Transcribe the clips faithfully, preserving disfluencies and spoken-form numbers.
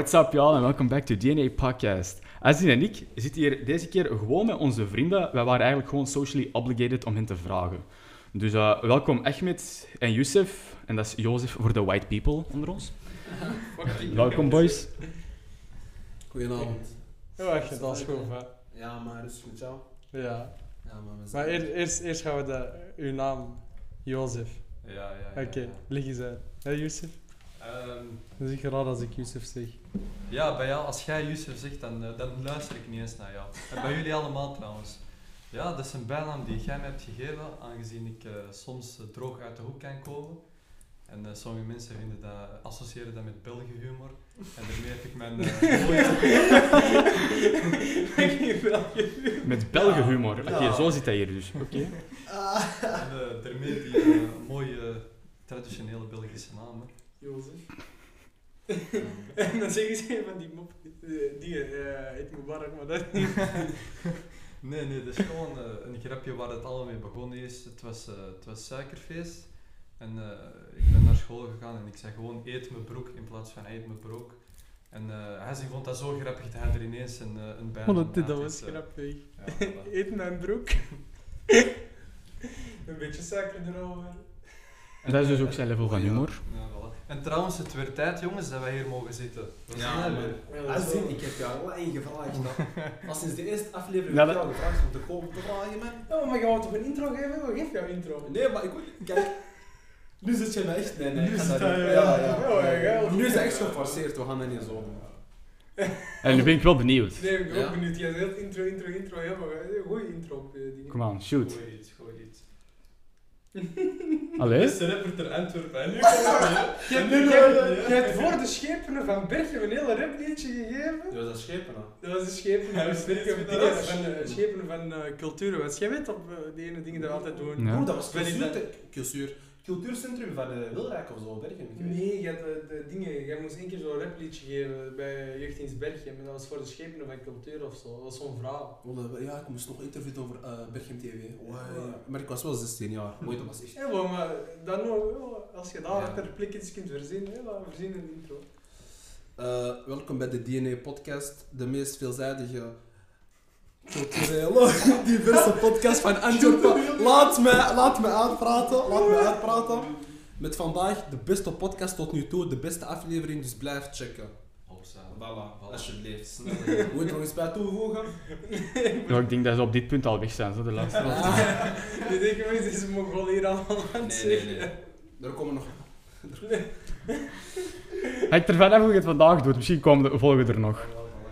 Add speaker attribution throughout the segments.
Speaker 1: What's up, y'all, en welkom back to D N A Podcast. Azin en ik zitten hier deze keer gewoon met onze vrienden. Wij waren eigenlijk gewoon socially obligated om hen te vragen. Dus uh, welkom Ahmed en Youssef. En dat is Jozef voor de white people onder ons. Welkom, boys.
Speaker 2: Goedenavond.
Speaker 3: Ja, echt, dat is goed, hè.
Speaker 2: Ja, maar is het met jou?
Speaker 3: Ja.
Speaker 2: Ja, maar we
Speaker 3: Maar
Speaker 2: zijn...
Speaker 3: eer, eerst, eerst gaan we de, uw naam, Jozef.
Speaker 4: Ja, ja, ja.
Speaker 3: Oké,
Speaker 4: ja.
Speaker 3: lig eens uit. Hé, Youssef?
Speaker 4: Ehm,
Speaker 3: Dat is raar als ik Youssef zeg.
Speaker 4: ja, bij jou, als jij Youssef zegt, dan, uh, dan luister ik niet eens naar jou. En bij jullie allemaal trouwens. Ja, dat is een bijnaam die jij mij hebt gegeven, aangezien ik uh, soms uh, droog uit de hoek kan komen. En uh, sommige mensen vinden dat, associëren dat met Belgenhumor. En daarmee heb ik mijn uh, mooie...
Speaker 1: Met Belgenhumor. Oké, okay,
Speaker 2: Ja.
Speaker 1: zo zit hij hier dus. Oké. Okay.
Speaker 4: en, uh, daarmee die uh, mooie traditionele Belgische namen.
Speaker 3: Jozef. En dan zeggen ze van die mop, die, eh, ik moet barren, maar dat niet.
Speaker 4: Nee, nee, dat is gewoon uh, een grapje waar het allemaal mee begonnen is. Het was, uh, het was suikerfeest. En uh, ik ben naar school gegaan en ik zei gewoon eet mijn broek in plaats van eet mijn broek. En uh, hij vond dat zo grappig dat hij er ineens een, uh, een bijnaam
Speaker 3: Oh, dat, dat
Speaker 4: had,
Speaker 3: was
Speaker 4: dus, uh,
Speaker 3: grappig.
Speaker 4: ja, voilà.
Speaker 3: Eet mijn broek. Een beetje suiker erover.
Speaker 1: En dat is dus ook zijn level van humor.
Speaker 4: Ja, voilà. En trouwens, het werd tijd jongens dat wij hier mogen zitten. Dat is
Speaker 2: Ja,
Speaker 4: snel,
Speaker 2: man.
Speaker 4: hè.
Speaker 3: Ja,
Speaker 2: Azin, ik heb jou al één gevraagd. Al sinds de eerste aflevering
Speaker 1: Ja,
Speaker 2: heb ik
Speaker 1: dat-
Speaker 2: jou gevraagd om te komen te vragen, man.
Speaker 3: Oh, maar gaan we toch een intro geven? Geef jou intro.
Speaker 2: Nee, maar ik wil... Kijk. Nu zit je me echt... Nee, nee.
Speaker 3: Nu
Speaker 2: ik ga
Speaker 3: zit
Speaker 2: dat
Speaker 3: hij,
Speaker 2: niet-
Speaker 3: ja.
Speaker 2: Ja, ja.
Speaker 3: Oh, ja, ja.
Speaker 2: Nu is het echt geforceerd, we gaan dat niet zo doen.
Speaker 1: En nu ben ik wel benieuwd.
Speaker 3: Nee, ik ben
Speaker 2: Ja.
Speaker 3: ook benieuwd. Jij zegt intro, intro, intro. Ja, maar een goeie intro op je ding.
Speaker 1: Kom aan, shoot.
Speaker 4: Gooi iets, gooi iets.
Speaker 1: Allee?
Speaker 4: Beste rapper ter Antwerpen. En nu komt het
Speaker 3: Je
Speaker 4: weer.
Speaker 3: hebt, je hebt- je hebt voor de schepenen van Berchem een hele rapliedje gegeven.
Speaker 2: Ja, dat is schepen, hè.
Speaker 3: Dat was de schepenen
Speaker 4: Ja,
Speaker 3: van
Speaker 4: steeds
Speaker 3: Berchem,
Speaker 4: met
Speaker 3: dingen
Speaker 4: dat.
Speaker 3: van, uh, schepenen van uh, cultuurwet. Jij weet op uh, die ene dingen dat we altijd doen.
Speaker 1: Ja.
Speaker 2: Oh, dat was
Speaker 3: Ben ik
Speaker 2: cultuur,
Speaker 3: dat-
Speaker 2: cultuur, cultuurcentrum van uh, Wilrijk of zo, Bergen. ik weet niet.
Speaker 3: Nee, je had de, de dingen, jij moest één keer zo'n rapliedje geven bij Jeugddienst Berchem. En dat was voor de schepenen van cultuur of zo. Dat was zo'n verhaal.
Speaker 2: Oh, dat- Ja, ik moest nog interviewen over uh, Berchem T V. Oh, ja. Maar ik was wel zestien jaar. Mooi, dat was echt...
Speaker 3: Ja, maar, maar dan nog, ja, als je daar
Speaker 2: Ja.
Speaker 3: ter plekke iets kunt verzinnen, ja, verzin een intro.
Speaker 2: Uh, welkom bij de D N A podcast, de meest veelzijdige, culturele, diverse podcast van Antwerpen. Laat mij, laat mij uitpraten, laat mij uitpraten. Met vandaag de beste podcast tot nu toe, de beste aflevering, dus blijf checken. Voilà, alsjeblieft. Moet je er nog iets bij toevoegen?
Speaker 1: Ja, ik denk dat ze op dit punt al weg zijn, zo de luisteraars.
Speaker 3: Je denkt wel, deze Mongool hier allemaal aan het zeggen.
Speaker 2: Er komen nog...
Speaker 1: Hangt ervan af hoe je het vandaag doet. Misschien komen de volgen er nog.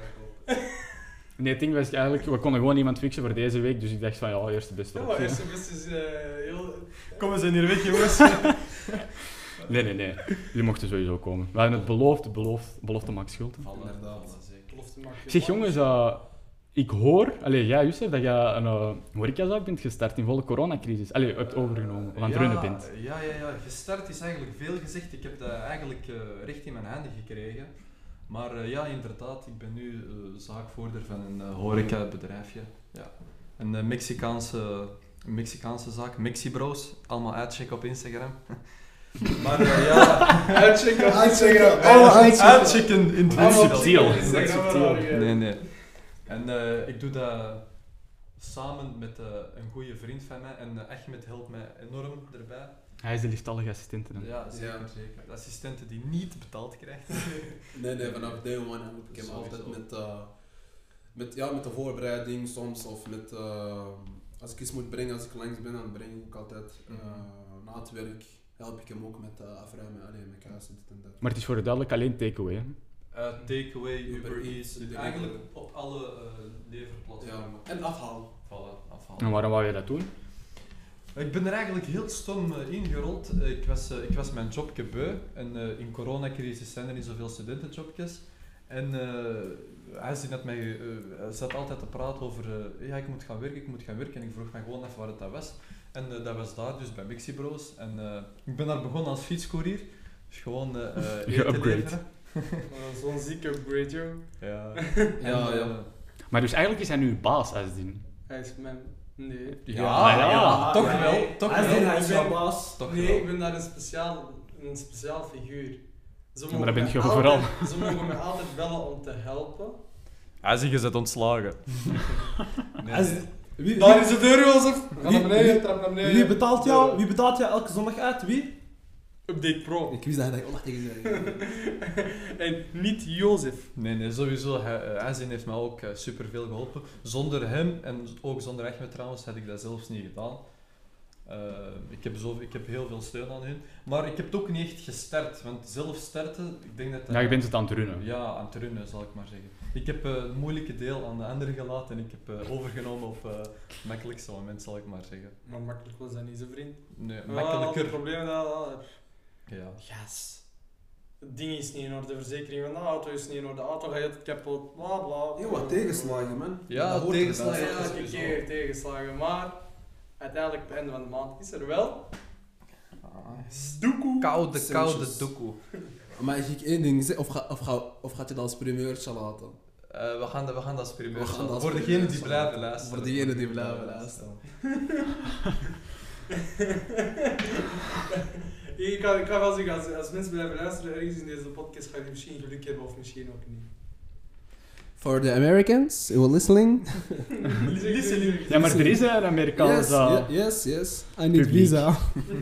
Speaker 1: Nee, het ding was eigenlijk, we konden gewoon iemand fixen voor deze week, dus ik dacht van ja, eerst de beste
Speaker 3: Ja, maar
Speaker 1: optie.
Speaker 3: eerst en best is uh, heel...
Speaker 4: Kom, we zijn hier weg jongens.
Speaker 1: Nee, nee, nee. Jullie mochten sowieso komen. We hadden het beloofd, beloofd, belofte maakt schuld.
Speaker 2: Inderdaad.
Speaker 3: Belofte maken.
Speaker 1: Zeg jongens, uh, ik hoor, allee, jij Youssef, dat je een uh, horecazaak bent gestart in volle coronacrisis. Allee, hebt overgenomen, of aan het
Speaker 4: ja,
Speaker 1: runnen bent.
Speaker 4: Ja, ja, ja. Gestart is eigenlijk veel gezegd. Ik heb dat eigenlijk uh, recht in mijn handen gekregen. Maar uh, ja, inderdaad, ik ben nu uh, zaakvoerder van een uh, horecabedrijfje. Ja. Een uh, Mexicaanse, een Mexicaanse zaak, Mexibros. Allemaal uitchecken op Instagram. Maar uh, ja...
Speaker 3: Uitchecken.
Speaker 2: Uitchecken.
Speaker 3: Alle
Speaker 2: uitchecken.
Speaker 4: Uitchecken in het
Speaker 1: Allemaal
Speaker 4: winkel.
Speaker 1: subtiel.
Speaker 3: Instagram
Speaker 1: Subtiel.
Speaker 3: wel, ja.
Speaker 4: Nee, nee. En uh, ik doe dat samen met uh, een goede vriend van mij. En uh, Ahmed helpt mij enorm erbij.
Speaker 1: Hij is de lieftallige assistent. dan.
Speaker 4: Ja, zeker,
Speaker 2: Ja.
Speaker 4: zeker. De assistenten die niet betaald krijgt.
Speaker 2: Nee, nee, vanaf day one help ik hem
Speaker 4: Sowieso.
Speaker 2: altijd met, uh, met, ja, met de voorbereiding soms, of met, uh, als ik iets moet brengen, als ik langs ben, dan breng ik ook altijd uh, na het werk, help ik hem ook met uh, afruimen, alleen met kaas en dit en dat.
Speaker 1: Maar het is voor de duidelijk alleen takeaway. Hè?
Speaker 4: Uh, takeaway, Uber
Speaker 2: Uber
Speaker 4: Eats,
Speaker 2: Eats,
Speaker 4: eigenlijk
Speaker 2: Uber.
Speaker 4: op alle uh, leverplatformen.
Speaker 2: Ja, en afhaal.
Speaker 4: Voilà, afhalen.
Speaker 1: En waarom wou je dat doen?
Speaker 4: Ik ben er eigenlijk heel stom uh, ingerold. Uh, ik, was, uh, ik was mijn jobje beu en uh, in coronacrisis zijn er niet zoveel studentenjobjes. En uh, hij zat, met mij, uh, hij zat altijd te praten over, uh, ja ik moet gaan werken, ik moet gaan werken. En ik vroeg me gewoon af waar het dat was. En uh, dat was daar, dus bij Mexibros. En uh, ik ben daar begonnen als fietscourier. Dus gewoon uh, uh, eten
Speaker 1: Geupgrade.
Speaker 4: leveren.
Speaker 3: Oh, zo'n zieke upgrade, jong.
Speaker 4: Ja.
Speaker 2: Ja,
Speaker 4: En,
Speaker 2: ja.
Speaker 4: uh,
Speaker 1: Maar dus eigenlijk is hij nu baas als dien.
Speaker 3: Hij is mijn... Nee.
Speaker 1: Ja, ja,
Speaker 4: toch
Speaker 2: ja.
Speaker 4: wel, toch
Speaker 2: Hij is
Speaker 4: wel.
Speaker 2: hij is
Speaker 3: Ik
Speaker 2: jouw
Speaker 3: ben-
Speaker 2: baas.
Speaker 4: Toch
Speaker 3: Nee,
Speaker 4: wel.
Speaker 3: ik ben daar een speciaal, een speciaal figuur. Ze
Speaker 1: Ja, maar dat ben
Speaker 3: mij
Speaker 1: je
Speaker 3: altijd-
Speaker 1: overal.
Speaker 3: Ze mogen me altijd bellen om te helpen.
Speaker 4: Hij is gezet ontslagen. Nee,
Speaker 2: Als-
Speaker 4: nee.
Speaker 2: Wie,
Speaker 3: Daar
Speaker 2: wie,
Speaker 3: is de deur, Jozef. Ga
Speaker 2: Wie-
Speaker 3: naar beneden,
Speaker 2: wie-
Speaker 3: trap naar beneden.
Speaker 2: wie betaalt jou? Wie betaalt jou elke zondag uit? Wie?
Speaker 3: Update Pro.
Speaker 2: Ik wist dat hij dat tegen
Speaker 3: En niet Jozef.
Speaker 4: Nee, nee, sowieso. Hij, uh, Azin heeft mij ook uh, superveel geholpen. Zonder hem, en ook zonder Ahmed trouwens, had ik dat zelfs niet gedaan. Uh, ik, heb zo, ik heb heel veel steun aan hun. Maar ik heb het ook niet echt gestart. Want zelf starten, ik denk dat... dat
Speaker 1: Ja, je bent het aan het runnen.
Speaker 4: Ja, aan het runnen, zal ik maar zeggen. Ik heb uh, het moeilijke deel aan de anderen gelaten en ik heb uh, overgenomen op uh, het makkelijkste moment, zal ik maar zeggen.
Speaker 3: Maar makkelijk was dat niet, zijn vriend.
Speaker 4: Nee,
Speaker 3: Wel,
Speaker 4: makkelijker.
Speaker 3: het probleem dat dat-
Speaker 4: Ja.
Speaker 3: Yes. Het ding is niet in orde, de verzekering van de auto is niet in orde, de auto gaat het kapot, bla bla.
Speaker 2: Heel wat tegenslagen, man.
Speaker 4: Ja,
Speaker 2: Dat hoort
Speaker 4: tegenslagen.
Speaker 2: erbij.
Speaker 3: Ja, elke keer tegenslagen, maar uiteindelijk op het einde van de maand is er wel doekoe.
Speaker 4: Koude, koude
Speaker 2: Centjes.
Speaker 4: doekoe.
Speaker 2: Maar als ik één ding zeg, of, ga, of, ga, of gaat je dat als primeurtje laten?
Speaker 4: Uh, we, gaan, de- we gaan dat als primeur
Speaker 2: We gaan
Speaker 4: zetten.
Speaker 2: dat als
Speaker 4: Voor degenen die
Speaker 2: primeur
Speaker 4: blijven
Speaker 2: zetten.
Speaker 4: luisteren.
Speaker 2: Voor degenen die blijven luisteren.
Speaker 3: Ik kan, ik kan wel zeggen, als, als mensen blijven luisteren ergens in deze podcast, ga je misschien geluk hebben of misschien ook niet.
Speaker 2: For the Americans who are listening.
Speaker 3: Listening.
Speaker 1: Ja, maar er is een Amerikaans...
Speaker 2: Yes,
Speaker 1: uh,
Speaker 2: ye- yes, yes. I need
Speaker 1: Publiek.
Speaker 2: visa.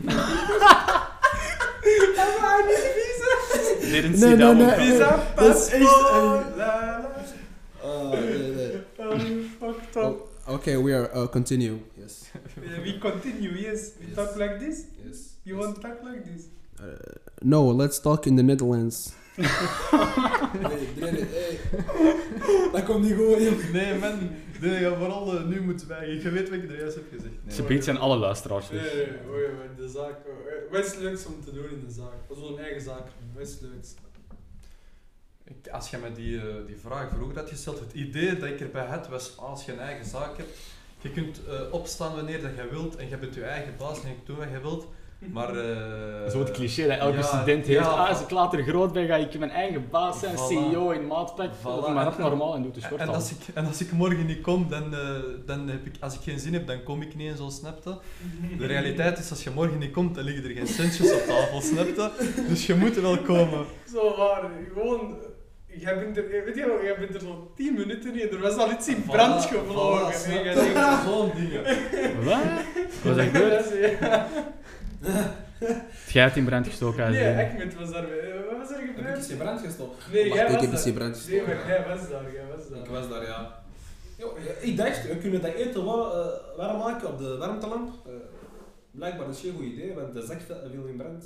Speaker 1: Didn't
Speaker 2: Nee,
Speaker 1: see
Speaker 2: nee,
Speaker 1: that
Speaker 2: nee.
Speaker 1: one.
Speaker 3: Visa,
Speaker 2: Dat is echt,
Speaker 3: paspoort,
Speaker 2: eh,
Speaker 3: la, la.
Speaker 2: Oh, nee, nee.
Speaker 3: Oh, fucked up.
Speaker 2: Oh, okay, we are uh, continue. Yes.
Speaker 3: Yeah, we continue, yes. We
Speaker 2: Yes.
Speaker 3: talk like this?
Speaker 2: Yes.
Speaker 3: You want to talk like this?
Speaker 2: Uh, no, let's talk in the Netherlands. nee, nee, nee, hey. Dat komt niet goed, joh.
Speaker 4: Nee, man. Nee, ja, vooral uh, nu moeten wij. Je weet wat ik er juist heb gezegd. Nee.
Speaker 1: Ze biedt zijn alle luisteraars
Speaker 3: Nee,
Speaker 1: weg.
Speaker 3: nee, nee, oei, maar de zaak. eh, Wat is het leukste om te doen in de zaak? Als we een eigen zaak doen, wat is het leukste?
Speaker 4: Ik, als je me die, uh, die vraag vroeger had gesteld, het idee dat ik erbij had was, als je een eigen zaak hebt, je kunt uh, opstaan wanneer dat je wilt en je bent je eigen baas en je doet wat je wilt. Maar... Uh,
Speaker 1: Zo het cliché dat elke
Speaker 4: ja,
Speaker 1: student heeft.
Speaker 4: ja,
Speaker 1: ah, als ik later groot ben, ga ik mijn eigen baas zijn,
Speaker 4: Voilà.
Speaker 1: C E O in maatpak.
Speaker 4: Voilà.
Speaker 1: Doe maar dat
Speaker 4: En-
Speaker 1: normaal en doe de sport
Speaker 4: En
Speaker 1: aan.
Speaker 4: als, ik, en als ik morgen niet kom, dan, uh, dan heb ik, als ik geen zin heb, dan kom ik niet en zo, snapte. De realiteit is, als je morgen niet komt, dan liggen er geen centjes op tafel, snapte. Dus je moet er wel komen.
Speaker 3: Zo waar, gewoon. Jij bent er, weet je wel, jij bent er zo'n tien minuten in, er was al iets in brand
Speaker 4: Voilà,
Speaker 3: gevlogen.
Speaker 4: voilà,
Speaker 3: en jij
Speaker 4: snapte?
Speaker 3: denkt,
Speaker 4: Zo'n dingen.
Speaker 1: Wat? Wat is dat gebeurd?
Speaker 3: Ja.
Speaker 1: Jij hebt in brand gestoken. uit
Speaker 3: Nee,
Speaker 1: de-
Speaker 3: Ahmed was daar. eh, Wat was er
Speaker 2: Heb ik
Speaker 3: gebeurd?
Speaker 2: eens in brand gestoken?
Speaker 3: Nee,
Speaker 2: Wacht,
Speaker 3: jij
Speaker 2: ik
Speaker 3: was
Speaker 2: heb eens in
Speaker 3: daar.
Speaker 2: brand
Speaker 3: Nee,
Speaker 2: gestoken.
Speaker 3: maar jij was daar, jij was daar.
Speaker 2: Ik was daar, ja. Yo, ik dacht, we kunnen dat eten wa- eh, warm maken op de warmtelamp. Uh, blijkbaar is het geen goed idee, want de zak viel in brand.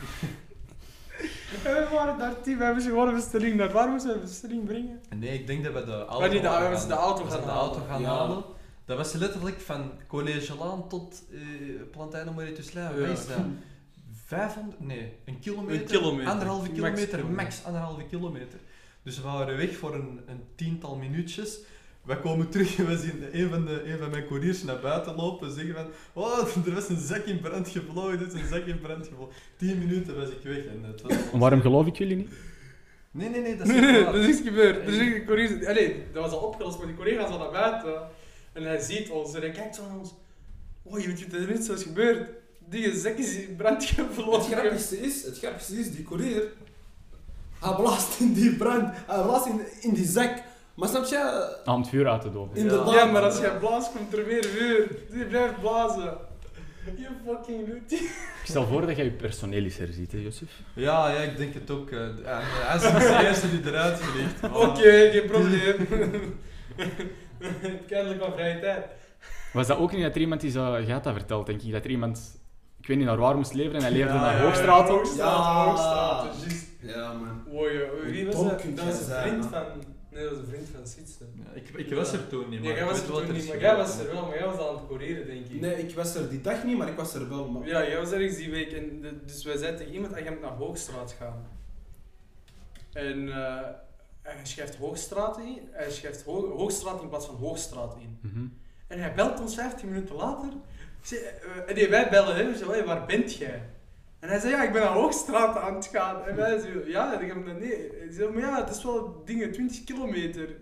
Speaker 3: En we waren daar tien, we hebben ze gewoon een bestelling naar waar moesten we een bestelling brengen?
Speaker 4: Nee, ik denk dat we de auto
Speaker 3: Maar niet de-
Speaker 4: gaan-
Speaker 3: we moesten de auto
Speaker 4: we
Speaker 3: gaan
Speaker 4: zijn de
Speaker 3: halen.
Speaker 4: auto gaan
Speaker 2: Ja.
Speaker 4: halen. Dat was letterlijk van College Laan tot uh, Plantijn Moretuslijn.
Speaker 3: Ja.
Speaker 4: Wat is dat? vijfhonderd? Nee, een kilometer.
Speaker 3: Een kilometer.
Speaker 4: Anderhalve
Speaker 3: Max
Speaker 4: kilometer,
Speaker 3: kilometer.
Speaker 4: max anderhalve kilometer. Dus we waren weg voor een, een tiental minuutjes. Wij komen terug en we zien een van, de, een van mijn couriers naar buiten lopen en zeggen van oh, er was een zak in brand gevlogen, er is een zak in brand gevlogen. Tien minuten was ik weg. En het was
Speaker 1: En waarom geloof ik jullie niet?
Speaker 4: Nee, nee, nee, dat is
Speaker 3: Nee,
Speaker 4: niet
Speaker 3: nee,
Speaker 4: waar.
Speaker 3: dat is niks gebeurd. Er is een collega, allee, dat was al opgelost, maar die collega is al naar buiten. En hij ziet ons en hij kijkt zo naar ons. Oh, je weet niet wat er net zo is gebeurd. Die zak is in brand
Speaker 2: Het
Speaker 3: gevlogen.
Speaker 2: grappigste is, het grappigste is, die courier, hij blaast in die brand, hij blaast in, in die zak. Maar snap je,
Speaker 1: Aan het vuur uit te doven.
Speaker 2: inderdaad.
Speaker 3: Ja, maar als jij blaast, komt er weer vuur. Die blijft blazen. Je fucking doet
Speaker 1: Ik stel voor dat jij je personeel eens herziet, hè, Josef?
Speaker 4: Ja, ja, ik denk het ook. eh, en, eh, hij is de eerste die eruit vliegt. Maar-
Speaker 3: Oké, geen probleem. Kennelijk wel vrije tijd.
Speaker 1: Was dat ook niet dat er iemand is, uh, jij had dat verteld, denk ik, dat er iemand, ik weet niet naar waar moest leveren en hij leefde
Speaker 4: Ja,
Speaker 1: naar
Speaker 4: ja,
Speaker 1: Hoogstraat ook?
Speaker 3: Hoogstraat,
Speaker 2: Ja.
Speaker 3: Hoogstraat, juist.
Speaker 2: Ja, man.
Speaker 3: Oei, oei, wie was
Speaker 2: Tom
Speaker 3: dat?
Speaker 2: kunt
Speaker 3: Dat
Speaker 2: jij
Speaker 3: was een
Speaker 2: zijn,
Speaker 3: vriend
Speaker 2: man.
Speaker 3: van... Nee, dat was een vriend van Sietse.
Speaker 4: Ja, ik, ik was er toen niet, maar
Speaker 3: Nee, jij
Speaker 4: ik
Speaker 3: was
Speaker 4: weet
Speaker 3: er
Speaker 4: wat
Speaker 3: toen
Speaker 4: is
Speaker 3: niet, maar jij
Speaker 4: gebeurd,
Speaker 3: was er wel, maar jij was al aan het courieren, denk ik.
Speaker 2: Nee, ik was er die dag niet, maar ik was er wel. Maar...
Speaker 3: Ja, jij was ergens die week en de- dus wij zeiden tegen iemand, ah, je moet naar Hoogstraat gaan. En eh, hij schrijft Hoogstraat in, hij schrijft Ho- Hoogstraat in plaats van Hoogstraat in.
Speaker 1: Mhm.
Speaker 3: En hij belt ons vijftien minuten later. Ze- eh, nee, wij bellen hem, zo, hey, waar bent jij? En hij zei, ja, ik ben naar Hoogstraat aan het gaan. En wij zeiden, ja, ik heb dat nee. Hij zei, maar ja, het is wel dingen, twintig kilometer.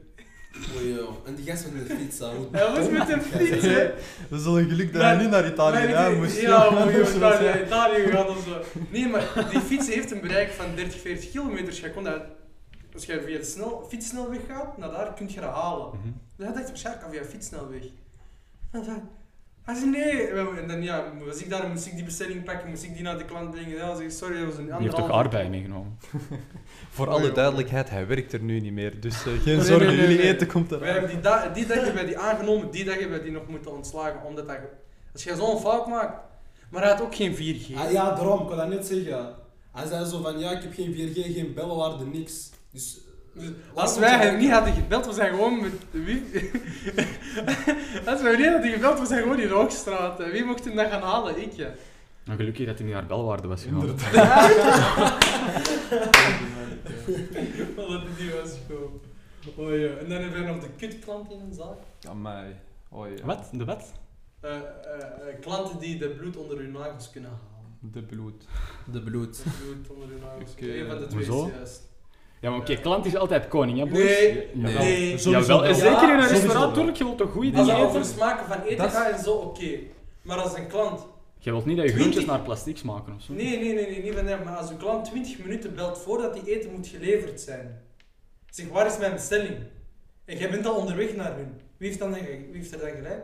Speaker 2: Oei, joh. En die gast met de fiets, hè, hoe
Speaker 3: Hij was met de fiets, hè.
Speaker 4: We zullen geluk dat
Speaker 3: Maar-
Speaker 4: je niet naar Italië
Speaker 3: Maar
Speaker 4: gaan
Speaker 3: die-
Speaker 4: moest.
Speaker 3: Ja,
Speaker 4: joh.
Speaker 3: moet je
Speaker 4: Zoals
Speaker 3: naar
Speaker 4: jij-
Speaker 3: Italië gaan of zo. Nee, maar die fiets heeft een bereik van dertig, veertig kilometer. Je kon dat, als je via de snel, fietssnelweg gaat, naar daar kun je dat halen.
Speaker 1: Mhm.
Speaker 3: Dus hij dacht waarschijnlijk al via fietssnelweg. En dan, hij zei nee. En dan ja, was ik daar, moest ik die bestelling pakken, moest ik die naar de klant brengen. Ja, zeg ik sorry, dat was een
Speaker 1: Die heeft toch
Speaker 3: anderhalf-
Speaker 1: aardbei meegenomen?
Speaker 4: Voor
Speaker 3: Oh,
Speaker 4: alle
Speaker 3: joh.
Speaker 4: duidelijkheid, hij werkt er nu niet meer. Dus eh, geen
Speaker 3: Nee,
Speaker 4: zorgen,
Speaker 3: nee, nee,
Speaker 4: jullie
Speaker 3: nee.
Speaker 4: eten komt
Speaker 3: We
Speaker 4: eraan.
Speaker 3: hebben die, da die dag hebben wij die aangenomen, die dag hebben wij die nog moeten ontslagen. Omdat dat, als je zo'n fout maakt, maar hij had ook geen vier G.
Speaker 2: Ah, ja, daarom, ik kon dat net zeggen. Hij zei zo van, ja, ik heb geen vier G, geen bellenwaarde, niks. Dus...
Speaker 3: Dus als wij hem niet hadden gebeld, we zijn gewoon met wie? Als wij hem niet hadden gebeld, we zijn gewoon in de Hoogstraat. Wie mocht hem dan gaan halen? Ik, ja.
Speaker 1: Nou, gelukkig dat hij niet naar belwaarde was gegaan.
Speaker 3: Oh, dat die was gewoon. Oh ja. En dan hebben we nog de kutklant in een zaak.
Speaker 4: Amai. Oh, ja.
Speaker 1: Wat? De wat?
Speaker 3: Uh, uh, uh, klanten die de bloed onder hun nagels kunnen halen.
Speaker 4: De bloed.
Speaker 2: De bloed.
Speaker 3: De bloed onder hun nagels.
Speaker 4: Oké,
Speaker 3: Eén van de twee
Speaker 1: hoezo?
Speaker 3: is juist.
Speaker 1: Ja, maar oké, klant is altijd koning, hè, boys?
Speaker 3: Nee,
Speaker 1: Ja,
Speaker 2: nee.
Speaker 1: jawel.
Speaker 3: Nee.
Speaker 1: Jawel, en
Speaker 3: wel.
Speaker 1: zeker in een
Speaker 3: Ja,
Speaker 1: restaurant,
Speaker 4: sowieso
Speaker 1: natuurlijk. Je wilt toch goede
Speaker 3: Als
Speaker 1: dingen
Speaker 3: het over
Speaker 1: eten?
Speaker 3: smaken van eten
Speaker 4: Dat is-
Speaker 3: gaat en zo, oké. Maar als een klant...
Speaker 1: Je wilt niet dat je
Speaker 3: twintig
Speaker 1: groentjes naar plastic smaken of zo.
Speaker 3: Nee, nee, nee, nee, niet van hem. Maar als een klant twintig minuten belt voordat die eten moet geleverd zijn. Zeg, waar is mijn bestelling? En jij bent al onderweg naar hun. Wie heeft, dan, wie heeft er dan gelijk?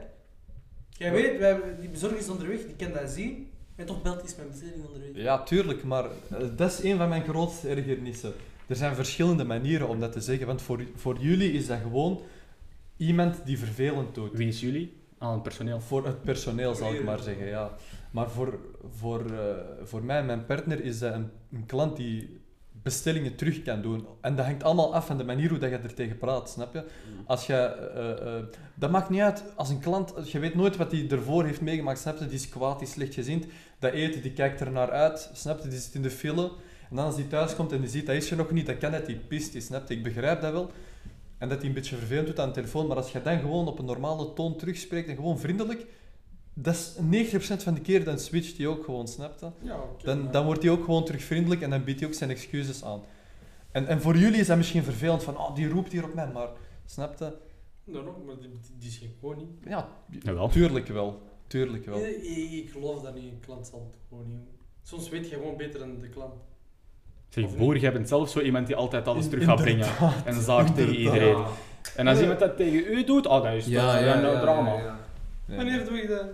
Speaker 3: Jij weet, wij, die bezorger is onderweg, die kan dat zien. En toch belt is mijn bestelling onderweg.
Speaker 4: Ja, tuurlijk, maar eh, dat is een van mijn grootste ergernissen. Er zijn verschillende manieren om dat te zeggen, want voor, voor jullie is dat gewoon iemand die vervelend doet.
Speaker 1: Wie is jullie? Aan het personeel.
Speaker 4: Voor het personeel zal ik maar zeggen, ja. Maar voor, voor, uh, voor mij en mijn partner is dat een, een klant die bestellingen terug kan doen. En dat hangt allemaal af van de manier hoe dat je er tegen praat, snap je? Als je, uh, uh, dat maakt niet uit. Als een klant, je weet nooit wat hij ervoor heeft meegemaakt, snap je? Die is kwaad, die is slechtgezind. Dat eten, die kijkt er naar uit, snap je? Die zit in de file. En dan als hij thuis komt en die ziet, dat is er nog niet, dan kan het, die pist is, snap je? Ik begrijp dat wel. En dat hij een beetje vervelend doet aan de telefoon, maar als je dan gewoon op een normale toon terugspreekt en gewoon vriendelijk, dat is negentig procent van de keer, dan switcht hij ook gewoon, snap je?
Speaker 3: Ja, oké.
Speaker 4: Dan,
Speaker 3: maar-
Speaker 4: dan wordt hij ook gewoon terug vriendelijk en dan biedt hij ook zijn excuses aan. En, en voor jullie is dat misschien vervelend van, oh, die roept hier op mij, maar snap je?
Speaker 3: Daarom, maar die, die is geen koning.
Speaker 4: Ja,
Speaker 1: Jawel.
Speaker 4: tuurlijk wel. Tuurlijk wel.
Speaker 3: Ik, ik, ik geloof dat niet, een klant zal het koning. Soms weet je gewoon beter dan de klant.
Speaker 1: Zeg, boer, jij bent zelf zo iemand die altijd alles
Speaker 4: In-
Speaker 1: terug gaat brengen.
Speaker 4: inderdaad.
Speaker 1: En zaagt tegen
Speaker 4: Inderdaad.
Speaker 1: iedereen. En als iemand dat tegen u doet, oh, dat is
Speaker 2: Ja,
Speaker 1: toch
Speaker 2: ja,
Speaker 1: een
Speaker 2: ja,
Speaker 1: eh, drama.
Speaker 2: ja, ja.
Speaker 4: Nee.
Speaker 3: Wanneer doe je dat?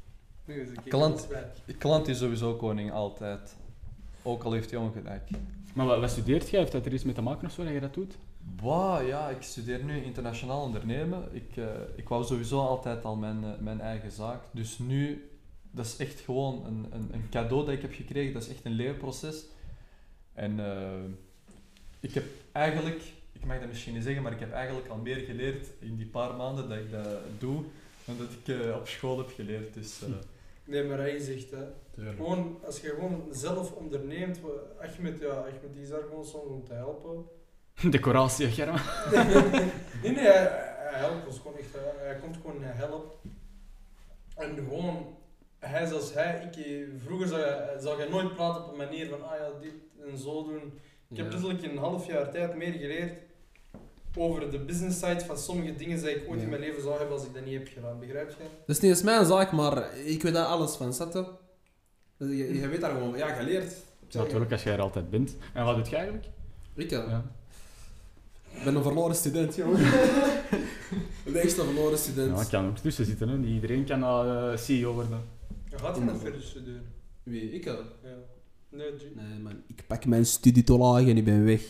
Speaker 3: Nu is het
Speaker 4: Klant. De klant is sowieso koning, altijd. Ook al heeft hij ongelijk.
Speaker 1: Maar wat, wat studeert jij? Heeft dat er iets mee te maken of zo, dat je dat doet?
Speaker 4: Wow, ja, ik studeer nu internationaal ondernemen. Ik, uh, ik wou sowieso altijd al mijn, uh, mijn eigen zaak. Dus nu, dat is echt gewoon een, een, een cadeau dat ik heb gekregen. Dat is echt een leerproces. En uh, ik heb eigenlijk, ik mag dat misschien niet zeggen, maar ik heb eigenlijk al meer geleerd in die paar maanden dat ik dat doe, dan dat ik uh, op school heb geleerd. Dus, uh,
Speaker 3: Nee, maar hij zegt, hè.
Speaker 4: tuurlijk.
Speaker 3: Gewoon, als je gewoon zelf onderneemt, wa- Ahmed, ja, Ahmed die is daar gewoon soms om te helpen.
Speaker 1: Decoratie, Germa.
Speaker 3: Nee, nee, hij, hij helpt ons gewoon echt, hij, hij komt gewoon, hij helpt. En gewoon, hij zoals hij, ik, vroeger zou je, zou je nooit praten op een manier van, ah ja, dit en zo doen. Ik heb
Speaker 2: Ja.
Speaker 3: letterlijk in een half jaar tijd meer geleerd over de business side van sommige dingen die ik ooit
Speaker 2: Ja.
Speaker 3: in mijn leven zou hebben als ik dat niet heb gedaan, begrijp je?
Speaker 2: Dat is niet eens mijn zaak, maar ik weet daar alles van, zetten. Je, je weet daar gewoon, ja, geleerd.
Speaker 1: Natuurlijk, als jij er altijd bent. En wat doet jij eigenlijk?
Speaker 2: Ik, ja.
Speaker 1: Ja.
Speaker 2: Ik ben een verloren student, jongen. De echte verloren student.
Speaker 1: Ja, ik kan ook tussen zitten, hè. Niet iedereen kan uh, C E O worden.
Speaker 3: Gaat je nog verder studeren?
Speaker 2: Wie? Ik, ja.
Speaker 3: Ja. Nee, G.
Speaker 2: Nee, man. Ik pak mijn studie te laag en ik ben weg.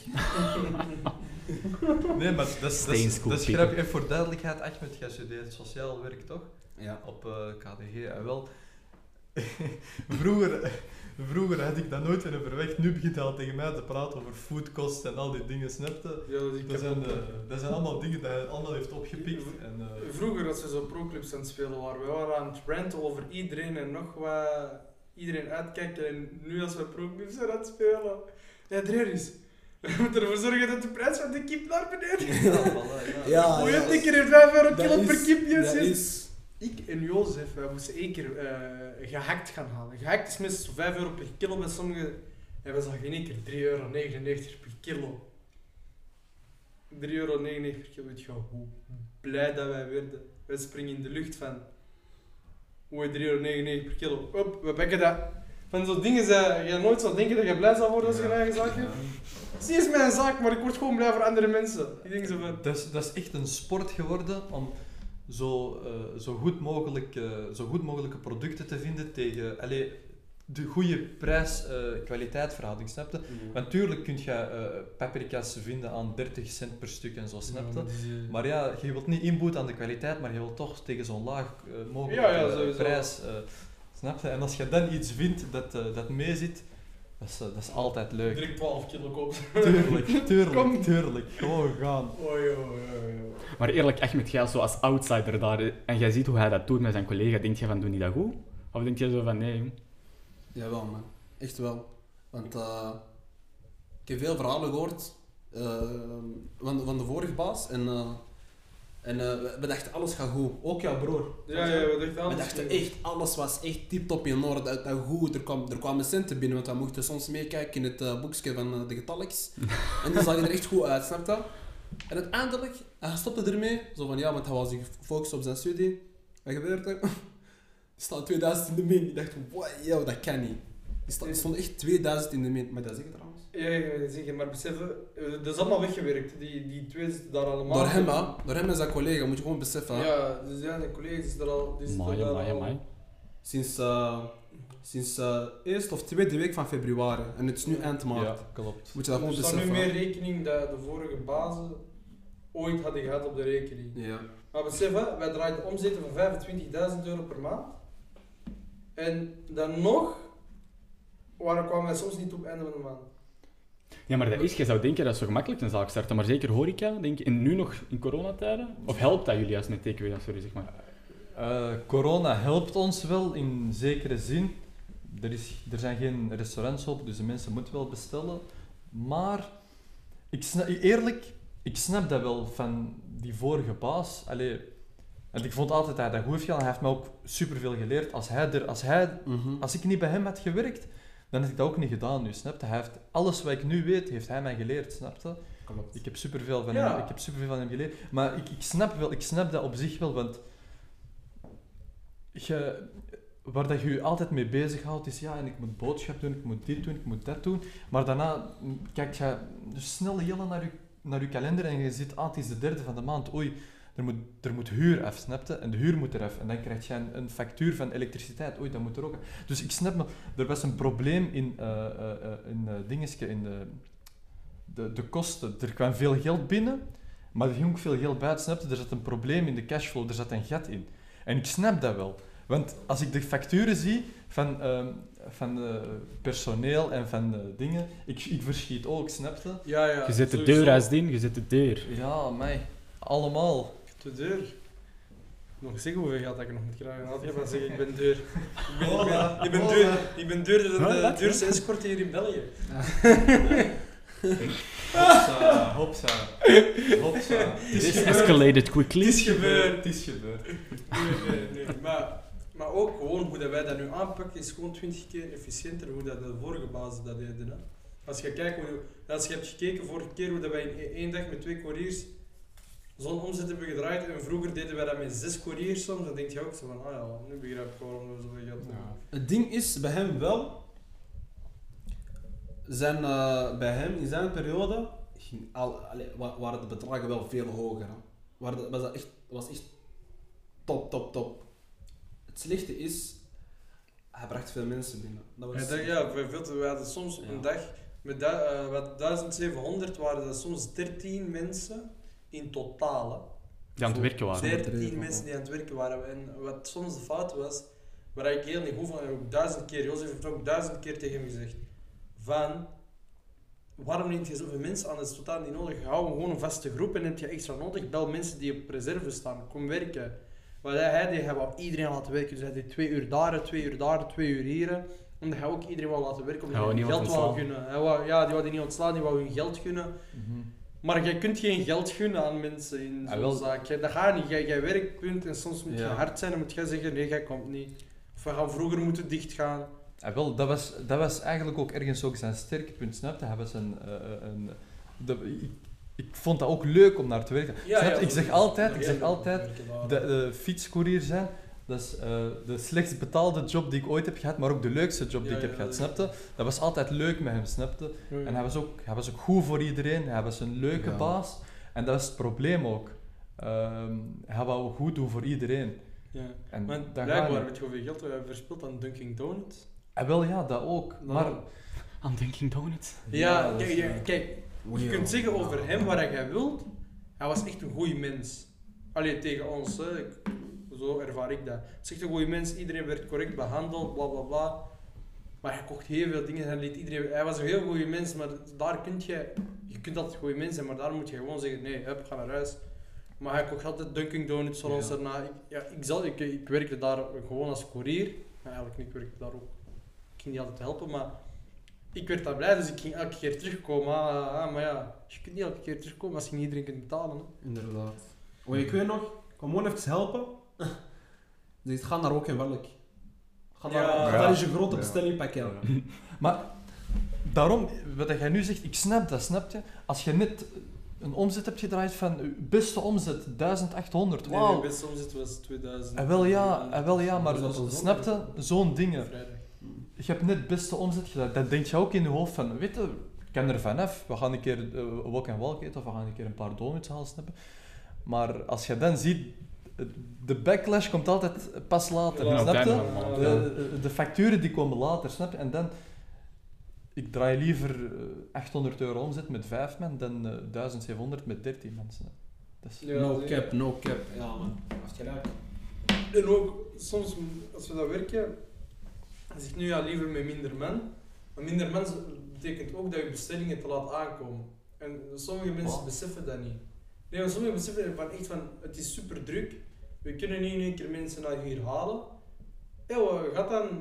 Speaker 4: Nee, maar dat is, dat
Speaker 1: Stay in
Speaker 4: is,
Speaker 1: school,
Speaker 4: dat is
Speaker 1: people.
Speaker 4: grappig. En voor duidelijkheid, Ahmed, jij studeert sociaal werk, toch?
Speaker 2: Ja.
Speaker 4: Op uh, K D G, en wel. vroeger, vroeger had ik dat nooit in verweg. Nu begint hij al tegen mij te praten over foodcost en al die dingen, snap je?
Speaker 3: Ja, dus ik
Speaker 4: Dat
Speaker 3: heb
Speaker 4: zijn,
Speaker 3: ook,
Speaker 4: uh, dat zijn allemaal dingen die hij allemaal heeft opgepikt. En, uh,
Speaker 3: Vroeger, als we zo pro-clubs aan het spelen waren, we waren aan het ranten over iedereen en nog wat iedereen uitkijken. En nu als we pro-clubs zijn aan het spelen, ja, Dreris, we moeten ervoor zorgen dat de prijs van de kip naar beneden gaat.
Speaker 4: ja, voilà, ja.
Speaker 2: Ja,
Speaker 3: Hoe
Speaker 2: ja,
Speaker 3: je dikker heeft vijf euro kilo
Speaker 2: dat
Speaker 3: per
Speaker 2: is-
Speaker 3: kip, yes,
Speaker 2: dat
Speaker 3: yes.
Speaker 2: is...
Speaker 3: Ik en Jozef, wij moesten één keer uh, gehakt gaan halen. Gehakt is meestal zo vijf euro per kilo bij sommigen. En we zagen in één keer drie euro negenennegentig per kilo. drie euro negenennegentig per kilo. Weet je hoe blij dat wij werden. Wij springen in de lucht van... Hoe drie euro negenennegentig per kilo. Hop, we pakken dat. Van zo'n dingen dat je nooit zou denken dat je blij zou worden als je een eigen zaak hebt. Het is niet eens mijn zaak, maar ik word gewoon blij voor andere mensen. Die denken zo van...
Speaker 4: Dat is, dat is echt een sport geworden om zo, uh, zo, goed mogelijk, uh, zo goed mogelijke producten te vinden tegen allee, de goede prijs-kwaliteit verhouding, snap je?
Speaker 2: Mm.
Speaker 4: Want natuurlijk kun je uh, paprika's vinden aan dertig cent per stuk en zo, snap je? Maar ja, je wilt niet inboeten aan de kwaliteit, maar je wilt toch tegen zo'n laag uh, mogelijke
Speaker 3: Ja, ja, sowieso.
Speaker 4: prijs, uh, snap je? En als je dan iets vindt dat, uh, dat meezit, dat is, uh, dat is altijd leuk.
Speaker 3: Direct twaalf kilo koop.
Speaker 4: Tuurlijk, tuurlijk,
Speaker 3: Kom.
Speaker 4: tuurlijk. Gewoon gaan.
Speaker 3: Oei, oei, oei, oei.
Speaker 1: Maar eerlijk, echt met jij zo als outsider daar, en jij ziet hoe hij dat doet met zijn collega, denk je van, doen die dat goed? Of denk je zo van, nee, jong?
Speaker 2: Jawel, man. Echt wel. Want uh, ik heb veel verhalen gehoord uh, van, van de vorige baas. En, uh, en uh, we, we dachten, alles gaat goed. Ook jouw broer.
Speaker 3: Ja, ja, we dachten
Speaker 2: We
Speaker 3: alles.
Speaker 2: dachten echt, alles was echt tip-top in orde. Het was goed. Er, kwam, er kwamen centen binnen, want we mochten soms meekijken in het uh, boekje van uh, de getalks. En die zagen er echt goed uit, snap je? En uiteindelijk, hij stopte ermee. Zo van, ja, want hij was zich gefocust op zijn studie. Wat gebeurt er? Er staat tweeduizend in de min. Ik dacht, wow, yo, dat kan niet. Er sta- er stond echt tweeduizend in de min. Maar dat zeg ik trouwens.
Speaker 3: Ja, ja, ja, zeker, maar beseffen, eh, dat is allemaal weggewerkt. Die, die twee zitten daar allemaal.
Speaker 2: Door hem, hè. Door hem en zijn collega, moet je gewoon beseffen. hè.
Speaker 3: Ja, dus ja, de collega's is er al. Die zitten
Speaker 1: Amai,
Speaker 3: daar
Speaker 1: amai,
Speaker 3: al-
Speaker 1: amai.
Speaker 2: Sinds, uh, sinds uh, eerste of tweede week van februari. En het is nu eind maart.
Speaker 4: Ja, klopt.
Speaker 2: Moet je dat
Speaker 3: Er
Speaker 2: gewoon
Speaker 3: staat nu
Speaker 2: beseffen.
Speaker 3: meer
Speaker 2: hè.
Speaker 3: rekening dat de vorige bazen ooit hadden gehad op de rekening.
Speaker 2: Ja.
Speaker 3: Maar besef, hè, wij draaien omzetten van vijfentwintigduizend euro per maand. En dan nog waren, kwamen wij soms niet op het einde van de maand.
Speaker 1: Ja, maar dat is, je zou denken dat is zo gemakkelijk een zaak starten, maar zeker horeca, denk ik, en nu nog in coronatijden? Of helpt dat jullie als een takeaway, sorry, zeg maar?
Speaker 4: Uh, corona helpt ons wel in zekere zin. Er, is, er zijn geen restaurants open, dus de mensen moeten wel bestellen. Maar, ik snap, eerlijk, ik snap dat wel van die vorige baas. Allee, want ik vond altijd dat hij dat goed heeft gedaan. Hij heeft me ook superveel geleerd. Als, hij er, als, hij,
Speaker 2: Mhm.
Speaker 4: als ik niet bij hem had gewerkt, dan had ik dat ook niet gedaan nu, snap je? Hij heeft alles wat ik nu weet, heeft hij mij geleerd, snap je?
Speaker 2: Klopt.
Speaker 4: Ik heb superveel van,
Speaker 3: Ja.
Speaker 4: hem, ik heb superveel van hem geleerd. Maar ik, ik, snap wel, ik snap dat op zich wel, want je, waar dat je je altijd mee bezighoudt is, ja, en ik moet boodschap doen, ik moet dit doen, ik moet dat doen. Maar daarna mm, kijk je snel jellen naar je, naar je kalender en je ziet, ah, het is de derde van de maand, oei, er moet, er moet huur af, snap je? En de huur moet eraf. En dan krijg je een, een factuur van elektriciteit, oei, dat moet er ook af. Dus ik snap me, er was een probleem in, uh, uh, uh, in uh, dingetje, in de, de, de kosten. Er kwam veel geld binnen, maar er ging ook veel geld buiten, snap je? Er zat een probleem in de cashflow, er zat een gat in. En ik snap dat wel. Want als ik de facturen zie van, uh, van uh, personeel en van uh, dingen, ik, ik verschiet ook, snap je?
Speaker 3: Ja, ja.
Speaker 1: Je zet de
Speaker 3: sowieso.
Speaker 1: deur als ding, je zet de deur.
Speaker 4: Ja, mij. Allemaal.
Speaker 3: De deur. Nog zeggen hoeveel geld dat ik nog moet krijgen. Dan had je van zeggen, ik ben deur. Ik ben, ik ben, ik ben deur. Ik ben deur, de,
Speaker 1: Huh,
Speaker 3: de
Speaker 1: wat?
Speaker 3: duurste escort hier in België.
Speaker 4: Hopsa, hopsa. Hopsa.
Speaker 1: This escalated quickly.
Speaker 3: Het is gebeurd.
Speaker 4: Het is gebeurd.
Speaker 3: Nee, nee, nee. Maar, maar ook gewoon hoe dat wij dat nu aanpakken is gewoon twintig keer efficiënter hoe dat de vorige bazen dat deden. Hè. Als je kijkt, hoe, als je hebt gekeken vorige keer hoe dat wij in één dag met twee couriers zo'n omzet hebben gedraaid en vroeger deden wij dat met zes couriers soms, dan denk je ook zo van, ah ja, nu begrijp ik waarom we zoveel geld hebben.
Speaker 2: Het ding is bij hem wel, zijn, uh, bij hem in zijn periode ging al, allee, wa- waren de bedragen wel veel hoger. Hè. Waar de- was dat echt, was echt top, top, top. Het slechte is, hij bracht veel mensen binnen. Dat was,
Speaker 3: Ja, dat, ja, we, veel te- we hadden soms
Speaker 2: Ja.
Speaker 3: een dag met du- uh, wat duizendzevenhonderd waren dat soms dertien mensen in totaal. Hè.
Speaker 1: Die aan het werken waren.
Speaker 2: Zeer-
Speaker 3: dertien mensen die aan het werken waren. En wat soms de fout was, waar ik heel niet goed van heb, ook duizend keer, Jozef heeft ook duizend keer tegen hem gezegd, van, waarom neemt je zoveel mensen aan, dat is totaal niet nodig. Hou gewoon een vaste groep en heb je extra nodig, bel mensen die op reserve staan, kom werken. Wat hij deed, hij wou iedereen laten werken, dus hij deed twee uur daar, twee uur daar, twee uur hier. Omdat hij ook iedereen wou laten werken, omdat
Speaker 1: Hij
Speaker 3: hij
Speaker 1: wou
Speaker 3: hun
Speaker 1: niemand
Speaker 3: geld wou
Speaker 1: ontslaan.
Speaker 3: gunnen. Hij wou, ja, die wou die niet ontslaan, die wou hun geld gunnen.
Speaker 4: Mhm.
Speaker 3: Maar jij kunt geen geld gunnen aan mensen in
Speaker 4: Ah,
Speaker 3: zo'n
Speaker 4: wel.
Speaker 3: zaak. Jij- Dat gaat niet. Jij, jij werkt, punt. En soms moet je
Speaker 2: Ja.
Speaker 3: hard zijn en moet jij zeggen, nee, jij komt niet. Of we gaan vroeger moeten dichtgaan.
Speaker 4: Ah, wel, dat was, dat was eigenlijk ook ergens ook zijn sterke punt, snap je? Hij was een... eh, een de, ik, ik vond dat ook leuk om naar te werken.
Speaker 3: Ja,
Speaker 4: Snap je?
Speaker 3: ja,
Speaker 4: ik zeg
Speaker 3: dat-
Speaker 4: altijd,
Speaker 3: dat
Speaker 4: ik
Speaker 3: heel
Speaker 4: zeg
Speaker 3: veel
Speaker 4: altijd,
Speaker 3: werken daar.
Speaker 4: de, de fietscourier zijn, dat is uh, de slechtst betaalde job die ik ooit heb gehad, maar ook de leukste job die
Speaker 3: Ja,
Speaker 4: ik heb
Speaker 3: ja,
Speaker 4: gehad,
Speaker 3: ja.
Speaker 4: snapte? Dat was altijd leuk met hem, snapte?
Speaker 3: Ja.
Speaker 4: En hij was, ook, hij was ook goed voor iedereen, hij was een leuke
Speaker 2: Ja.
Speaker 4: baas. En dat is het probleem ook. Ehm, hij wou goed doen voor iedereen.
Speaker 3: Ja.
Speaker 4: En
Speaker 3: Maar
Speaker 4: dat gaat
Speaker 3: blijkbaar,
Speaker 4: niet.
Speaker 3: weet je hoeveel geld we hebben verspild aan Dunkin' Donuts?
Speaker 4: En wel ja, dat ook.
Speaker 3: Nou,
Speaker 4: Maar
Speaker 1: Aan Dunkin' Donuts.
Speaker 3: Ja,
Speaker 4: dat is,
Speaker 3: kijk, ja,
Speaker 4: eh,
Speaker 3: kijk, je kunt zeggen over hem wat jij wilt, hij was echt een goede mens. Allee, tegen ons, hè. Ik, zo ervaar ik dat. Het is echt een goede mens, iedereen werd correct behandeld, bla bla bla. Maar hij kocht heel veel dingen, hij, liet iedereen, hij was een heel goede mens, maar daar kun je, je kunt altijd een goede mens zijn, maar daar moet je gewoon zeggen, nee, hup, ga naar huis. Maar hij kocht altijd Dunkin' Donuts voor
Speaker 2: Ja.
Speaker 3: ons daarna. Ik, ja, ik, zal, ik, ik werkte daar gewoon als courier, maar eigenlijk niet, ik werkte daar ook. Ik ging die altijd helpen, maar ik werd daar blij, dus ik ging elke keer terugkomen. Ah, ah, maar ja, je kunt niet elke keer terugkomen als je niet iedereen kunt betalen. Hè.
Speaker 2: Inderdaad. Oh, ik weet nog, ik kwam gewoon even helpen. Dus ga naar Ook en Welk. Ga daar,
Speaker 3: Ja.
Speaker 2: ga daar eens je grote
Speaker 4: Ja.
Speaker 2: bestelling pakken.
Speaker 4: Maar daarom, wat jij nu zegt, ik snap dat, snap je? Als je net een omzet hebt gedraaid van je beste omzet, duizend achthonderd,
Speaker 3: Nee,
Speaker 4: wauw.
Speaker 3: mijn beste omzet was tweeduizend.
Speaker 4: En wel ja, en wel ja, maar
Speaker 2: Is dat zo
Speaker 4: snap je? Zo'n dingen.
Speaker 3: Vrijdag.
Speaker 4: Je hebt net beste omzet gedaan, dan denk je ook in je hoofd van, weet je, ik kan er vanaf, we gaan een keer uh, wok en walk eten of we gaan een keer een paar donuts halen, snap je? Maar als je dan ziet, de backlash komt altijd pas later,
Speaker 3: Ja,
Speaker 4: snap je?
Speaker 1: uiteindelijk wel,
Speaker 4: De, de, de facturen die komen later, snap je? En dan, ik draai liever eh, achthonderd euro omzet met vijf man dan uh, duizend zevenhonderd met dertien mensen. Dat is,
Speaker 3: Ja,
Speaker 2: No
Speaker 3: nee.
Speaker 2: cap, no cap. Ja man, heeft gelijk.
Speaker 3: En ook, soms als we dat werken, dan zeg ik nu ja, liever met minder man. Maar minder man betekent ook dat je bestellingen te laat aankomen. En sommige mensen
Speaker 4: Wat?
Speaker 3: beseffen dat niet. Nee, maar sommige beseffen van echt van, het is super druk. We kunnen niet in één keer mensen naar hier halen. Ja, wat gaat dan...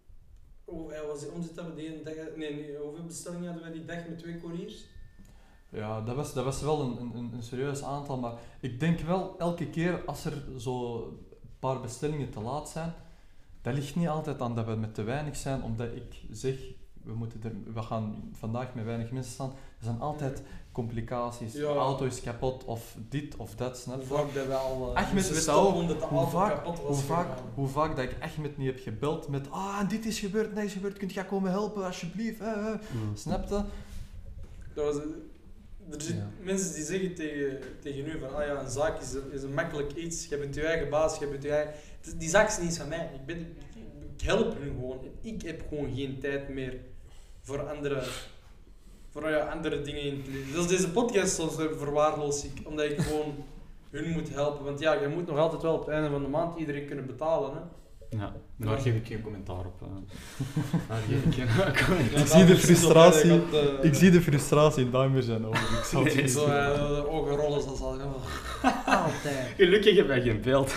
Speaker 3: Oh, ja, was die omzet dat we die ene dag... Nee, nee, hoeveel bestellingen hadden we die dag met twee couriers?
Speaker 4: ja, dat was, dat was wel een, een, een serieus aantal, maar ik denk wel elke keer als er zo een paar bestellingen te laat zijn, dat ligt niet altijd aan dat we met te weinig zijn, omdat ik zeg, we, moeten er, we gaan vandaag met weinig mensen staan. Er zijn altijd complicaties,
Speaker 3: Ja.
Speaker 4: de auto is kapot of dit of dat, snap
Speaker 3: Hoe
Speaker 4: je?
Speaker 3: vaak dat we al... uh,
Speaker 4: Ahmed
Speaker 3: moesten
Speaker 4: wist
Speaker 3: stoppen
Speaker 4: ook
Speaker 3: omdat de
Speaker 4: hoe
Speaker 3: auto
Speaker 4: vaak,
Speaker 3: kapot was
Speaker 4: hoe, vaak,
Speaker 3: gegaan.
Speaker 4: hoe vaak dat ik Ahmed niet heb gebeld met ah, en dit is gebeurd, en dat is gebeurd, kunt jij komen helpen alsjeblieft, eh, eh. Snap je?
Speaker 3: Dat was, er zijn
Speaker 4: Ja.
Speaker 3: mensen die zeggen tegen, tegen u van ah ja, een zaak is een, is een makkelijk iets, je bent je eigen baas, je bent je eigen... Die zaak is niet eens van mij, ik, ben, ik, ik help hun gewoon. Ik heb gewoon geen tijd meer voor andere, voor ja, andere dingen in te leven. Dus deze podcast soms eh, verwaarloos ik, omdat ik gewoon hun moet helpen. Want ja, je moet nog altijd wel op het einde van de maand iedereen kunnen betalen. Hè.
Speaker 1: Ja, daar geef ik geen commentaar op. uh. Daar geef ik geen commentaar.
Speaker 4: Ik zie de frustratie.
Speaker 3: Ik, had, eh,
Speaker 4: Ik zie de frustratie in Daimler zijn ogen. Ik zal het
Speaker 1: Nee,
Speaker 4: niet
Speaker 3: Zo,
Speaker 4: zeggen.
Speaker 3: eh, de ogen rollen zoals al. Altijd.
Speaker 1: Gelukkig heb ik geen beeld.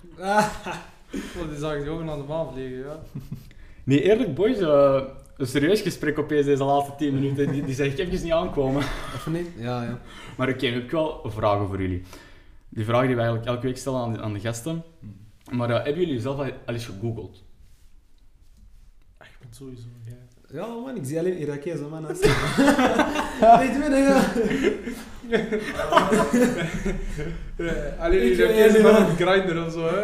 Speaker 3: Oh, die zag ik ook naar de maan vliegen, ja.
Speaker 1: Nee, eerlijk boys, uh, een serieus gesprek opeens deze laatste tien minuten, die, die zeg ik even niet aankomen.
Speaker 2: Even niet? Ja, ja.
Speaker 1: Maar oké, nu heb ik wel vragen voor jullie. Die vragen die we eigenlijk elke week stellen aan de, aan de gasten. Maar uh, hebben jullie zelf al al eens gegoogeld?
Speaker 3: Ach, ik ben sowieso een geit.
Speaker 2: Ja man, ik zie alleen Irakezen man. Weet je wel, ja.
Speaker 3: Ja, alleen
Speaker 2: Ik
Speaker 3: die
Speaker 2: weet
Speaker 3: raketten
Speaker 2: niet,
Speaker 3: van
Speaker 2: man.
Speaker 3: een grinder of zo, hè.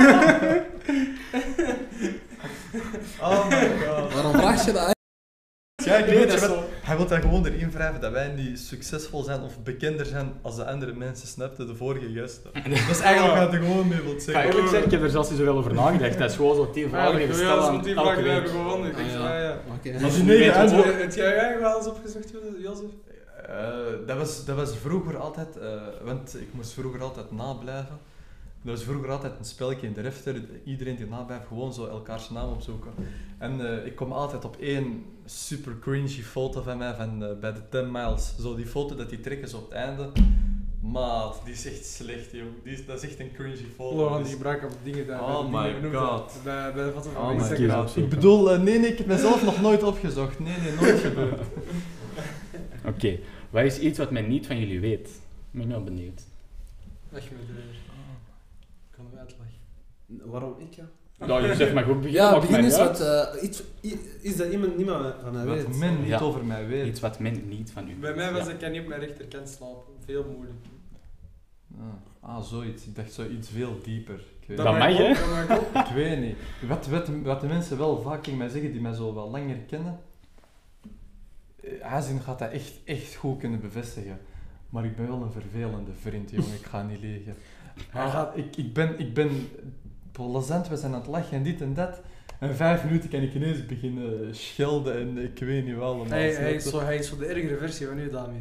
Speaker 4: Oh my god.
Speaker 2: Waarom vraag je dat?
Speaker 4: Ja, ik
Speaker 1: Nee,
Speaker 4: weet
Speaker 1: dat
Speaker 4: je
Speaker 1: is
Speaker 4: wat,
Speaker 1: zo.
Speaker 4: hij wil daar gewoon erin wrijven dat wij niet succesvol zijn of bekender zijn als de andere mensen, snapte de vorige gasten. Dat is eigenlijk wat hij gewoon mee wilt
Speaker 1: Ik ga
Speaker 4: zeggen.
Speaker 1: eerlijk zeggen, ik heb er zelfs niet zoveel over nagedacht. Dat is gewoon zo tien vragen die we stellen
Speaker 3: Ja,
Speaker 1: aan
Speaker 3: die
Speaker 1: elke
Speaker 3: vragen
Speaker 1: week.
Speaker 3: hebben gewonnen. Ik denk,
Speaker 2: Ah,
Speaker 3: ja,
Speaker 2: ja.
Speaker 3: ja.
Speaker 2: Oké.
Speaker 1: Als
Speaker 4: die
Speaker 1: je
Speaker 4: negen
Speaker 1: weet
Speaker 4: uit-
Speaker 1: wat-
Speaker 3: Heb heb jij eigenlijk wel eens opgezocht, Jozef?
Speaker 4: Eh, dat, was, dat was vroeger altijd, eh, want ik moest vroeger altijd nablijven. Dat was vroeger altijd een spelletje in de refter. Iedereen die nablijft, gewoon zo elkaars naam opzoeken. En eh, ik kom altijd op één super cringy foto van mij van, eh, bij de ten miles. Zo die foto dat die trekken zo op het einde. Maat, die is echt slecht, joh. Die is, dat is echt een cringy foto.
Speaker 3: We gaan die
Speaker 4: Dus-
Speaker 3: gebruiken op dingen dat
Speaker 4: Oh
Speaker 3: we die
Speaker 4: my
Speaker 3: benoemd
Speaker 4: God.
Speaker 3: hebben. Bij, bij wat
Speaker 4: Oh
Speaker 3: we
Speaker 4: my
Speaker 3: zeggen.
Speaker 1: God.
Speaker 4: god. Ik bedoel, eh, nee, nee, ik heb mezelf nog nooit opgezocht. Nee, nee, nooit gebeurd.
Speaker 1: Oké, wat is iets wat men niet van jullie weet? Ik ben wel benieuwd.
Speaker 3: Leg me er. Ik kan hem uitleggen.
Speaker 2: Waarom ik ja?
Speaker 1: Ja, Josef mag ook beginnen.
Speaker 2: Ja,
Speaker 1: maakt
Speaker 2: begin
Speaker 1: mij
Speaker 2: eens
Speaker 1: niet
Speaker 2: wat...
Speaker 1: uit.
Speaker 2: Uh, iets, i- iets dat iemand niet meer van mij weet.
Speaker 4: Wat men niet
Speaker 1: Ja.
Speaker 4: over mij weet.
Speaker 1: Iets wat men niet van u
Speaker 3: Bij mij was
Speaker 1: ja.
Speaker 3: ik niet op mijn rechterkant slapen. Veel moeilijk.
Speaker 4: Ah, ah, zoiets. Ik dacht zoiets veel dieper. Ik weet,
Speaker 1: Dat mag, hè?
Speaker 3: ook, dat mag ook.
Speaker 4: ik weet niet. Wat, wat, wat de mensen wel vaak tegen mij zeggen, die mij zo wel langer kennen, eh, Azin gaat dat echt, echt goed kunnen bevestigen. Maar ik ben wel een vervelende vriend, jongen. Ik ga niet liegen. Hij gaat, ik, ik ben... Ik ben plezant, we zijn aan het lachen en dit en dat. En vijf minuten kan ik ineens beginnen schelden en ik weet niet wel. allemaal,
Speaker 3: Hij,
Speaker 4: snap
Speaker 3: hij,
Speaker 4: je?
Speaker 3: is zo, hij is zo de ergere versie van u, Damir.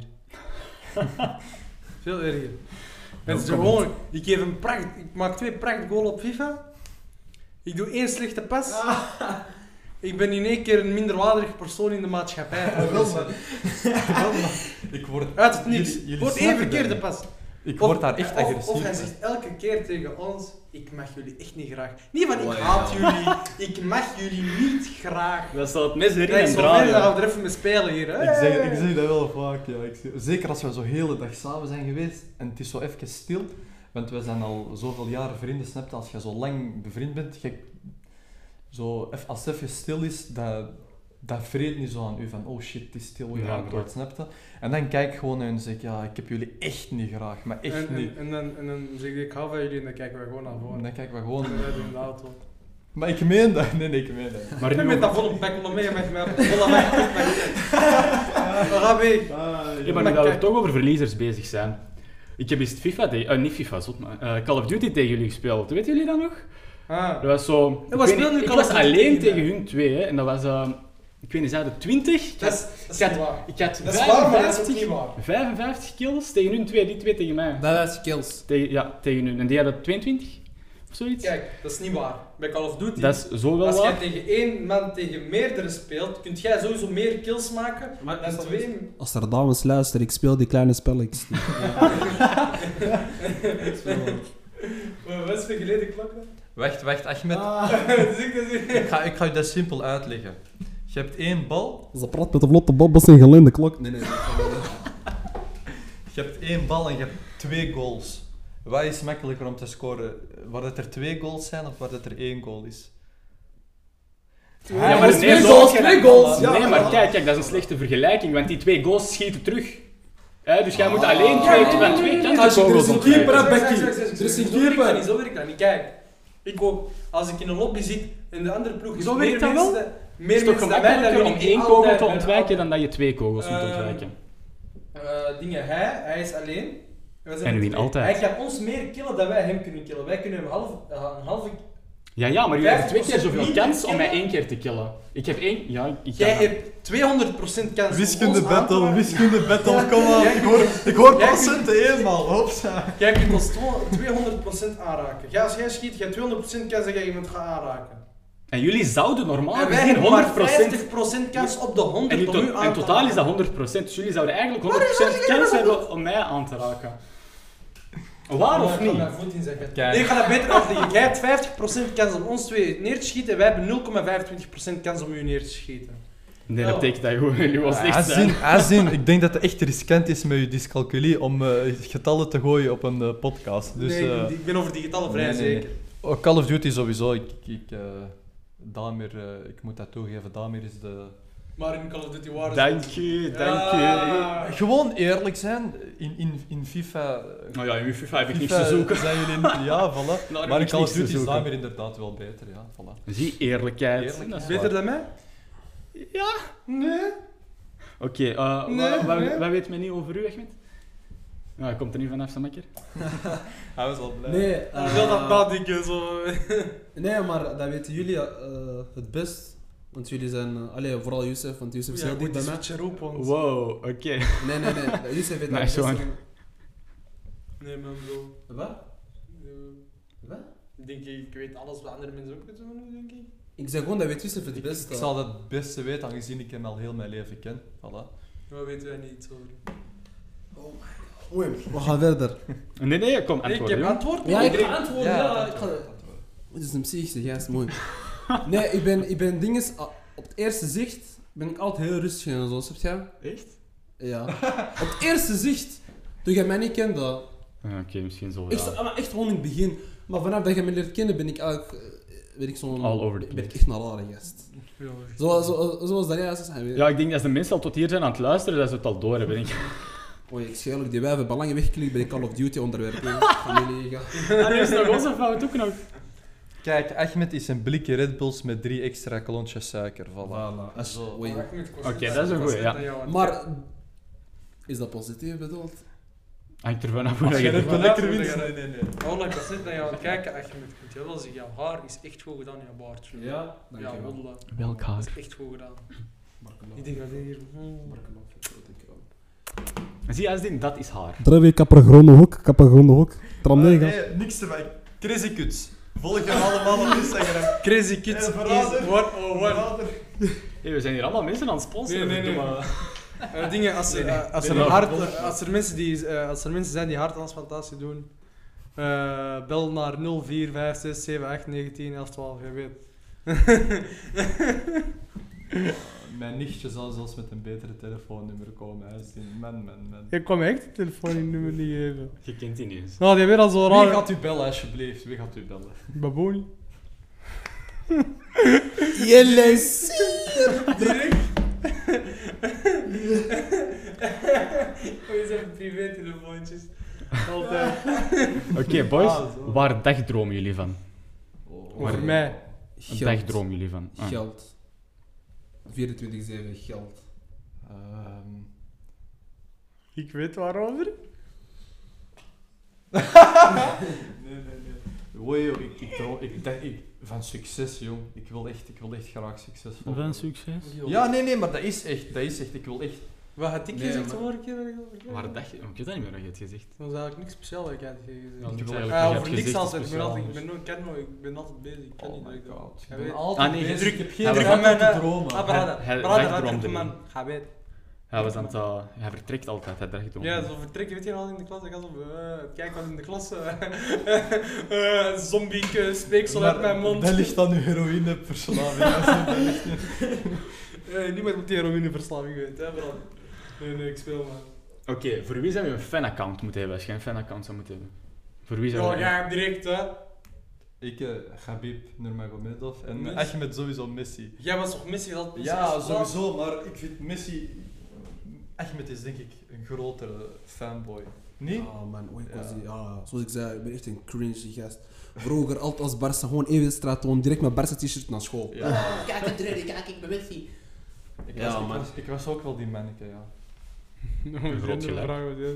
Speaker 3: Veel erger. Het is gewoon, ik, geef een pracht, ik maak twee pracht goals op FIFA. Ik doe één slechte pas. Ik ben in één keer een minderwaardig persoon in de maatschappij.
Speaker 4: Ja, wel, maar, wel, maar ik word...
Speaker 3: Uit het niks.
Speaker 4: Jullie- jullie
Speaker 3: Wordt één
Speaker 4: snappen
Speaker 3: verkeerde
Speaker 4: dat
Speaker 3: pas.
Speaker 4: Ik
Speaker 3: Of-
Speaker 4: word daar echt
Speaker 3: of,
Speaker 4: agressief
Speaker 3: Of hij
Speaker 4: van.
Speaker 3: zegt elke keer tegen ons, ik mag jullie echt niet graag. Niet van ik
Speaker 2: Wow.
Speaker 3: haat jullie, ik mag jullie niet graag.
Speaker 1: Dat staat het mes erin
Speaker 3: Dat is
Speaker 1: en
Speaker 3: zo ver, dan gaan
Speaker 1: draaien.
Speaker 3: we er even mee spelen hier. Hè?
Speaker 4: Ik zeg, ik zeg dat wel vaak, ja. Ik zeg- zeker als we zo hele dag samen zijn geweest en het is zo even stil. Want we zijn al zoveel jaren vrienden, snap je? Als je zo lang bevriend bent, je, zo, eff- als het even stil is, dat, dat vreet niet zo aan u van oh shit, het is stil, we
Speaker 1: Ja,
Speaker 4: gaan
Speaker 1: klopt.
Speaker 4: dood, snap je? En dan kijk ik gewoon naar hen en zeg ik, ja, ik heb jullie echt niet graag, maar echt
Speaker 3: En,
Speaker 4: niet.
Speaker 3: en, en, dan, en dan zeg ik, ik hou van jullie en dan kijken we gewoon naar
Speaker 4: En
Speaker 3: voren.
Speaker 4: dan kijken we gewoon...
Speaker 3: En wij doen in de auto.
Speaker 4: Maar ik meen dat. Nee, nee, ik meen dat.
Speaker 1: Maar
Speaker 3: Ik
Speaker 1: nu
Speaker 3: ben met dat
Speaker 1: over-
Speaker 3: volle bek mee met mij. Volle bek We gaan weg.
Speaker 1: Ja, maar nu dat we toch over verliezers bezig zijn. Ik heb eens FIFA tegen... eh, niet FIFA, zot maar. eh, Call of Duty tegen jullie gespeeld. Weten jullie dat nog?
Speaker 3: Ah.
Speaker 1: Dat was zo... Ik,
Speaker 3: wat
Speaker 1: weet
Speaker 3: speelde
Speaker 1: niet,
Speaker 3: nu
Speaker 1: ik
Speaker 3: Call of
Speaker 1: was
Speaker 3: Duty
Speaker 1: alleen
Speaker 3: tegen
Speaker 1: tegen hun twee, hè. En dat was... eh, ik weet niet, ze hadden twintig. Ik
Speaker 3: Dat is,
Speaker 1: had,
Speaker 3: dat is
Speaker 1: ik
Speaker 3: niet
Speaker 1: had,
Speaker 3: waar.
Speaker 1: ik had
Speaker 3: Dat is waar, maar dat is ook
Speaker 1: vijfenvijftig,
Speaker 3: niet waar.
Speaker 1: vijfenvijftig kills tegen hun twee, die twee tegen mij.
Speaker 2: Dat is kills.
Speaker 1: Tegen, ja, tegen hun. En die hadden tweeëntwintig? Of zoiets?
Speaker 3: Kijk, dat is niet waar. Bij Call of Duty,
Speaker 1: Dat is zo wel
Speaker 3: als jij
Speaker 1: waar.
Speaker 3: tegen één man tegen meerdere speelt, kun jij sowieso meer kills maken
Speaker 2: Maar
Speaker 3: dan twee...
Speaker 2: Als er dames luisteren, ik speel die kleine spelletjes niet.
Speaker 3: Wat is voor geleden klok dan?
Speaker 4: Wacht, wacht, Ahmed.
Speaker 3: Dus ik dat zie-
Speaker 4: Ik, ga, ik ga je dat simpel uitleggen. Je hebt één bal,
Speaker 2: Ze praat met de vlotte bobbels en gelinde klok. Nee, nee, nee.
Speaker 4: je hebt één bal en je hebt twee goals. Wat is makkelijker om te scoren? Waar dat er twee goals zijn of waar dat er één goal is?
Speaker 1: Ja, maar
Speaker 2: nee,
Speaker 1: nee,
Speaker 2: twee
Speaker 1: zo-
Speaker 2: goals, twee goals. Ja,
Speaker 1: nee, maar
Speaker 2: ja.
Speaker 1: kijk, kijk, dat is een slechte vergelijking, want die twee goals schieten terug. Hè, dus jij moet
Speaker 2: Ah.
Speaker 1: alleen
Speaker 2: Ja,
Speaker 1: twee,
Speaker 2: nee,
Speaker 1: van
Speaker 2: nee,
Speaker 1: twee
Speaker 2: nee,
Speaker 1: kanten
Speaker 2: als je- er is
Speaker 1: kogels
Speaker 2: een
Speaker 1: ontwijken.
Speaker 2: keeper, hè,
Speaker 3: Zeg,
Speaker 2: Becky.
Speaker 3: zeg, zeg, zeg,
Speaker 2: Er is
Speaker 3: zeg,
Speaker 2: een
Speaker 3: zo werkt
Speaker 2: keeper.
Speaker 3: dat niet, zo werkt dat niet. Kijk, ik ook, als ik in een lobby zit en de andere ploeg
Speaker 1: Zo
Speaker 3: heeft
Speaker 1: werkt
Speaker 3: meer
Speaker 1: dat wel?
Speaker 3: mensen,
Speaker 1: Het
Speaker 3: meer
Speaker 1: is toch
Speaker 3: mensen dan mij, dan
Speaker 1: gemakkelijker
Speaker 3: wil
Speaker 1: om
Speaker 3: ik die
Speaker 1: één kogel
Speaker 3: altijd
Speaker 1: te
Speaker 3: bij
Speaker 1: ontwijken
Speaker 3: altijd-
Speaker 1: dan dat je twee kogels moet
Speaker 3: Ehm,
Speaker 1: ontwijken.
Speaker 3: Eh, dingen, hij, hij is alleen. Wij zijn
Speaker 1: En
Speaker 3: met
Speaker 1: win
Speaker 3: twee.
Speaker 1: altijd.
Speaker 3: Hij kan ons meer killen dan wij hem kunnen killen. Wij kunnen hem half, uh, een halve...
Speaker 1: Ja, ja, maar jullie hebben twee keer
Speaker 3: vijftig procent
Speaker 1: zoveel kans om mij
Speaker 3: killen.
Speaker 1: één keer te killen. Ik heb één... Ja, ik
Speaker 3: Jij
Speaker 1: kan-
Speaker 3: hebt tweehonderd procent kans om
Speaker 4: Wiskunde
Speaker 3: ons aan te
Speaker 4: battle,
Speaker 3: raken.
Speaker 4: wiskunde battle, kom aan.
Speaker 3: Jij-
Speaker 4: Ik hoor, ik hoor
Speaker 3: jij-
Speaker 4: procenten eenmaal, hopsa.
Speaker 3: Jij kunt ons tweehonderd procent aanraken. Ja, als jij schiet, jij hebt tweehonderd procent kans dat jij iemand gaat aanraken.
Speaker 1: En jullie zouden normaal
Speaker 3: En wij
Speaker 1: gezien
Speaker 3: hebben maar
Speaker 1: honderd procent...
Speaker 3: vijftig procent kans op de
Speaker 1: En
Speaker 3: honderd
Speaker 1: in,
Speaker 3: om
Speaker 1: to-
Speaker 3: u aan
Speaker 1: in
Speaker 3: te
Speaker 1: totaal is
Speaker 3: raken.
Speaker 1: dat honderd procent. Dus jullie zouden eigenlijk honderd procent kans hebben om mij aan te raken. Waar of
Speaker 3: Ik ga
Speaker 1: niet?
Speaker 3: mijn voet inzetten.
Speaker 4: Kijk.
Speaker 3: Nee, ik ga dat beter uitleggen. Jij hebt vijftig procent kans om ons twee neer te schieten en wij hebben nul komma vijfentwintig procent kans om u neer te schieten.
Speaker 1: Nee,
Speaker 3: Ja.
Speaker 1: dat betekent dat gewoon jullie wel slecht zijn.
Speaker 4: Azin, Azin, ik denk dat het echt riskant is met je dyscalculie om eh, getallen te gooien op een eh, podcast. Dus,
Speaker 3: nee,
Speaker 4: eh,
Speaker 3: ik ben over digitale vrij
Speaker 4: nee, nee, nee.
Speaker 3: zeker.
Speaker 4: oh, Call of Duty sowieso. Ik, ik, eh, Damir, eh, ik moet dat toegeven, Damir is de...
Speaker 3: Maar in Call of Duty waren ze-
Speaker 1: Dank je, dank je.
Speaker 3: Ja.
Speaker 4: Gewoon eerlijk zijn, in, in, in FIFA...
Speaker 1: Nou ja, in FIFA heb ik niks
Speaker 4: FIFA
Speaker 1: te zoeken.
Speaker 4: zijn jullie... niet- Ja, voilà.
Speaker 1: Daar heb
Speaker 4: Maar in
Speaker 1: ik
Speaker 4: Call of
Speaker 1: niks te
Speaker 4: Duty is
Speaker 1: zoeken.
Speaker 4: Damir inderdaad wel beter, ja, voilà.
Speaker 1: Zie, eerlijkheid.
Speaker 4: Eerlijkheid.
Speaker 1: Dat is
Speaker 3: Beter
Speaker 1: waar.
Speaker 3: dan mij?
Speaker 1: Ja.
Speaker 3: Nee.
Speaker 1: Oké, eh,
Speaker 3: Nee,
Speaker 1: wa- wa-
Speaker 3: nee.
Speaker 1: wat weet men niet over u, Ahmed? Nou, hij komt er niet vanaf, Samakker.
Speaker 4: Hij was al blij.
Speaker 2: Nee,
Speaker 3: Ik
Speaker 2: eh,
Speaker 3: wil dat nadenken zo.
Speaker 2: nee, maar dat weten jullie eh, het best. Want jullie zijn, uh, allee, vooral Youssef, want Youssef is
Speaker 3: Ja,
Speaker 2: heel
Speaker 3: goed,
Speaker 2: dicht
Speaker 3: die
Speaker 2: bij mij.
Speaker 3: switcher op ons.
Speaker 1: Wow, oké.
Speaker 2: Nee, nee, nee, Youssef weet dat
Speaker 1: Nice
Speaker 2: het best.
Speaker 1: one.
Speaker 3: Nee, man, bro.
Speaker 2: Wat?
Speaker 3: Eh,
Speaker 2: Wat?
Speaker 3: Ik denk, ik weet alles wat andere mensen ook weten, denk ik.
Speaker 2: Ik zeg gewoon, dat weet Youssef het
Speaker 4: Ik,
Speaker 2: best.
Speaker 4: ik zal dat het beste weten, aangezien ik hem al heel mijn leven ken. Voilà.
Speaker 3: Wat weten wij niet, sorry.
Speaker 2: Oei, we gaan verder.
Speaker 1: Nee, nee, kom,
Speaker 3: Nee, ik
Speaker 1: antwoorden,
Speaker 3: heb
Speaker 1: joh.
Speaker 3: antwoord.
Speaker 2: Ja, ik
Speaker 3: Iedereen-
Speaker 2: ga antwoorden. Ja, ik ga... Het is een psychische gast, mooi. Nee, ik ben, ik ben dinges... ah, Op het eerste zicht ben ik altijd heel rustig en zo, snap je?
Speaker 1: Echt?
Speaker 2: Ja. Op het eerste zicht, toen jij mij niet kende,
Speaker 1: Ah, oké, misschien zo,
Speaker 2: ik
Speaker 1: ja.
Speaker 2: sta- maar echt gewoon in het begin. Maar vanaf dat je me leert kennen, ben ik eigenlijk... eh, ben ik zo'n...
Speaker 1: All over the
Speaker 2: ben ik
Speaker 1: place.
Speaker 2: echt een rare gast.
Speaker 3: Ja,
Speaker 2: Zo, zo, zoals dat jij zei.
Speaker 1: Ja, ik denk dat als de mensen al tot hier zijn aan het luisteren, dat ze het al door hebben, denk ik.
Speaker 2: Oei, ik scheel ook die wijven belangen weggeklikt bij de Call of Duty onderwerp. hè. Familie,
Speaker 1: En nu is het nog onze fout ook nog.
Speaker 4: Kijk, Ahmed is een blikje Red Bulls met drie extra klontjes suiker. Voilà.
Speaker 2: Voilà. Als-
Speaker 4: Zo.
Speaker 2: oei.
Speaker 1: Oké, dat is een goeie, ja.
Speaker 2: Maar, is dat positief bedoeld?
Speaker 1: Hangt er vanaf hoe
Speaker 4: Als
Speaker 1: dat
Speaker 4: je
Speaker 1: je
Speaker 4: Red
Speaker 1: het
Speaker 4: Bull
Speaker 1: doet.
Speaker 4: lekker wint. Nee, nee, nee.
Speaker 3: Honderd procent naar jou aan het kijken, Ahmed. Ik moet je wel zeggen, jouw haar is echt goed gedaan in je baard.
Speaker 2: Ja,
Speaker 3: Ja,
Speaker 2: dankjewel.
Speaker 3: wondela.
Speaker 1: Welk haar?
Speaker 3: Dat is echt goed gedaan. Ik denk dat dit hier...
Speaker 1: Zie je, als dit, dat is haar.
Speaker 2: Drie kapper groene hoek, kapper groene hoek. Tram
Speaker 4: Ah,
Speaker 2: negen.
Speaker 4: nee, niks erbij. Crazy Cuts. Volg hem allemaal op Instagram.
Speaker 3: Crazy Kids
Speaker 4: Eh,
Speaker 3: is
Speaker 4: verrader.
Speaker 3: honderdéén.
Speaker 4: Verrader.
Speaker 1: Hey, we zijn hier allemaal mensen aan het sponsoren.
Speaker 3: Nee, nee, nee.
Speaker 1: verdomme.
Speaker 3: Uh, dingen, als, er,
Speaker 1: Nee, nee.
Speaker 3: eh, als,
Speaker 1: Ik
Speaker 3: er
Speaker 1: ben
Speaker 3: een
Speaker 1: wel
Speaker 3: hart,
Speaker 1: vervolgd.
Speaker 3: eh, als, er mensen die, uh, als er mensen zijn die harttransplantatie doen, uh, bel naar nul vier vijf zes zeven acht negen tien elf twaalf, je weet.
Speaker 4: Mijn nichtje zal zelfs met een betere telefoonnummer komen. Hij is die man, man, man.
Speaker 3: Ik kwam echt het telefoonnummer niet geven.
Speaker 1: Je kent die niet eens.
Speaker 3: Nou, die weer al zo
Speaker 4: Wie
Speaker 3: raar.
Speaker 4: gaat u bellen, alsjeblieft? Wie gaat u bellen?
Speaker 3: Baboni.
Speaker 2: Yes!
Speaker 3: Direct. Oh, je zijn privé-telefoontjes. Altijd.
Speaker 1: Oké, boys.
Speaker 4: Ah, zo.
Speaker 1: Waar dagdromen jullie van?
Speaker 4: Oh.
Speaker 3: Over mij.
Speaker 1: Een dagdromen jullie van? Ah.
Speaker 2: Geld. vierentwintig zeven geld.
Speaker 4: Ehm,
Speaker 3: Ik weet waarover.
Speaker 4: nee, nee, nee. Oei, joh, ik, ik, droom- ik, denk- ik, van succes, jong. Ik wil echt, ik wil echt graag succesvol worden.
Speaker 1: succes?
Speaker 4: Ja, nee, nee, maar dat is echt, dat is echt. Ik wil echt...
Speaker 3: Wat had ik
Speaker 2: Nee,
Speaker 3: gezegd
Speaker 2: maar-
Speaker 3: vorige keer?
Speaker 1: Waar dacht je? Ik weet dat niet meer wat je hebt gezegd.
Speaker 3: Dat was eigenlijk niks speciaals dat ik had gezegd.
Speaker 1: Ja,
Speaker 4: Ik
Speaker 1: ik
Speaker 4: wil
Speaker 1: wil
Speaker 4: eigenlijk-
Speaker 3: Ah,
Speaker 1: eigenlijk
Speaker 3: over niks
Speaker 1: gezegd
Speaker 3: altijd. Ik ben,
Speaker 1: speciaal,
Speaker 3: altijd, ik
Speaker 1: dus-
Speaker 3: ben nooit, ik ken nooit, ik ben altijd bezig. Ik kan
Speaker 4: Oh
Speaker 3: niet
Speaker 4: my
Speaker 3: dat ik dat-
Speaker 4: god.
Speaker 3: Ga
Speaker 4: Ik ben
Speaker 3: weten.
Speaker 4: altijd
Speaker 1: Ah, nee,
Speaker 4: bezig.
Speaker 1: druk.
Speaker 4: Ik heb geen
Speaker 1: Hij
Speaker 4: druk
Speaker 1: was-
Speaker 4: om te dromen.
Speaker 3: Ah, brada.
Speaker 1: Hij- hij
Speaker 3: Brada,
Speaker 1: dagdroomde
Speaker 3: dat
Speaker 1: niet.
Speaker 3: man. Ga weten.
Speaker 1: Hij was aan het... uh, hij vertrekt altijd, hij dagdromen.
Speaker 3: Ja, zo vertrekken, weet je wel, in de klas. Ik ga zo, uh, kijk wat in de klas. Uh, uh, zombie uh, speeksel uit mijn mond.
Speaker 4: Dat ligt aan uw heroïneverslaving.
Speaker 3: Uh, niemand moet die heroïneverslaving weten, hè, brada. Nee, nee, ik speel maar.
Speaker 1: Oké, voor wie zou je een fanaccount moeten hebben als je een fanaccount zou moeten hebben? Voor wie zou
Speaker 3: Ja,
Speaker 1: je...
Speaker 3: ga hem direct, hè.
Speaker 4: Ik, uh, Khabib Nurmagomedov en
Speaker 3: Messi.
Speaker 4: Ahmed sowieso Messi.
Speaker 3: Jij was toch Messi dat
Speaker 4: Ja, sowieso, maar ik vind Messi... Ahmed is denk ik een grotere fanboy. Nee?
Speaker 2: Oh man, oei, ik was
Speaker 4: Ja.
Speaker 2: die- ja, zoals ik zei, ik ben echt een cringy gast. Vroeger, altijd als Barça, gewoon één wedstrijd, gewoon direct met Barça t-shirt naar school.
Speaker 4: Ja.
Speaker 2: Kijk, ik treden, kijk, ik ben Messi.
Speaker 4: Ik,
Speaker 2: Ja,
Speaker 4: was, ik,
Speaker 2: man.
Speaker 4: was, ik was ook wel die manneke, ja.
Speaker 1: Een groot gelijk.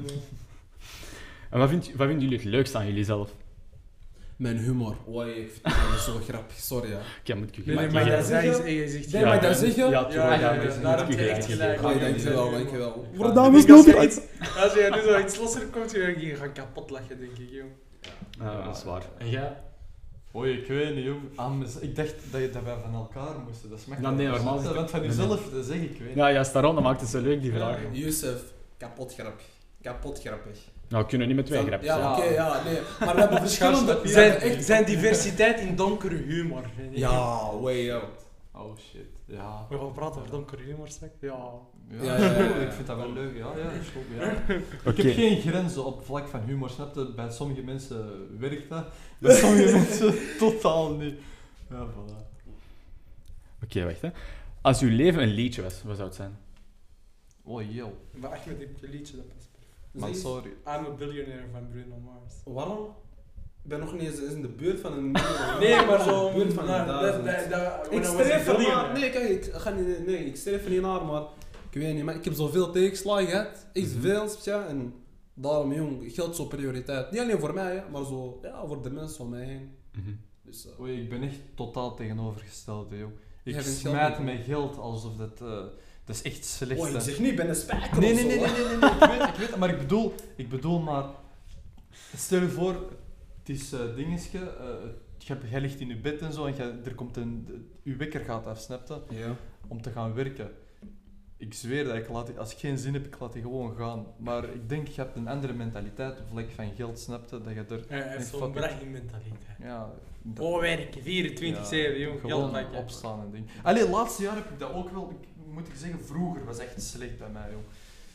Speaker 1: En wat, vind, wat vinden jullie het leukste aan jullie zelf?
Speaker 2: Mijn humor. Oei, ik vind het zo grappig, sorry ja.
Speaker 1: Oké, moet ik je
Speaker 3: Nee, nee,
Speaker 1: gelijk
Speaker 3: maar
Speaker 1: geven.
Speaker 3: jij
Speaker 2: zeggen?
Speaker 3: zei, je zegt
Speaker 2: Nee, mag ik dat zeggen?
Speaker 1: Ja, tuurlijk.
Speaker 3: Ja, ja,
Speaker 1: Ja,
Speaker 3: ja,
Speaker 1: dus
Speaker 3: daar
Speaker 1: moet
Speaker 3: heb
Speaker 1: ik
Speaker 3: je
Speaker 1: je
Speaker 3: echt
Speaker 1: gelijk
Speaker 3: gelijk.
Speaker 1: geven.
Speaker 2: Oei, dankjewel, dankjewel.
Speaker 3: Ja,
Speaker 2: Voor de
Speaker 3: ik
Speaker 2: dames
Speaker 3: denk als
Speaker 2: nooit
Speaker 3: je
Speaker 2: uit.
Speaker 3: iets- Als jij nu zo iets losser komt, je je gaat kapot lachen, denk ik, joh.
Speaker 1: Ja, dat is waar. En jij?
Speaker 4: Oei, ik weet niet, jong. Ah, mez- ik dacht dat, je, dat wij van elkaar moesten. Dat is makkelijk.
Speaker 1: Nou, nee, normaal is het-
Speaker 4: Want van
Speaker 1: nee,
Speaker 4: jezelf, dat zeg ik, weet
Speaker 1: Ja, juist daarom, dat maakt het zo leuk, die vraag.
Speaker 2: Youssef, kapot grappig. Kapot grappig.
Speaker 1: Nou, we kunnen niet met twee grapjes.
Speaker 2: Ja,
Speaker 1: hè.
Speaker 2: oké, ja, nee. Maar we hebben verschillende...
Speaker 4: Schaars-
Speaker 2: we
Speaker 3: Zijn,
Speaker 2: hebben echt...
Speaker 3: zijn diversiteit in donkere humor, vind ik.
Speaker 2: Ja, way out.
Speaker 4: Oh shit, ja.
Speaker 3: We gaan praten over donkere humor straks. Ja.
Speaker 4: Ja,
Speaker 2: Ja, ja, ja, ja.
Speaker 4: ik vind dat wel leuk. Ja, ja, is goed, ja.
Speaker 1: Oké.
Speaker 4: Ik heb geen grenzen op vlak van humor, snap je? Bij sommige mensen werkt dat, bij sommige mensen totaal niet. Ja, voilà.
Speaker 1: Oké, wacht hè. Als uw leven een liedje was, wat zou het zijn?
Speaker 4: Oh, yo.
Speaker 3: Maar echt met dit liedje, dat past.
Speaker 4: Man, sorry.
Speaker 3: I'm a billionaire van Bruno Mars.
Speaker 2: Waarom? Ik ben nog niet eens eens in de buurt van een...
Speaker 3: Nee, maar zo...
Speaker 2: In de buurt van een
Speaker 3: nou, dat-
Speaker 2: duizend.
Speaker 3: dat- dat-
Speaker 2: Ik
Speaker 3: when I was
Speaker 2: streef
Speaker 3: a
Speaker 2: er
Speaker 3: billionaire.
Speaker 2: maar... Nee, kijk, ik ga niet... Nee, ik streef er niet naar, maar... Ik weet niet, maar ik heb zoveel tegenslagen gehad. Echt
Speaker 1: Mhm.
Speaker 2: veel, ja. En daarom, jong, geld zo prioriteit. Niet alleen voor mij, hè, maar zo... Ja, voor de mensen om mij heen.
Speaker 1: Mhm.
Speaker 2: Dus... eh,
Speaker 4: Oei, ik ben echt totaal tegenovergesteld, joh. Ik
Speaker 2: Jij bent geld
Speaker 4: smijt
Speaker 2: niet,
Speaker 4: met geld alsof dat... eh, dat is echt slecht.
Speaker 2: Oh,
Speaker 4: hè.
Speaker 2: ik zeg niet, ik ben een spijker
Speaker 4: Nee,
Speaker 2: of
Speaker 4: nee, nee,
Speaker 2: zo,
Speaker 4: nee,
Speaker 2: hè.
Speaker 4: nee, nee, nee, ik weet, ik weet, maar ik bedoel, ik bedoel maar, stel je voor, het is uh, dingetje, uh, je hebt- jij ligt in je bed en zo en jij, er komt een, de- je wekker gaat af, snap je,
Speaker 2: Ja.
Speaker 4: om te gaan werken. Ik zweer dat ik laat die, als ik geen zin heb, ik laat die gewoon gaan. Maar ik denk, je hebt een andere mentaliteit, op vlak van geld, snap je, dat je er,
Speaker 3: Hij heeft
Speaker 4: Nee,
Speaker 3: zo'n
Speaker 4: fuck it.
Speaker 3: bragging-mentaliteit.
Speaker 4: ja... dat-
Speaker 3: Oh, werken, vierentwintig zeven,
Speaker 4: ja,
Speaker 3: jong.
Speaker 4: gewoon
Speaker 3: Geld pakken.
Speaker 4: opstaan en ding. Allee, laatste jaar heb ik dat ook wel, ik, moet ik zeggen, vroeger was echt slecht bij mij, joh.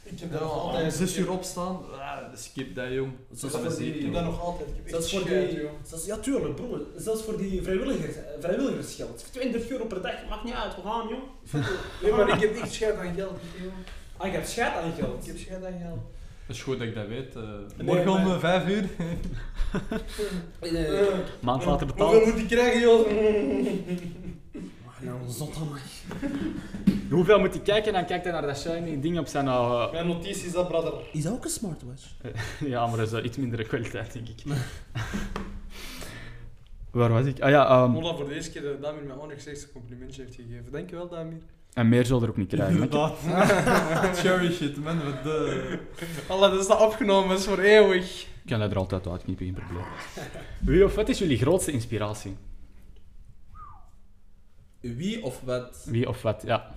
Speaker 3: Ik heb
Speaker 4: Ja,
Speaker 3: dat nog
Speaker 4: om
Speaker 3: altijd.
Speaker 4: zes uur opstaan, ah, skip dat jong.
Speaker 2: Zelfs
Speaker 4: Ga
Speaker 2: voor
Speaker 4: me
Speaker 2: die-
Speaker 3: Ik
Speaker 4: zeker
Speaker 3: heb dat
Speaker 4: doen.
Speaker 3: nog altijd. Ik heb echt
Speaker 2: Zelfs voor
Speaker 3: scheid,
Speaker 2: die...
Speaker 3: joh.
Speaker 2: Zelfs, ja, tuurlijk, bro. Zelfs voor die vrijwilligers, vrijwilligersgeld. tweeëndertig euro per dag, maakt niet uit, we gaan, joh.
Speaker 3: Nee, maar ik heb echt scheid aan geld. joh.
Speaker 2: Ah, je hebt scheid aan
Speaker 3: Ik
Speaker 2: geld.
Speaker 3: heb scheid aan geld.
Speaker 4: Het is goed dat ik dat weet. Uh,
Speaker 2: Nee,
Speaker 4: morgen om
Speaker 2: maar-
Speaker 4: uh, vijf uur.
Speaker 2: Nee,
Speaker 3: Eh,
Speaker 1: Maand later
Speaker 3: Hoeveel
Speaker 1: betaald.
Speaker 3: moet ik krijgen, joh?
Speaker 2: nou, zot aan mij.
Speaker 1: Hoeveel moet hij kijken? En dan kijkt hij naar dat shiny ding op zijn... eh,
Speaker 3: Mijn notities, dat brother.
Speaker 2: Is dat ook een smartwatch?
Speaker 1: ja, maar dat is wel iets mindere kwaliteit, denk ik. Waar was ik? Ah ja, ehm,
Speaker 3: Ola voor de eerste keer dat Damir mij onrechtstreeks een complimentje heeft gegeven. Dankjewel, Damir.
Speaker 1: en meer zal er ook niet krijgen. hè.
Speaker 4: Inderdaad. Cherry shit, man. Wat de...
Speaker 3: Allah, dat is dat opgenomen, is voor eeuwig.
Speaker 1: Ik kan dat er altijd uitknippen, geen probleem. Wie of wat is jullie grootste inspiratie?
Speaker 2: Wie of wat?
Speaker 1: Wie of wat, ja.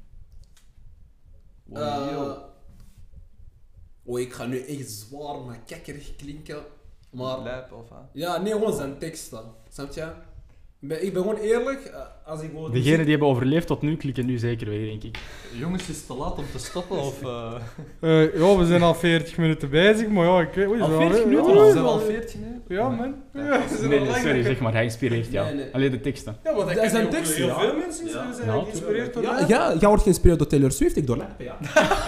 Speaker 2: Eh, oh, ik ga nu echt zwaar, maar kekkerig klinken. Maar
Speaker 4: Lijp of aan.
Speaker 2: ja, nee, gewoon zijn teksten. Snap je? Ik ben, ik ben gewoon eerlijk. eh, Als ik gewoon
Speaker 1: Degenen die hebben overleefd tot nu, klikken nu zeker weer, denk ik.
Speaker 4: Jongens, is het te laat om te stoppen? Of, uh...
Speaker 3: Uh, ja, we zijn al veertig minuten bezig, maar ja, ik weet
Speaker 1: Al veertig minuten?
Speaker 4: we
Speaker 1: Oh,
Speaker 4: zijn al veertien, hè?
Speaker 3: Ja, man. Ja, we zijn
Speaker 1: Nee,
Speaker 3: al
Speaker 1: nee,
Speaker 3: lang
Speaker 1: sorry,
Speaker 3: bezig.
Speaker 1: zeg maar, hij inspireert jou.
Speaker 2: Nee, nee.
Speaker 1: Alleen de teksten.
Speaker 3: Ja, want
Speaker 2: Dat
Speaker 3: ik
Speaker 2: zijn
Speaker 3: ken heel-
Speaker 2: teksten,
Speaker 3: heel
Speaker 2: ja.
Speaker 3: veel mensen
Speaker 2: Ja.
Speaker 3: zijn
Speaker 1: Ja,
Speaker 3: geïnspireerd door
Speaker 2: Ja,
Speaker 3: mij.
Speaker 2: ja, jij wordt geïnspireerd door Taylor Swift, ik door Lappen, ja.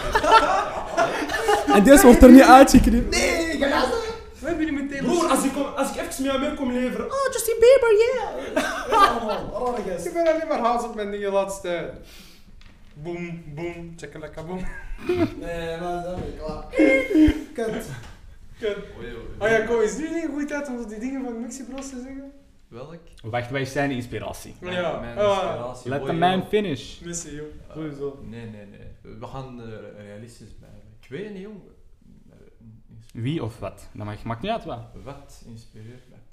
Speaker 2: En deze wordt er niet uitgeknipt. Nee, gelaten.
Speaker 3: We hebben jullie met Taylor
Speaker 2: Broer, als ik, kom, als ik even met jou mee kom leveren. Oh, Justin Bieber, yeah. Ja, allemaal, rare gast.
Speaker 3: Ik ben alleen maar haast op mijn dingen de laatste tijd. Boom, boom, tjekkalaka boom.
Speaker 2: Nee, maar dat ben ik klaar. Kut.
Speaker 3: Kut. Ah ja, kom, is het nu niet een goede tijd om die dingen van Mixi Bros te zeggen?
Speaker 4: Welk?
Speaker 1: Wacht, wij zijn de inspiratie.
Speaker 4: Mijn,
Speaker 3: Ja.
Speaker 4: mijn
Speaker 3: Ah.
Speaker 4: inspiratie.
Speaker 1: Let
Speaker 4: Oei,
Speaker 1: the
Speaker 4: joh.
Speaker 1: man finish.
Speaker 3: Missie, joh.
Speaker 4: Uh,
Speaker 3: Sowieso.
Speaker 4: Nee, nee, nee. We gaan uh, realistisch blijven. Ik weet niet, jong. Uh, ins-
Speaker 1: Wie of wat? Dat mag, maakt niet uit wat.
Speaker 4: Wat inspireert mij?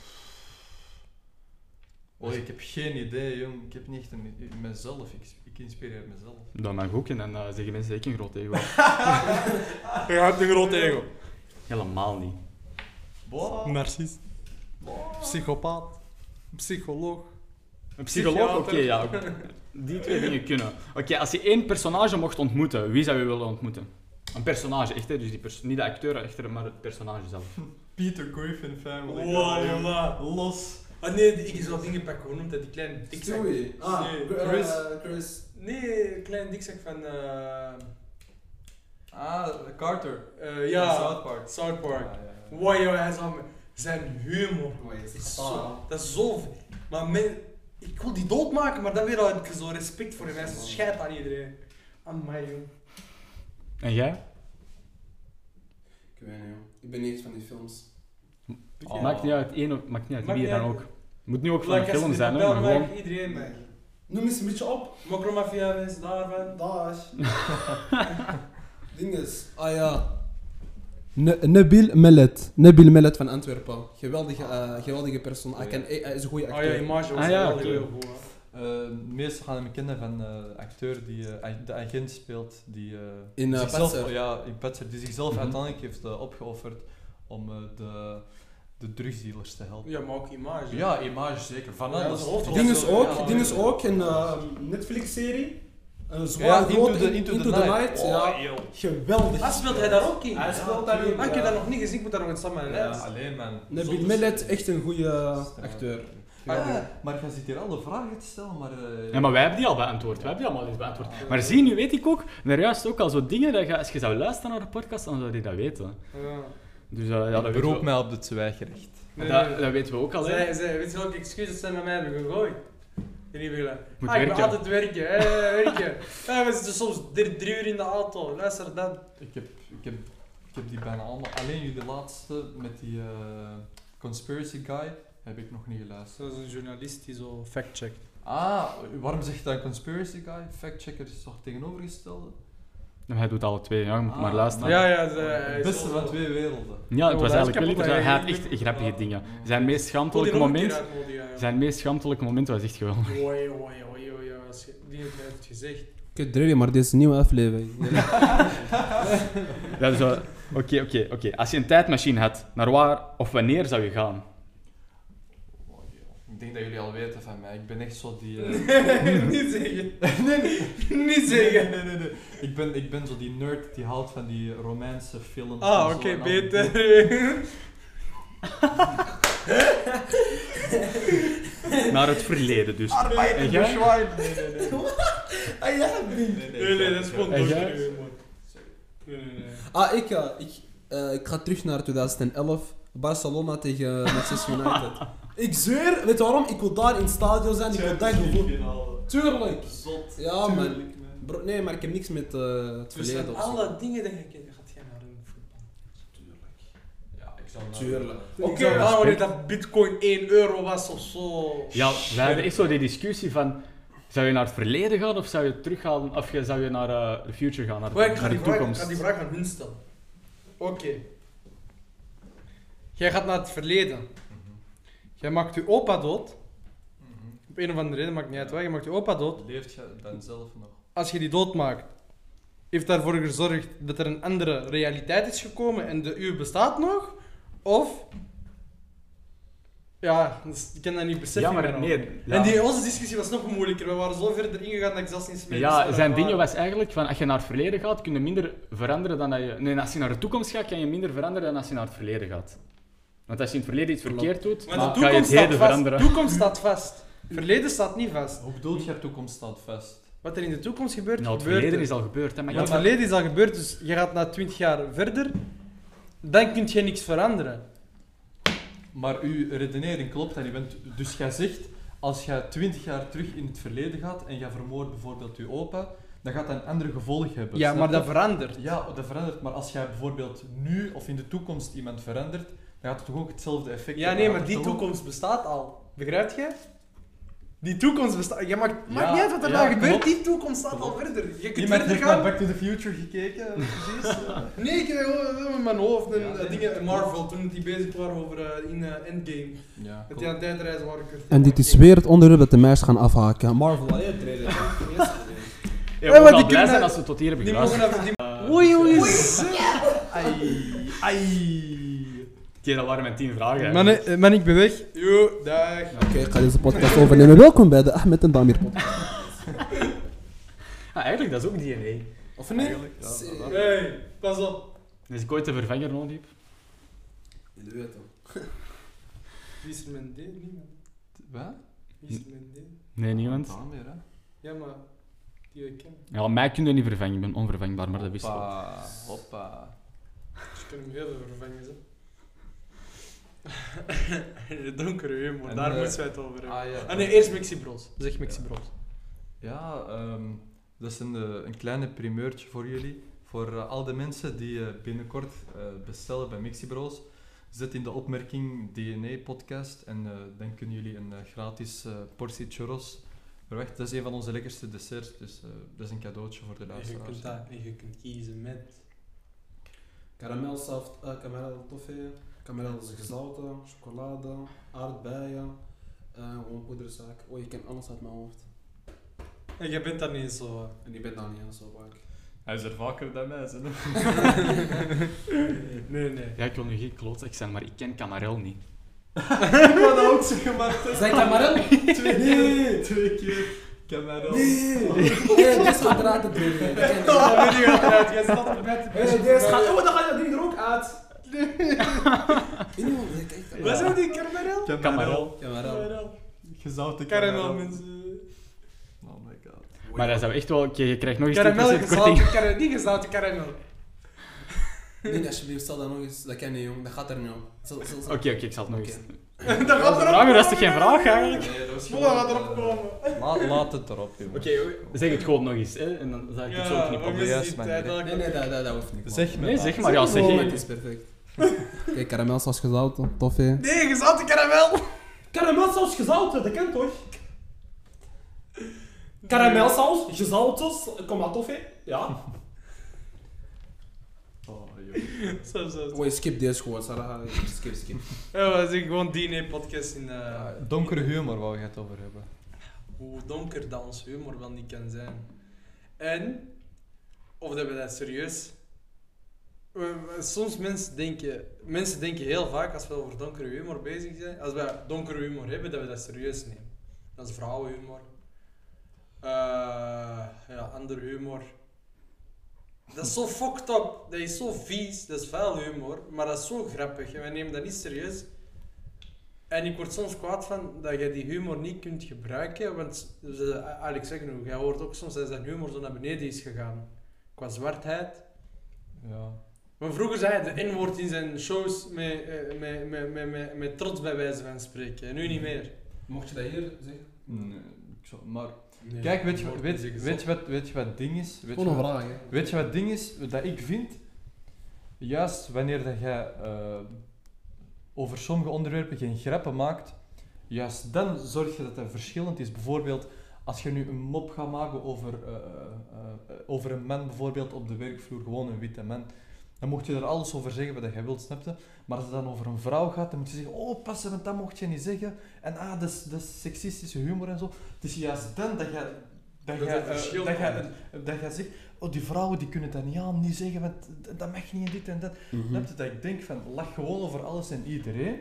Speaker 4: Oh, ik heb geen idee, jong. Ik heb niet echt een, mezelf. Ik, ik inspireer mezelf.
Speaker 1: Dat mag ook en dan uh, zeggen mensen dat ik een groot ego heb.
Speaker 3: Je hebt een groot ego.
Speaker 1: Helemaal niet.
Speaker 4: Boah.
Speaker 3: Narcist. Psychopaat. Psycholoog.
Speaker 1: Een psycholoog, oké, ja. Die twee dingen kunnen. Oké, als je één personage mocht ontmoeten, wie zou je willen ontmoeten? Een personage, echt hè? Dus die pers- niet de acteur achter, maar het personage zelf.
Speaker 4: Peter Griffin family.
Speaker 3: Wow, jongen.
Speaker 4: Los.
Speaker 3: Ah nee, ik zou dingen pakken, hoe noemt dat? Die kleine dikzak.
Speaker 2: Stewie. Ah,
Speaker 3: Nee,
Speaker 2: Chris.
Speaker 3: Chris.
Speaker 2: Chris.
Speaker 3: Nee, kleine dikzak van... eh
Speaker 4: Ah, Carter.
Speaker 3: eh, ja,
Speaker 4: South Park.
Speaker 3: South Park.
Speaker 4: Ja, ja, ja.
Speaker 3: Wow, joh, hij zou me... Zijn humor
Speaker 2: Wait,
Speaker 3: is
Speaker 2: ah.
Speaker 3: zo... Dat is zo... Maar men, ik wil die doodmaken, maar dan weer heb ik zo respect voor hem. Hij is scheid aan iedereen. Amai, joh.
Speaker 1: En jij?
Speaker 2: Ik weet niet, joh. Ik ben niet echt van die films.
Speaker 4: Oh.
Speaker 1: Maakt niet uit, één of, maakt niet uit
Speaker 3: Maakt
Speaker 1: wie
Speaker 3: niet
Speaker 1: dan
Speaker 3: uit.
Speaker 1: ook. Moet nu ook van
Speaker 3: Like,
Speaker 1: een
Speaker 3: als
Speaker 1: film
Speaker 3: je
Speaker 1: zijn,
Speaker 3: dit
Speaker 1: hè,
Speaker 3: belt,
Speaker 1: maar gewoon...
Speaker 3: maakt iedereen mee.
Speaker 2: Noem eens een beetje op.
Speaker 3: Mokromafia is daarvan.
Speaker 2: Dash. Dinges. Ah ja. Ne- Nabil Mellet. Nabil Mellet van Antwerpen. Geweldige, eh, geweldige persoon. Hij, kan, hij is een goede
Speaker 3: Ah
Speaker 2: acteur.
Speaker 3: ja, Image was
Speaker 1: Ah, ja,
Speaker 3: wel
Speaker 1: oké.
Speaker 3: heel goed. hè.
Speaker 4: Uh, meestal gaan we kennen van de acteur die uh, ag- de agent speelt, die, uh,
Speaker 2: In, uh,
Speaker 4: zichzelf,
Speaker 2: Patser.
Speaker 4: ja, in Patser, die zichzelf
Speaker 1: Mhm.
Speaker 4: uiteindelijk heeft uh, opgeofferd om uh, de, de drugsdealers te helpen.
Speaker 3: Ja, maar ook Image. hè.
Speaker 4: Ja, Image zeker, van
Speaker 3: Ja,
Speaker 4: alles.
Speaker 3: zijn hoofdrol.
Speaker 2: Ding is
Speaker 3: Ja,
Speaker 2: ook,
Speaker 3: ja,
Speaker 2: ding is
Speaker 3: ja.
Speaker 2: ook een uh, Netflix-serie. Een zwaar
Speaker 4: Ja,
Speaker 2: grote
Speaker 4: Into the, into the, Night.
Speaker 2: ja.
Speaker 4: Oh, joh.
Speaker 2: Geweldig.
Speaker 3: Ah, speelt hij daar ook in?
Speaker 2: Hij speelt daar in,
Speaker 3: Ah, ik heb
Speaker 2: ja.
Speaker 3: dat nog niet gezien, ik moet daar nog eens aan mijn
Speaker 2: Ja.
Speaker 3: lijst.
Speaker 4: Alleen man.
Speaker 2: Nabil
Speaker 4: Zonder
Speaker 2: Mellet,
Speaker 4: serie.
Speaker 2: echt een goede acteur.
Speaker 4: Ah, maar je zit hier alle vragen te stellen, maar... Uh,
Speaker 1: Ja, maar wij hebben die al beantwoord. Wij hebben die allemaal eens beantwoord. Maar zie, nu weet ik ook, daar juist ook al zo dingen, dat je, als je zou luisteren naar de podcast, dan zou je dat weten.
Speaker 3: Ja.
Speaker 1: Dus uh, ja, dat
Speaker 4: ik
Speaker 1: weten
Speaker 4: beroep
Speaker 1: we,
Speaker 4: mij op het zwijgrecht.
Speaker 3: Nee,
Speaker 1: dat,
Speaker 3: nee.
Speaker 1: dat weten we ook al, hè.
Speaker 3: Zij, zij, weet je welke excuses zij naar mij hebben gegooid? En die hebben gedaan.
Speaker 1: Moet
Speaker 3: Ah, ik
Speaker 1: werken.
Speaker 3: ben altijd werken, hè, werken. Ja, we zitten soms drie, drie uur in de auto. Luister dan.
Speaker 4: Ik heb, ik, heb, ik heb die bijna allemaal... Alleen jullie laatste met die uh, conspiracy guy heb ik nog niet geluisterd.
Speaker 3: Dat is een journalist die zo fact-checkt.
Speaker 4: Ah, waarom zeg je dat conspiracy guy? Fact-checker is toch tegenovergestelde?
Speaker 1: En hij doet alle twee, ja, je moet
Speaker 4: Ah,
Speaker 1: maar luisteren.
Speaker 3: Ja, ja, ze- hij
Speaker 4: Het
Speaker 3: is
Speaker 4: beste
Speaker 3: zo-
Speaker 4: van twee werelden.
Speaker 1: Ja, het
Speaker 3: Oh,
Speaker 1: was
Speaker 3: dat is
Speaker 1: eigenlijk wel
Speaker 3: kapot,
Speaker 1: interessant. Hij had
Speaker 3: hè.
Speaker 1: echt grappige dingen. Zijn meest
Speaker 3: Oh,
Speaker 1: schaamtelijke
Speaker 3: die nog een
Speaker 1: moment...
Speaker 3: keer uitnodigen, ja, ja.
Speaker 1: Zijn meest schaamtelijke moment was echt geweldig.
Speaker 3: Oei, oei, oei, oei, als je die heeft mij heeft gezegd.
Speaker 2: Kut, Dre, maar dit is een nieuwe aflevering.
Speaker 1: Ja, dus, uh, Oké, oké, oké. Als je een tijdmachine had, naar waar of wanneer zou je gaan?
Speaker 4: Oh, joh. ik denk dat jullie al weten van mij. Ik ben echt zo die... Uh...
Speaker 3: Niet zeggen.
Speaker 4: nee, nee.
Speaker 3: Niet zeggen.
Speaker 4: Nee, nee, nee. Ik ben, ik ben zo die nerd die houdt van die Romeinse films.
Speaker 3: Ah, oké, okay, beter.
Speaker 1: Naar het verleden dus.
Speaker 4: Arbeid in de Schwein. Nee, nee, nee.
Speaker 2: Ah ja, nee.
Speaker 3: Nee, nee, dat is gewoon donker humor. Nee, nee, nee.
Speaker 2: Ah, ik, uh, ik, uh, ik ga terug naar twintig elf. Barcelona tegen Manchester United. Ik zweer, weet je waarom? Ik wil daar in het stadion zijn, ik wil dat gevoel. Tuurlijk.
Speaker 4: Zot.
Speaker 2: Ja,
Speaker 4: Tuurlijk,
Speaker 2: man.
Speaker 4: man.
Speaker 2: Bro, nee, maar ik heb niks met uh, het
Speaker 3: Dus
Speaker 2: verleden of zo.
Speaker 3: alle dingen dat je kent, gaat jij naar een voetbal.
Speaker 4: Tuurlijk. Ja, ik zal
Speaker 2: Tuurlijk.
Speaker 3: Oké,
Speaker 1: zou
Speaker 3: okay, wanneer
Speaker 1: respect-
Speaker 3: dat bitcoin één euro was of zo.
Speaker 1: Ja, we hadden echt zo die discussie van... Zou je naar het verleden gaan of zou je teruggaan... Of je- zou je naar uh, de future gaan, naar de,
Speaker 3: Maar ik ga
Speaker 1: naar
Speaker 3: die
Speaker 1: de
Speaker 3: vraag, ik
Speaker 1: toekomst?
Speaker 3: ga die vraag aan hun stellen. Oké. Okay. Jij gaat naar het verleden. Jij maakt je opa dood.
Speaker 4: Mhm.
Speaker 3: Op een of andere reden, maakt niet uit waar. Je maakt je opa dood.
Speaker 4: Leeft je dan zelf nog?
Speaker 3: Als je die doodmaakt, heeft daarvoor gezorgd dat er een andere realiteit is gekomen en de uw bestaat nog? Of... Ja, dus ik kan dat niet beseffen.
Speaker 1: Ja, maar
Speaker 3: meer
Speaker 1: nee...
Speaker 3: over.
Speaker 1: ja.
Speaker 3: En die, onze discussie was nog moeilijker. We waren zo verder ingegaan dat ik zelfs niet meer
Speaker 1: Ja,
Speaker 3: wist
Speaker 1: zijn
Speaker 3: waar
Speaker 1: ding
Speaker 3: we
Speaker 1: was eigenlijk van als je naar het verleden gaat, kun je minder veranderen dan dat je... Nee, als je naar de toekomst gaat, kan je minder veranderen dan als je naar het verleden gaat. Want als je in het verleden iets verkeerd doet,
Speaker 3: Maar
Speaker 1: dan
Speaker 3: de
Speaker 1: ga je het
Speaker 3: toekomst staat
Speaker 1: heden
Speaker 3: vast.
Speaker 1: veranderen.
Speaker 3: De toekomst staat vast. Verleden staat niet vast.
Speaker 4: Hoe bedoel je, toekomst staat vast?
Speaker 3: Wat er in de toekomst gebeurt,
Speaker 1: Nou, het
Speaker 3: gebeurt
Speaker 1: verleden
Speaker 3: er.
Speaker 1: is al gebeurd, hè, maar
Speaker 3: Ja,
Speaker 1: ja,
Speaker 3: het verleden is al gebeurd, dus je gaat na twintig jaar verder. Dan kun je niks veranderen.
Speaker 4: Maar uw redenering klopt en je bent... Dus jij zegt, als jij twintig jaar terug in het verleden gaat en jij vermoordt bijvoorbeeld je opa, dan gaat dat een ander gevolg hebben.
Speaker 3: Ja,
Speaker 4: snap
Speaker 3: maar
Speaker 4: je?
Speaker 3: dat verandert.
Speaker 4: Ja, dat verandert. Maar als jij bijvoorbeeld nu of in de toekomst iemand verandert, dan gaat het toch ook hetzelfde effect
Speaker 3: Ja,
Speaker 4: hebben.
Speaker 3: nee,
Speaker 4: Dan
Speaker 3: maar
Speaker 4: gaat
Speaker 3: die
Speaker 4: het toch ook-
Speaker 3: toekomst bestaat al. Begrijp je? Die toekomst bestaat... Je maakt, maakt
Speaker 4: Ja,
Speaker 3: niet uit wat er
Speaker 4: ja,
Speaker 3: nou gebeurt,
Speaker 4: klopt.
Speaker 3: die toekomst staat al
Speaker 4: Klopt.
Speaker 3: verder. Je kunt
Speaker 4: Iemand
Speaker 3: verder
Speaker 4: heeft naar
Speaker 3: gaan.
Speaker 4: Back to the Future gekeken, precies. ja.
Speaker 3: Nee, ik heb gewoon in mijn hoofd een
Speaker 4: Ja,
Speaker 3: eh,
Speaker 4: nee.
Speaker 3: dingen Marvel toen die bezig waren over uh, in uh, Endgame.
Speaker 4: Ja,
Speaker 3: Dat
Speaker 4: klopt.
Speaker 3: die aan het tijdreizen waren.
Speaker 2: En dit is weer het onderwerp dat de meisjes gaan afhaken. Marvel, allee, trailer.
Speaker 1: Ja, we
Speaker 3: Ja, maar
Speaker 1: mogen al
Speaker 3: die
Speaker 1: blij zijn
Speaker 3: kunnen-
Speaker 1: als we tot hier hebben
Speaker 3: Die mogen
Speaker 1: geluisterd.
Speaker 3: even... Die... Oei, oei, oei.
Speaker 4: Ai, ai.
Speaker 1: Oké, dat waren mijn tien vragen. hè.
Speaker 3: Man, eh, man, ik ben weg. Yo, dag.
Speaker 2: Oké, ik ga deze podcast overnemen. Welkom bij de Ahmed en Damir podcast.
Speaker 1: Ah, eigenlijk, dat is ook D N A.
Speaker 2: Of niet?
Speaker 4: Eigenlijk, ja,
Speaker 2: Zee.
Speaker 4: voilà.
Speaker 3: Hey, pas op.
Speaker 1: Dus ik ooit een vervanger nodig heb.
Speaker 2: Jullie weten.
Speaker 3: Wie is er mijn D? Niemand.
Speaker 4: Wat?
Speaker 3: Wie is er mijn D?
Speaker 1: Nee, niemand.
Speaker 4: Damir, hè?
Speaker 3: Ja, maar... Die ik ken.
Speaker 1: Ja, mij kun je niet vervangen, ik ben onvervangbaar, maar dat wist je wel.
Speaker 4: Hoppa, hoppa.
Speaker 3: Dus kunnen hem heel veel vervangen, hè. De donkere humor,
Speaker 4: En,
Speaker 3: daar
Speaker 4: eh,
Speaker 3: moeten wij het over hebben.
Speaker 4: Ah, ja.
Speaker 3: Ah nee, eerst Mixi Bros. Zeg Mixi Bros.
Speaker 4: Ja, ehm, dat is een, eh, een kleine primeurtje voor jullie. Voor eh, al de mensen die eh, binnenkort eh, bestellen bij Mixibros. Zet in de opmerking D N A-podcast en eh, dan kunnen jullie een eh, gratis eh, portie churros verwachten. Dat is een van onze lekkerste desserts, dus eh, dat is een cadeautje voor de
Speaker 3: Je
Speaker 4: luisteraars.
Speaker 3: kunt, dat, je kunt kiezen met...
Speaker 2: Karamelsaft, uh, karamel toffee, karamel gezouten, chocolade, aardbeien, uh, gewoon poedersuiker. Oh, je kent alles uit mijn hoofd.
Speaker 3: En jij bent daar niet zo... eh.
Speaker 2: En ik ben daar niet aan zo vaak.
Speaker 4: Hij is er vaker dan mij, hè?
Speaker 3: Nee, nee.
Speaker 1: Ja, ik wil nu geen klootzak zijn, maar ik ken Camarel niet.
Speaker 4: Ik wou dat ook zeggen, maar het is-
Speaker 2: Zijn karamel?
Speaker 4: twee keer. Twee keer. Camarel.
Speaker 2: Nee! Hey, dit gaat eruit te drinken. Dat ken ik.
Speaker 3: Oh, weet je wat eruit? Jij staat op bed.
Speaker 2: Hey, deze gaat... Oh, dan gaat dat ding er ook uit. Iemand, kijk.
Speaker 3: Wat zijn die caramel?
Speaker 1: Camarel.
Speaker 2: Karamel.
Speaker 4: Gezouten
Speaker 3: Caramel,
Speaker 4: caramel.
Speaker 3: mensen.
Speaker 4: Oh my god.
Speaker 1: Maar dat zou echt wel... oké, je krijgt nog eens
Speaker 3: Caramel,
Speaker 1: tien procent korting.
Speaker 3: gezouten caramel. Niet gezouten caramel.
Speaker 2: Nee, alsjeblieft, stel dat nog eens. Dat ken je, jong. Dat gaat er niet om. Zal- zal- zal-
Speaker 1: Oké, oké, ik zal het nog eens...
Speaker 2: Oké.
Speaker 3: Dat gaat erop
Speaker 1: Vragen, dat is toch geen
Speaker 3: komen,
Speaker 1: vraag
Speaker 3: ja.
Speaker 1: eigenlijk?
Speaker 4: Nee, dat was
Speaker 3: Voilà, gaat erop komen.
Speaker 4: Laat, laat het erop, jongen.
Speaker 1: Oké, zeg het gewoon nog eens, hè, en dan zal ik het zo
Speaker 3: Ja,
Speaker 1: knippen.
Speaker 3: maar mensen
Speaker 4: Juist,
Speaker 3: die
Speaker 4: man,
Speaker 3: tijd
Speaker 4: nee.
Speaker 3: al-
Speaker 2: Nee, nee, dat, dat, dat hoeft niet. man.
Speaker 4: Zeg me
Speaker 1: Nee,
Speaker 4: maar.
Speaker 1: zeg maar, ja, zeg
Speaker 2: Oh,
Speaker 1: je.
Speaker 2: het is perfect. Kijk, karamelsaus gezouten, toffee.
Speaker 3: Nee, gezouten caramel.
Speaker 2: Karamelsaus gezouten, dat kent toch? Karamelsaus, gezouten, kom maar toffee. Ja.
Speaker 4: Oh, joh.
Speaker 3: Zo, zo, zo.
Speaker 2: Oei, skip deze gewoon, Sarah. Skip, skip.
Speaker 3: Ja, we zijn gewoon D N A-podcast in... eh,
Speaker 4: Ja, donkere humor wou je het over hebben.
Speaker 3: Hoe donker dat ons humor wel niet kan zijn. En... Of dat we dat serieus Soms mensen denken, mensen denken heel vaak als we over donkere humor bezig zijn, als we donkere humor hebben, dat we dat serieus nemen. Dat is vrouwenhumor. Uh, ja, andere humor. Dat is zo fucked up, dat is zo vies, dat is vuil humor, maar dat is zo grappig en wij nemen dat niet serieus. En ik word soms kwaad van dat je die humor niet kunt gebruiken, want dus, Alex zegt nu, jij hoort ook soms dat zijn humor zo naar beneden is gegaan. Qua zwartheid.
Speaker 4: Ja.
Speaker 3: Maar vroeger zei hij de N-woord in zijn shows met, met, met, met, met, met trots bij wijze van spreken, en nu niet meer.
Speaker 2: Mocht je dat hier zeggen?
Speaker 4: Nee, ik zou- maar...
Speaker 3: Nee,
Speaker 4: Kijk, weet je,
Speaker 3: woord
Speaker 4: weet,
Speaker 3: is
Speaker 4: weet,
Speaker 3: gezond.
Speaker 4: je wat, weet je wat het ding is? Weet je
Speaker 2: Gewoon een
Speaker 4: wat,
Speaker 2: vraag, hè.
Speaker 4: weet je wat het ding is dat ik vind? Juist wanneer dat jij uh, over sommige onderwerpen geen grappen maakt, juist dan zorg je dat het verschillend is. Bijvoorbeeld, als je nu een mop gaat maken over, uh, uh, over een man bijvoorbeeld op de werkvloer, gewoon een witte man, dan mocht je er alles over zeggen wat je wilt, snap je? Maar als het dan over een vrouw gaat, dan moet je zeggen, oh passen, want dat mocht je niet zeggen. En ah, dat is, dat is seksistische humor en zo. Het is juist dan dat je... Dat
Speaker 3: Dat
Speaker 4: je,
Speaker 3: er
Speaker 4: uh,
Speaker 3: verschil
Speaker 4: dat, je,
Speaker 3: komt.
Speaker 4: dat je zegt, oh die vrouwen die kunnen dat niet aan, niet zeggen, want dat mag niet en dit en dat.
Speaker 2: Mhm.
Speaker 4: Snap je, dat ik denk van, lach gewoon over alles en iedereen.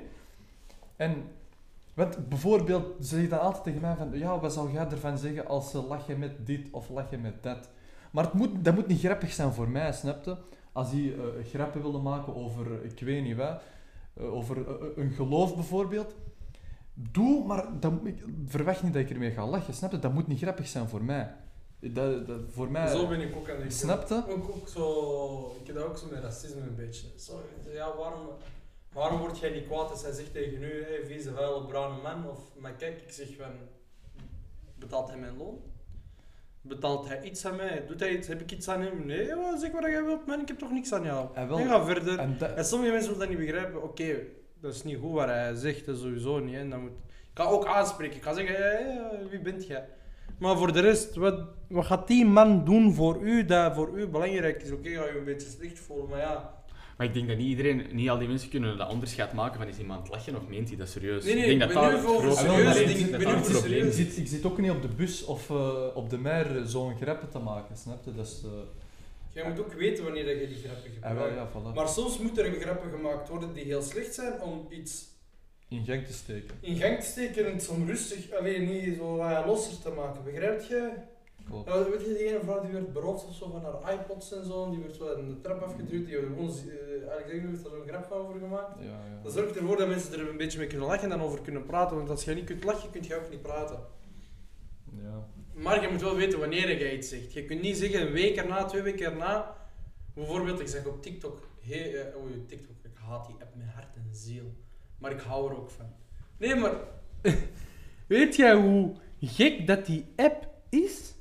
Speaker 4: En, want bijvoorbeeld, zeg je dan altijd tegen mij van, ja, wat zou jij ervan zeggen als ze lachen met dit of lachen met dat? Maar het moet, dat moet niet grappig zijn voor mij, snap je? Als die uh, grappen willen maken over, uh, ik weet niet wat, uh, over uh, een geloof bijvoorbeeld, doe, maar dan, ik verwacht niet dat ik ermee ga lachen, snap je? Dat moet niet grappig zijn voor mij. Dat, dat, voor mij...
Speaker 3: Zo ben ik ook aan het denken.
Speaker 4: Snap je?
Speaker 3: Ook, ook zo, ik heb dat ook zo met racisme een beetje. Zo, ja, waarom, waarom word jij niet kwaad als hij zegt tegen u, hey, vieze vuile bruine man? Of, maar kijk, ik zeg van, betaalt hij mijn loon? Betaalt hij iets aan mij? Doet hij iets? Heb ik iets aan hem? Nee, joh, zeg wat jij wilt, man, ik heb toch niks aan jou.
Speaker 4: En wel-
Speaker 3: En ga verder. En,
Speaker 4: En dat,
Speaker 3: sommige mensen willen dat niet begrijpen. Oké, okay, dat is niet goed wat hij zegt, dat is sowieso niet. En dan moet... Ik ga ook aanspreken, ik ga zeggen, hey, wie bent jij? Maar voor de rest, wat, wat gaat die man doen voor u dat voor u belangrijk is? Oké, okay, ga je een beetje slecht voelen, maar ja.
Speaker 1: Maar ik denk dat niet iedereen, niet al die mensen kunnen dat onderscheid maken van is iemand aan het lachen of meent hij dat serieus.
Speaker 3: Nee, nee,
Speaker 1: ik denk
Speaker 3: ik
Speaker 1: dat
Speaker 3: ben
Speaker 1: daar
Speaker 3: nu
Speaker 1: het
Speaker 3: over
Speaker 1: grote
Speaker 4: serieuze
Speaker 1: probleem-
Speaker 3: dingen, ik
Speaker 1: dat
Speaker 3: ben
Speaker 1: daar
Speaker 3: nu
Speaker 1: het
Speaker 3: over
Speaker 1: probleem
Speaker 4: ik,
Speaker 1: zit.
Speaker 4: zit, ik zit ook niet op de bus of uh, op de mer zo'n grappen te maken, snap je? Dat is... Uh,
Speaker 3: Jij moet ook weten wanneer dat je die grappen
Speaker 4: ah, wel,
Speaker 3: gebruikt.
Speaker 4: ja, voilà.
Speaker 3: Maar soms moeten er grappen gemaakt worden die heel slecht zijn om iets
Speaker 4: In gang te steken.
Speaker 3: in gang te steken en het zo rustig, alleen niet zo uh, losser te maken. Begrijp je?
Speaker 4: Klopt.
Speaker 3: Uh, weet je, die ene vrouw die werd beroofd of zo van haar iPods en zo, en die werd zo in de trap afgedrukt, die gewoon, uh, Alexander heeft daar zo'n grap van over gemaakt.
Speaker 4: Ja, ja.
Speaker 3: Dat zorgt ervoor dat mensen er een beetje mee kunnen lachen en dan over kunnen praten, want als je niet kunt lachen, kun je ook niet praten.
Speaker 4: Ja.
Speaker 3: Maar je moet wel weten wanneer je iets zegt. Je kunt niet zeggen een week erna, twee weken erna. Bijvoorbeeld, ik zeg op TikTok, hey, uh, oei, TikTok, ik haat die app met hart en ziel. Maar ik hou er ook van. Nee, maar weet jij hoe gek dat die app is?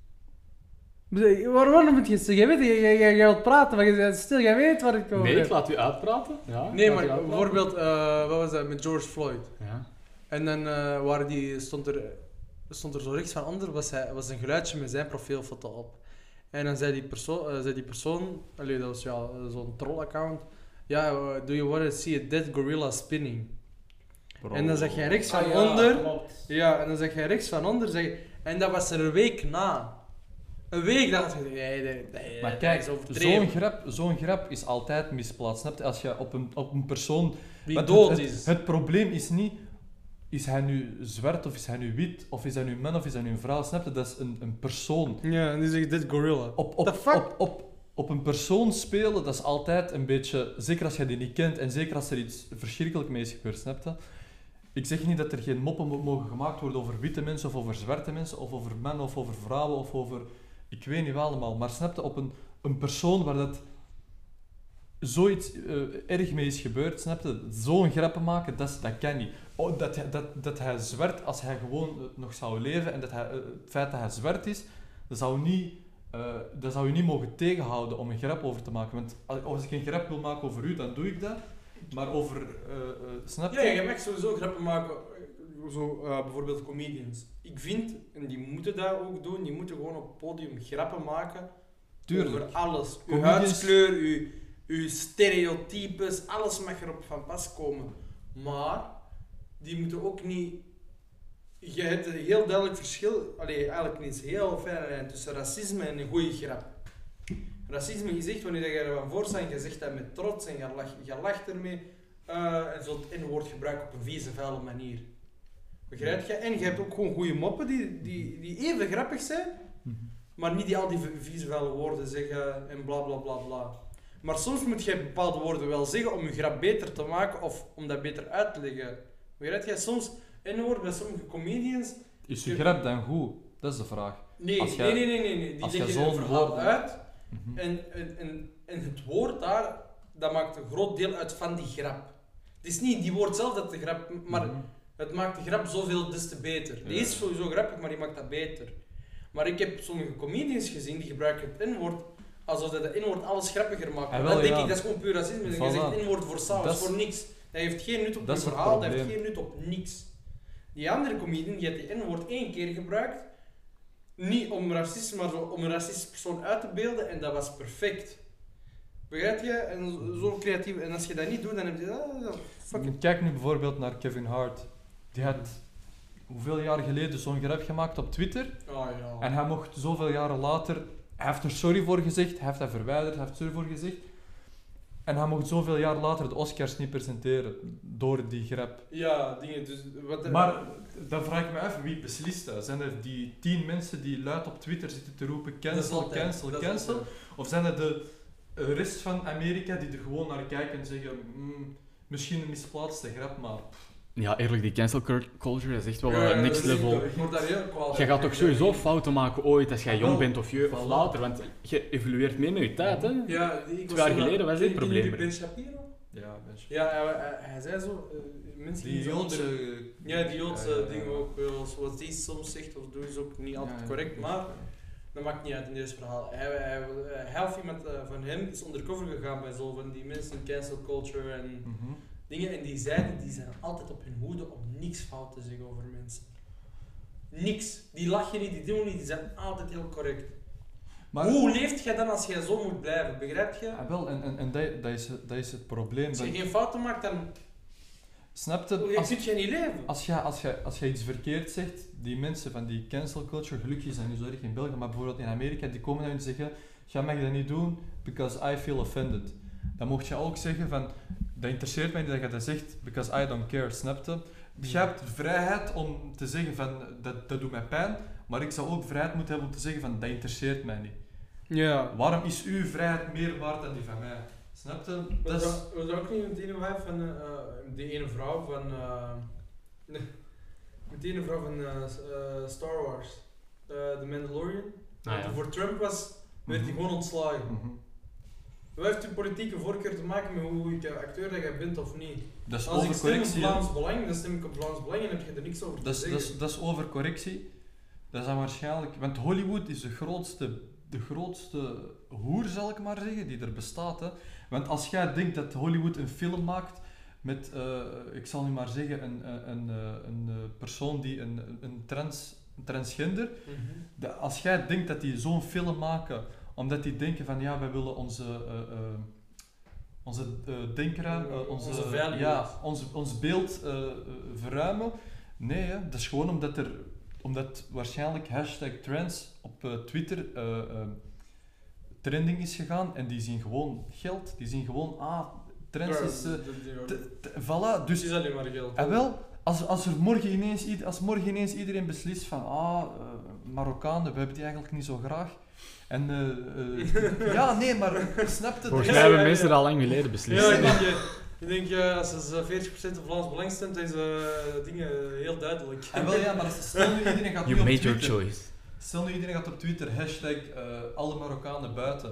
Speaker 3: Waar- Waarom moet je zeggen? Jij weet, jij, jij, jij wilt praten, maar je bent stil, jij weet waar ik over
Speaker 1: Nee,
Speaker 3: heb.
Speaker 1: ik laat u uitpraten. Ja, ik
Speaker 3: Nee,
Speaker 1: laat u
Speaker 3: maar
Speaker 1: uitpraten.
Speaker 3: bijvoorbeeld, uh, wat was dat, met George Floyd.
Speaker 1: Ja.
Speaker 3: En dan uh, waren die, stond, er, stond er zo rechts van onder, was, hij, was een geluidje met zijn profielfoto op. En dan zei die persoon, uh, zei die persoon allee, dat was ja, zo'n troll-account, ja, uh, do you want to see a dead gorilla spinning?
Speaker 4: Bro.
Speaker 3: En dan zeg jij rechts van
Speaker 2: Ah, ja,
Speaker 3: onder,
Speaker 2: klopt.
Speaker 3: ja, en dan zeg jij rechts van onder, zeg je, en dat was er een week na. Een week dacht je, nee, nee, nee,
Speaker 4: Maar
Speaker 3: dat
Speaker 4: kijk,
Speaker 3: is
Speaker 4: zo'n
Speaker 3: overdreven.
Speaker 4: grap, zo'n grap is altijd misplaatst. Snap je? Als je op een, op een persoon...
Speaker 3: Wie
Speaker 4: want
Speaker 3: dood
Speaker 4: het,
Speaker 3: is.
Speaker 4: Het, het probleem is niet, is hij nu zwart of is hij nu wit, of is hij nu man of is hij nu een vrouw. Snap je? Dat is een, een persoon.
Speaker 3: Ja, en die zegt dit gorilla.
Speaker 4: Op, op,
Speaker 3: The fuck?
Speaker 4: op, op, op een persoon spelen, dat is altijd een beetje... Zeker als je die niet kent en zeker als er iets verschrikkelijk mee is gebeurd, snap je? Ik zeg niet dat er geen moppen mo- mogen gemaakt worden over witte mensen of over zwarte mensen, of over mannen of over vrouwen of over... Ik weet niet wat allemaal, maar snap je, op een, een persoon waar dat zoiets uh, erg mee is gebeurd, snap je, zo'n grappen maken, dat, is- dat kan niet. Oh, dat, hij- dat, dat hij zwart, als hij gewoon uh, nog zou leven en dat hij, uh, het feit dat hij zwart is, dat zou, niet, uh, dat zou je niet mogen tegenhouden om een grap over te maken. Want als- als ik een grap wil maken over u, dan doe ik dat. Maar over, uh, uh, snap je?
Speaker 3: Ja, je mag sowieso grappen maken, zo, uh, bijvoorbeeld comedians. Ik vind, en die moeten dat ook doen, die moeten gewoon op het podium grappen maken.
Speaker 4: Tuurlijk.
Speaker 3: Over alles. Uw
Speaker 4: Comedians-
Speaker 3: huidskleur, uw, uw stereotypes, alles mag erop van pas komen. Maar, die moeten ook niet... Je hebt een heel duidelijk verschil, allee, eigenlijk niet eens heel fijne lijn tussen racisme en een goede grap. Racisme is echt wanneer je ervan voor staat en je zegt dat met trots en je lacht, je lacht ermee uh, en zo het N-woord gebruiken op een vieze, vuile manier. Begrijp je? En je hebt ook gewoon goede moppen die, die, die even grappig zijn, mm-hmm. maar niet die al die vieze, vuile woorden zeggen en bla bla bla bla. Maar soms moet je bepaalde woorden wel zeggen om je grap beter te maken of om dat beter uit te leggen. Begrijp je? Soms N-woord bij sommige comedians...
Speaker 4: Is je grap dan goed? Dat is de vraag.
Speaker 3: Nee,
Speaker 4: als
Speaker 3: nee, nee, nee, nee, nee. Die
Speaker 4: als
Speaker 3: leggen
Speaker 4: je
Speaker 3: een
Speaker 4: zo'n
Speaker 3: verhaal
Speaker 4: woord
Speaker 3: uit
Speaker 4: mm-hmm.
Speaker 3: en, en, en, en het woord daar, dat maakt een groot deel uit van die grap. Het is niet die woord zelf dat de grap, maar mm-hmm. het maakt de grap zoveel des te beter. Die ja. is sowieso grappig, maar die maakt dat beter. Maar ik heb sommige comedians gezien die gebruiken het N-woord alsof dat het N-woord alles grappiger maakt.
Speaker 4: Ah, wel,
Speaker 3: dan denk
Speaker 4: ja.
Speaker 3: ik, dat is gewoon puur racisme. Voilà. Je zegt N-woord voor saus, voor niks. Dat heeft geen nut op je verhaal, dat heeft geen nut op niks. Die andere comedian die heeft die N-woord één keer gebruikt, niet om racisme, maar zo om een racistische persoon uit te beelden en dat was perfect. Begrijp je? En zo creatief. En als je dat niet doet, dan heb je... Ah, fuck it.
Speaker 4: Kijk nu bijvoorbeeld naar Kevin Hart. Die had hoeveel jaar geleden zo'n grap gemaakt op Twitter.
Speaker 3: Oh, ja.
Speaker 4: En hij mocht zoveel jaren later... Hij heeft er sorry voor gezegd, hij heeft dat verwijderd, hij heeft sorry voor gezegd. En hij mocht zoveel jaar later de Oscars niet presenteren door die grap.
Speaker 3: Ja, dingen. Dus wat
Speaker 4: maar dan vraag ik me af, wie beslist dat? Zijn er die tien mensen die luid op Twitter zitten te roepen cancel, cancel, cancel? Of zijn er de rest van Amerika die er gewoon naar kijken en zeggen mm, misschien een misplaatste grap, maar...
Speaker 1: Ja, eerlijk, die cancel culture is echt wel
Speaker 3: ja,
Speaker 1: uh, next level.
Speaker 3: Ik word daar heel kwaad.
Speaker 1: Je gaat toch sowieso fouten maken ooit als jij jong bent of, je, of later, want je evolueert mee met je tijd, hè?
Speaker 3: Ja, ik
Speaker 1: Twee jaar geleden was dit probleem.
Speaker 3: Ben Shapiro?
Speaker 4: Ja, Ben Shapiro.
Speaker 3: Ja, hij, hij, hij zei zo, uh, mensen
Speaker 4: die Joodse...
Speaker 3: Onder... Ja, die Joodse uh, dingen ook wel, zoals die soms zegt of doe is ook niet altijd ja, correct, ja, maar dat maakt niet uit in deze verhaal. Hij, hij, hij of iemand uh, van hem is undercover gegaan bij zo van die mensen, cancel culture en... Mm-hmm. Dingen, en die zeiden, die zijn altijd op hun hoede om niks fout te zeggen over mensen. Niks. Die lachen niet, die doen niet, die zijn altijd heel correct. Maar hoe leeft jij dan als jij zo moet blijven, begrijp je?
Speaker 4: Ja, wel, en, en, en dat, dat, is, dat is het probleem.
Speaker 3: Als je geen fouten maakt, dan...
Speaker 4: Snap je?
Speaker 3: Hoe zit je niet leven?
Speaker 4: Als je, als, je, als je iets verkeerd zegt, die mensen van die cancel culture, gelukkig zijn niet zo erg in België, maar bijvoorbeeld in Amerika, die komen naar je en zeggen, jij mag dat niet doen, because I feel offended. Dan mocht je ook zeggen van, dat interesseert mij niet dat je dat zegt, because I don't care, snap je? Je hebt vrijheid om te zeggen van, dat, dat doet mij pijn, maar ik zou ook vrijheid moeten hebben om te zeggen van, dat interesseert mij niet.
Speaker 3: Ja.
Speaker 4: Waarom is uw vrijheid meer waard dan die van mij? Snap je?
Speaker 3: Dat is... Was dat ook niet met die ene vrouw van, uh, die ene vrouw van, uh, nee, met die ene vrouw van uh, uh, Star Wars, uh, The Mandalorian, ah, ja. die voor Trump was, werd hij mm-hmm. gewoon ontslagen. Mm-hmm. Wat heeft uw politieke voorkeur te maken met hoe je acteur dat jij bent of niet?
Speaker 4: Dat is
Speaker 3: Als ik stem op
Speaker 4: overcorrectie.
Speaker 3: Vlaams Belang, dan stem ik op Vlaams Belang en heb je er niks over te
Speaker 4: Dat is,
Speaker 3: zeggen.
Speaker 4: dat is, dat is overcorrectie. Dat is dan waarschijnlijk... Want Hollywood is de grootste, de grootste hoer, zal ik maar zeggen, die er bestaat. Hè. Want als jij denkt dat Hollywood een film maakt met, uh, ik zal nu maar zeggen, een, een, een, een persoon die een, een, trans, een transgender... Mm-hmm. De, als jij denkt dat die zo'n film maken... Omdat die denken van ja, wij willen onze, uh, uh, onze uh, denkruim, uh, onze,
Speaker 3: onze
Speaker 4: ja, ons, ons beeld uh, uh, verruimen. Nee, hè, dat is gewoon omdat er, omdat waarschijnlijk hashtag trans op uh, Twitter uh, uh, trending is gegaan en die zien gewoon geld. Die zien gewoon, ah, trans ja, is... Uh, t- t- voilà, dus...
Speaker 3: Het is alleen maar geld.
Speaker 4: En wel, als, als er morgen ineens, als morgen ineens iedereen beslist van ah, uh, Marokkanen, we hebben die eigenlijk niet zo graag. En uh, uh, ja, nee, maar snap je?
Speaker 1: Volgens mij hebben mensen er al lang geleden beslist.
Speaker 3: Ja, ik denk, je, ik denk uh, als ze veertig procent op Vlaams Belang stemt, dan is uh, dingen heel duidelijk.
Speaker 4: En wel ja, maar stel nu iedereen gaat
Speaker 1: you
Speaker 4: nu op
Speaker 1: made
Speaker 4: Twitter,
Speaker 1: your choice.
Speaker 4: Stel nu iedereen gaat op Twitter hashtag uh, alle Marokkanen buiten.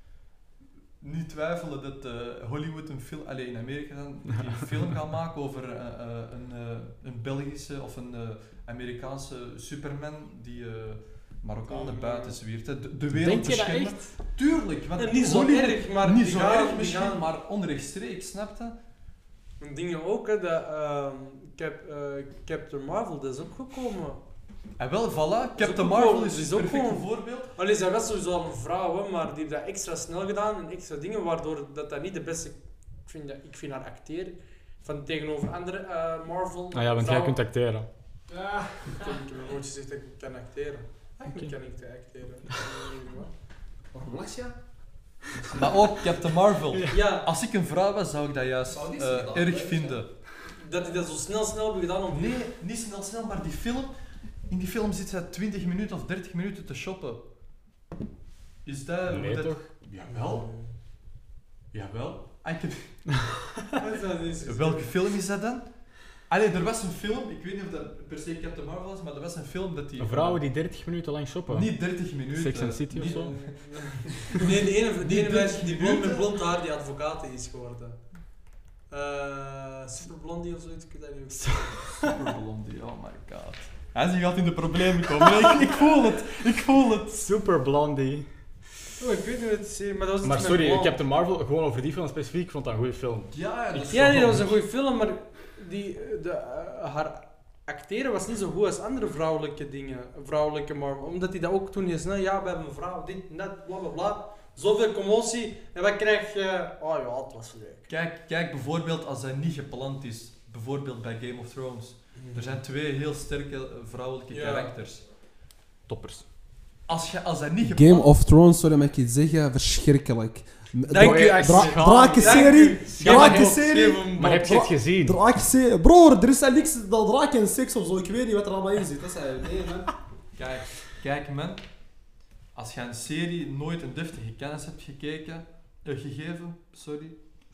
Speaker 4: Niet twijfelen dat uh, Hollywood een film, alleen in Amerika dan, die een film gaat maken over uh, uh, een, uh, een Belgische of een uh, Amerikaanse Superman die uh, Marokkanen oh, buiten zwiert. De, de wereld
Speaker 1: Denk je dat echt?
Speaker 4: Tuurlijk, want
Speaker 3: en niet zo
Speaker 4: Hollywood,
Speaker 3: erg, maar
Speaker 4: niet zo
Speaker 3: gaan,
Speaker 4: erg misschien,
Speaker 3: gaan.
Speaker 4: maar onrechtstreeks, snap je?
Speaker 3: En dingen ook, hè, dat uh, Cap, uh, Captain Marvel, dat is ook gekomen.
Speaker 4: En wel, voilà, Captain
Speaker 3: ook
Speaker 4: Marvel
Speaker 3: gewoon,
Speaker 4: is,
Speaker 3: is
Speaker 4: een
Speaker 3: ook
Speaker 4: perfect
Speaker 3: gewoon,
Speaker 4: voorbeeld.
Speaker 3: Allee, zij was sowieso al een vrouw, hè, maar die heeft dat extra snel gedaan en extra dingen, waardoor dat, dat niet de beste... Ik vind, dat, ik vind haar acteren van tegenover andere uh, Marvel...
Speaker 1: Ah ja, want jij kunt acteren.
Speaker 3: Ja, ik heb, ik heb nooit gezegd dat ik kan acteren. Eigenlijk okay. kan ik te acteren.
Speaker 2: Waarom lach je?
Speaker 4: Maar ook Captain Marvel.
Speaker 3: Ja,
Speaker 4: Als ik een vrouw was, zou ik dat juist
Speaker 2: Zou die
Speaker 4: eh,
Speaker 2: zien dan,
Speaker 4: erg
Speaker 2: hè?
Speaker 4: vinden.
Speaker 3: dat die dat zo snel snel hebben gedaan om...
Speaker 4: Nee, niet snel snel, maar die film... In die film zit zij twintig minuten of dertig minuten te shoppen. Is dat... hoe
Speaker 1: Nee,
Speaker 4: dat...
Speaker 1: toch?
Speaker 4: Jawel. Jawel. Ah, ik heb...
Speaker 3: Dat is niet zo.
Speaker 4: Welke film is dat dan? Allee, er was een film, ik weet niet of dat per se Captain Marvel was, maar er was een film dat die...
Speaker 1: Vrouwen die dertig minuten lang shoppen.
Speaker 4: Niet dertig minuten.
Speaker 1: Sex and City of
Speaker 4: niet-
Speaker 1: zo?
Speaker 3: Nee, die ene, die ene
Speaker 4: Die
Speaker 3: meisje die blond met
Speaker 4: minuten.
Speaker 3: blond haar die advocaat is geworden. Uh, Super Blondie of zoiets, ik weet dat niet.
Speaker 4: Super Blondie, oh my god. Hij is gaat in de problemen komen. Nee, ik, ik voel het, ik voel het.
Speaker 1: Super Blondie.
Speaker 3: Oh, ik weet niet wat het is, maar dat was iets
Speaker 1: Maar
Speaker 3: met
Speaker 1: sorry,
Speaker 3: blond.
Speaker 1: Captain Marvel, gewoon over die film specifiek, ik vond dat een goede film.
Speaker 4: Ja, dat is
Speaker 3: Ja, nee,
Speaker 4: wel-
Speaker 3: dat was een goede film, maar die, de, uh, haar acteren was niet zo goed als andere vrouwelijke dingen, vrouwelijke Marvel. Omdat hij dat ook toen is, nou ja, we hebben een vrouw, dit, dat, bla bla bla. Zoveel commotie, en wat krijg je? Oh ja, het was leuk.
Speaker 4: Kijk, kijk bijvoorbeeld als hij niet gepland is. Bijvoorbeeld bij Game of Thrones. Er zijn twee heel sterke eh, vrouwelijke
Speaker 3: Ja.
Speaker 4: karakters.
Speaker 1: Toppers.
Speaker 4: Als, je, als hij niet gepland...
Speaker 2: Game of Thrones, sorry, mag ik iets zeggen, verschrikkelijk.
Speaker 3: Dank u,
Speaker 2: Dra-
Speaker 3: Axel.
Speaker 2: dra- Drakenserie, drakenserie,
Speaker 1: Maar heb je het gezien?
Speaker 2: drakenserie. Broer, er is al niks dan draken en seks of zo, ik weet niet wat er allemaal in zit. Dat is eigenlijk, nee man.
Speaker 4: Kijk, kijk man. Als je een serie nooit een deftige kennis hebt gekeken, eh, gegeven, sorry,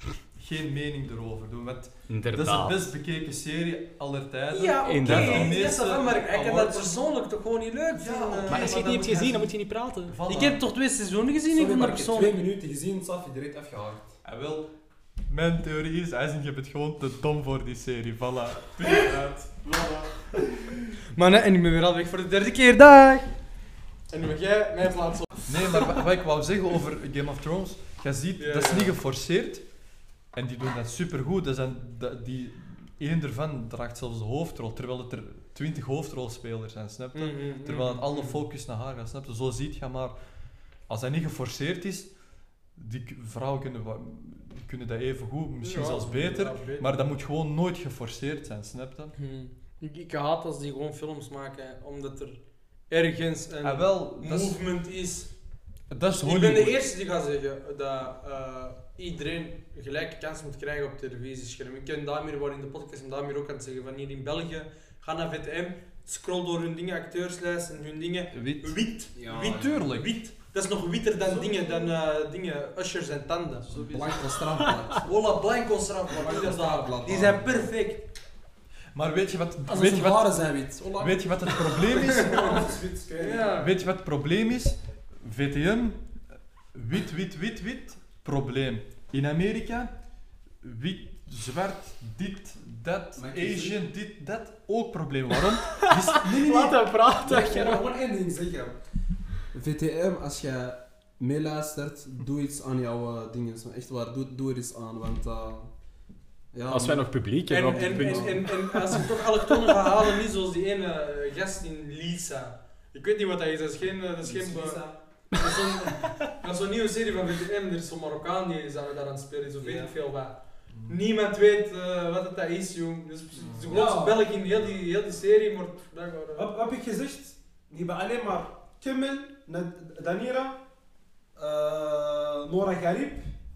Speaker 4: geen mening erover doen. Want dat is de
Speaker 1: Inderdaad.
Speaker 4: best bekeken serie aller tijden.
Speaker 3: Ja, oké,
Speaker 1: Inderdaad.
Speaker 3: okay.
Speaker 4: De
Speaker 3: dat is
Speaker 4: meeste
Speaker 3: wel, maar ik kan dat
Speaker 4: awards.
Speaker 3: persoonlijk toch gewoon niet leuk
Speaker 4: Ja,
Speaker 3: vinden.
Speaker 4: oké,
Speaker 1: Maar als je het niet hebt gezien, dan moet je niet praten.
Speaker 4: Voilà.
Speaker 3: Ik heb toch twee seizoenen gezien, ik
Speaker 2: Sorry,
Speaker 3: vond
Speaker 2: maar
Speaker 3: dat
Speaker 2: ik heb twee
Speaker 3: persoonlijk...
Speaker 2: minuten gezien, Safi, direct afgehaakt.
Speaker 4: En wel, mijn theorie is, hij is je bent gewoon te dom voor die serie. Voilà. Punt uit. Voilà.
Speaker 3: Maar nee, en ik ben weer al weg voor de derde keer, dag! En nu mag jij mijn plaats op.
Speaker 4: Nee, maar wa- wat ik wou zeggen over Game of Thrones, je ziet,
Speaker 3: Ja,
Speaker 4: dat is
Speaker 3: ja.
Speaker 4: niet geforceerd. En die doen dat supergoed. Dat zijn, dat, die, één ervan draagt zelfs de hoofdrol, terwijl het er twintig hoofdrolspelers zijn, snap je?
Speaker 3: Mhm,
Speaker 4: Terwijl het alle focus naar haar gaat, snap je? Zo ziet je maar, als dat niet geforceerd is, die k- vrouwen kunnen, wa- kunnen dat even goed, misschien
Speaker 3: Ja,
Speaker 4: zelfs
Speaker 3: ja,
Speaker 4: beter,
Speaker 3: beter.
Speaker 4: maar dat moet gewoon nooit geforceerd zijn, snap je?
Speaker 3: Hmm. Ik, ik haat als die gewoon films maken, omdat er ergens een
Speaker 4: Ah, wel, dat is,
Speaker 3: movement is.
Speaker 4: dat is
Speaker 3: Ik ben de
Speaker 4: Hollywood.
Speaker 3: eerste die gaat zeggen dat eh, iedereen gelijke kans moet krijgen op televisiescherm. Ik ken Damir, waar in de podcast en Damir ook aan het zeggen van hier in België, ga naar V T M, scroll door hun dingen, acteurslijst en hun dingen.
Speaker 4: Wit.
Speaker 3: Wit.
Speaker 2: Ja,
Speaker 3: wit.
Speaker 4: Tuurlijk.
Speaker 3: Wit. Dat is nog witter dan dingen, dan eh, dingen, ushers en tanden.
Speaker 2: Blanco strafblad.
Speaker 3: Voilà, blanco strafblad, inderdaad. Die zijn perfect.
Speaker 4: Maar weet je wat,
Speaker 2: Als
Speaker 4: weet
Speaker 2: het
Speaker 4: je wat,
Speaker 2: haren zijn wit. Hola.
Speaker 4: weet je wat het probleem is?
Speaker 3: Ja.
Speaker 4: Weet je wat het probleem is? V T M, wit, wit, wit, wit, probleem. In Amerika, wit, zwart, dit, dat,
Speaker 2: Maar ik-
Speaker 4: Asian, dit, dat, ook probleem. Waarom? Dus, nee, nee, nee.
Speaker 1: Laat hem praten.
Speaker 2: Ik ga gewoon één ding zeggen. V T M, als je meeluistert, doe iets aan jouw uh, dingen. Echt waar, doe, doe er iets aan, want... uh, ja,
Speaker 1: Als wij nog publiek
Speaker 3: En,
Speaker 1: hebben op
Speaker 3: en,
Speaker 1: dit
Speaker 3: en,
Speaker 1: punt.
Speaker 3: en, en als ik toch allochtonen ga halen, niet zoals die ene eh, gast in Lisa. Ik weet niet wat dat is, dat is geen... eh, Dat is geen dat is zo'n dat is zo'n nieuwe serie van V T M, er is zo'n Marokkaan die is daar, daar aan het spelen, zo weet
Speaker 2: Ja.
Speaker 3: ik veel wat. Niemand weet uh, wat het dat is, jong. Dus de grootste
Speaker 2: Ja.
Speaker 3: Belg in heel die, heel die serie, maar blijkbaar... eh,
Speaker 5: Wat, wat heb ik gezegd? Die hebben alleen maar Kimmel, Nad- Danira,
Speaker 2: Uh,
Speaker 5: Nora Garib.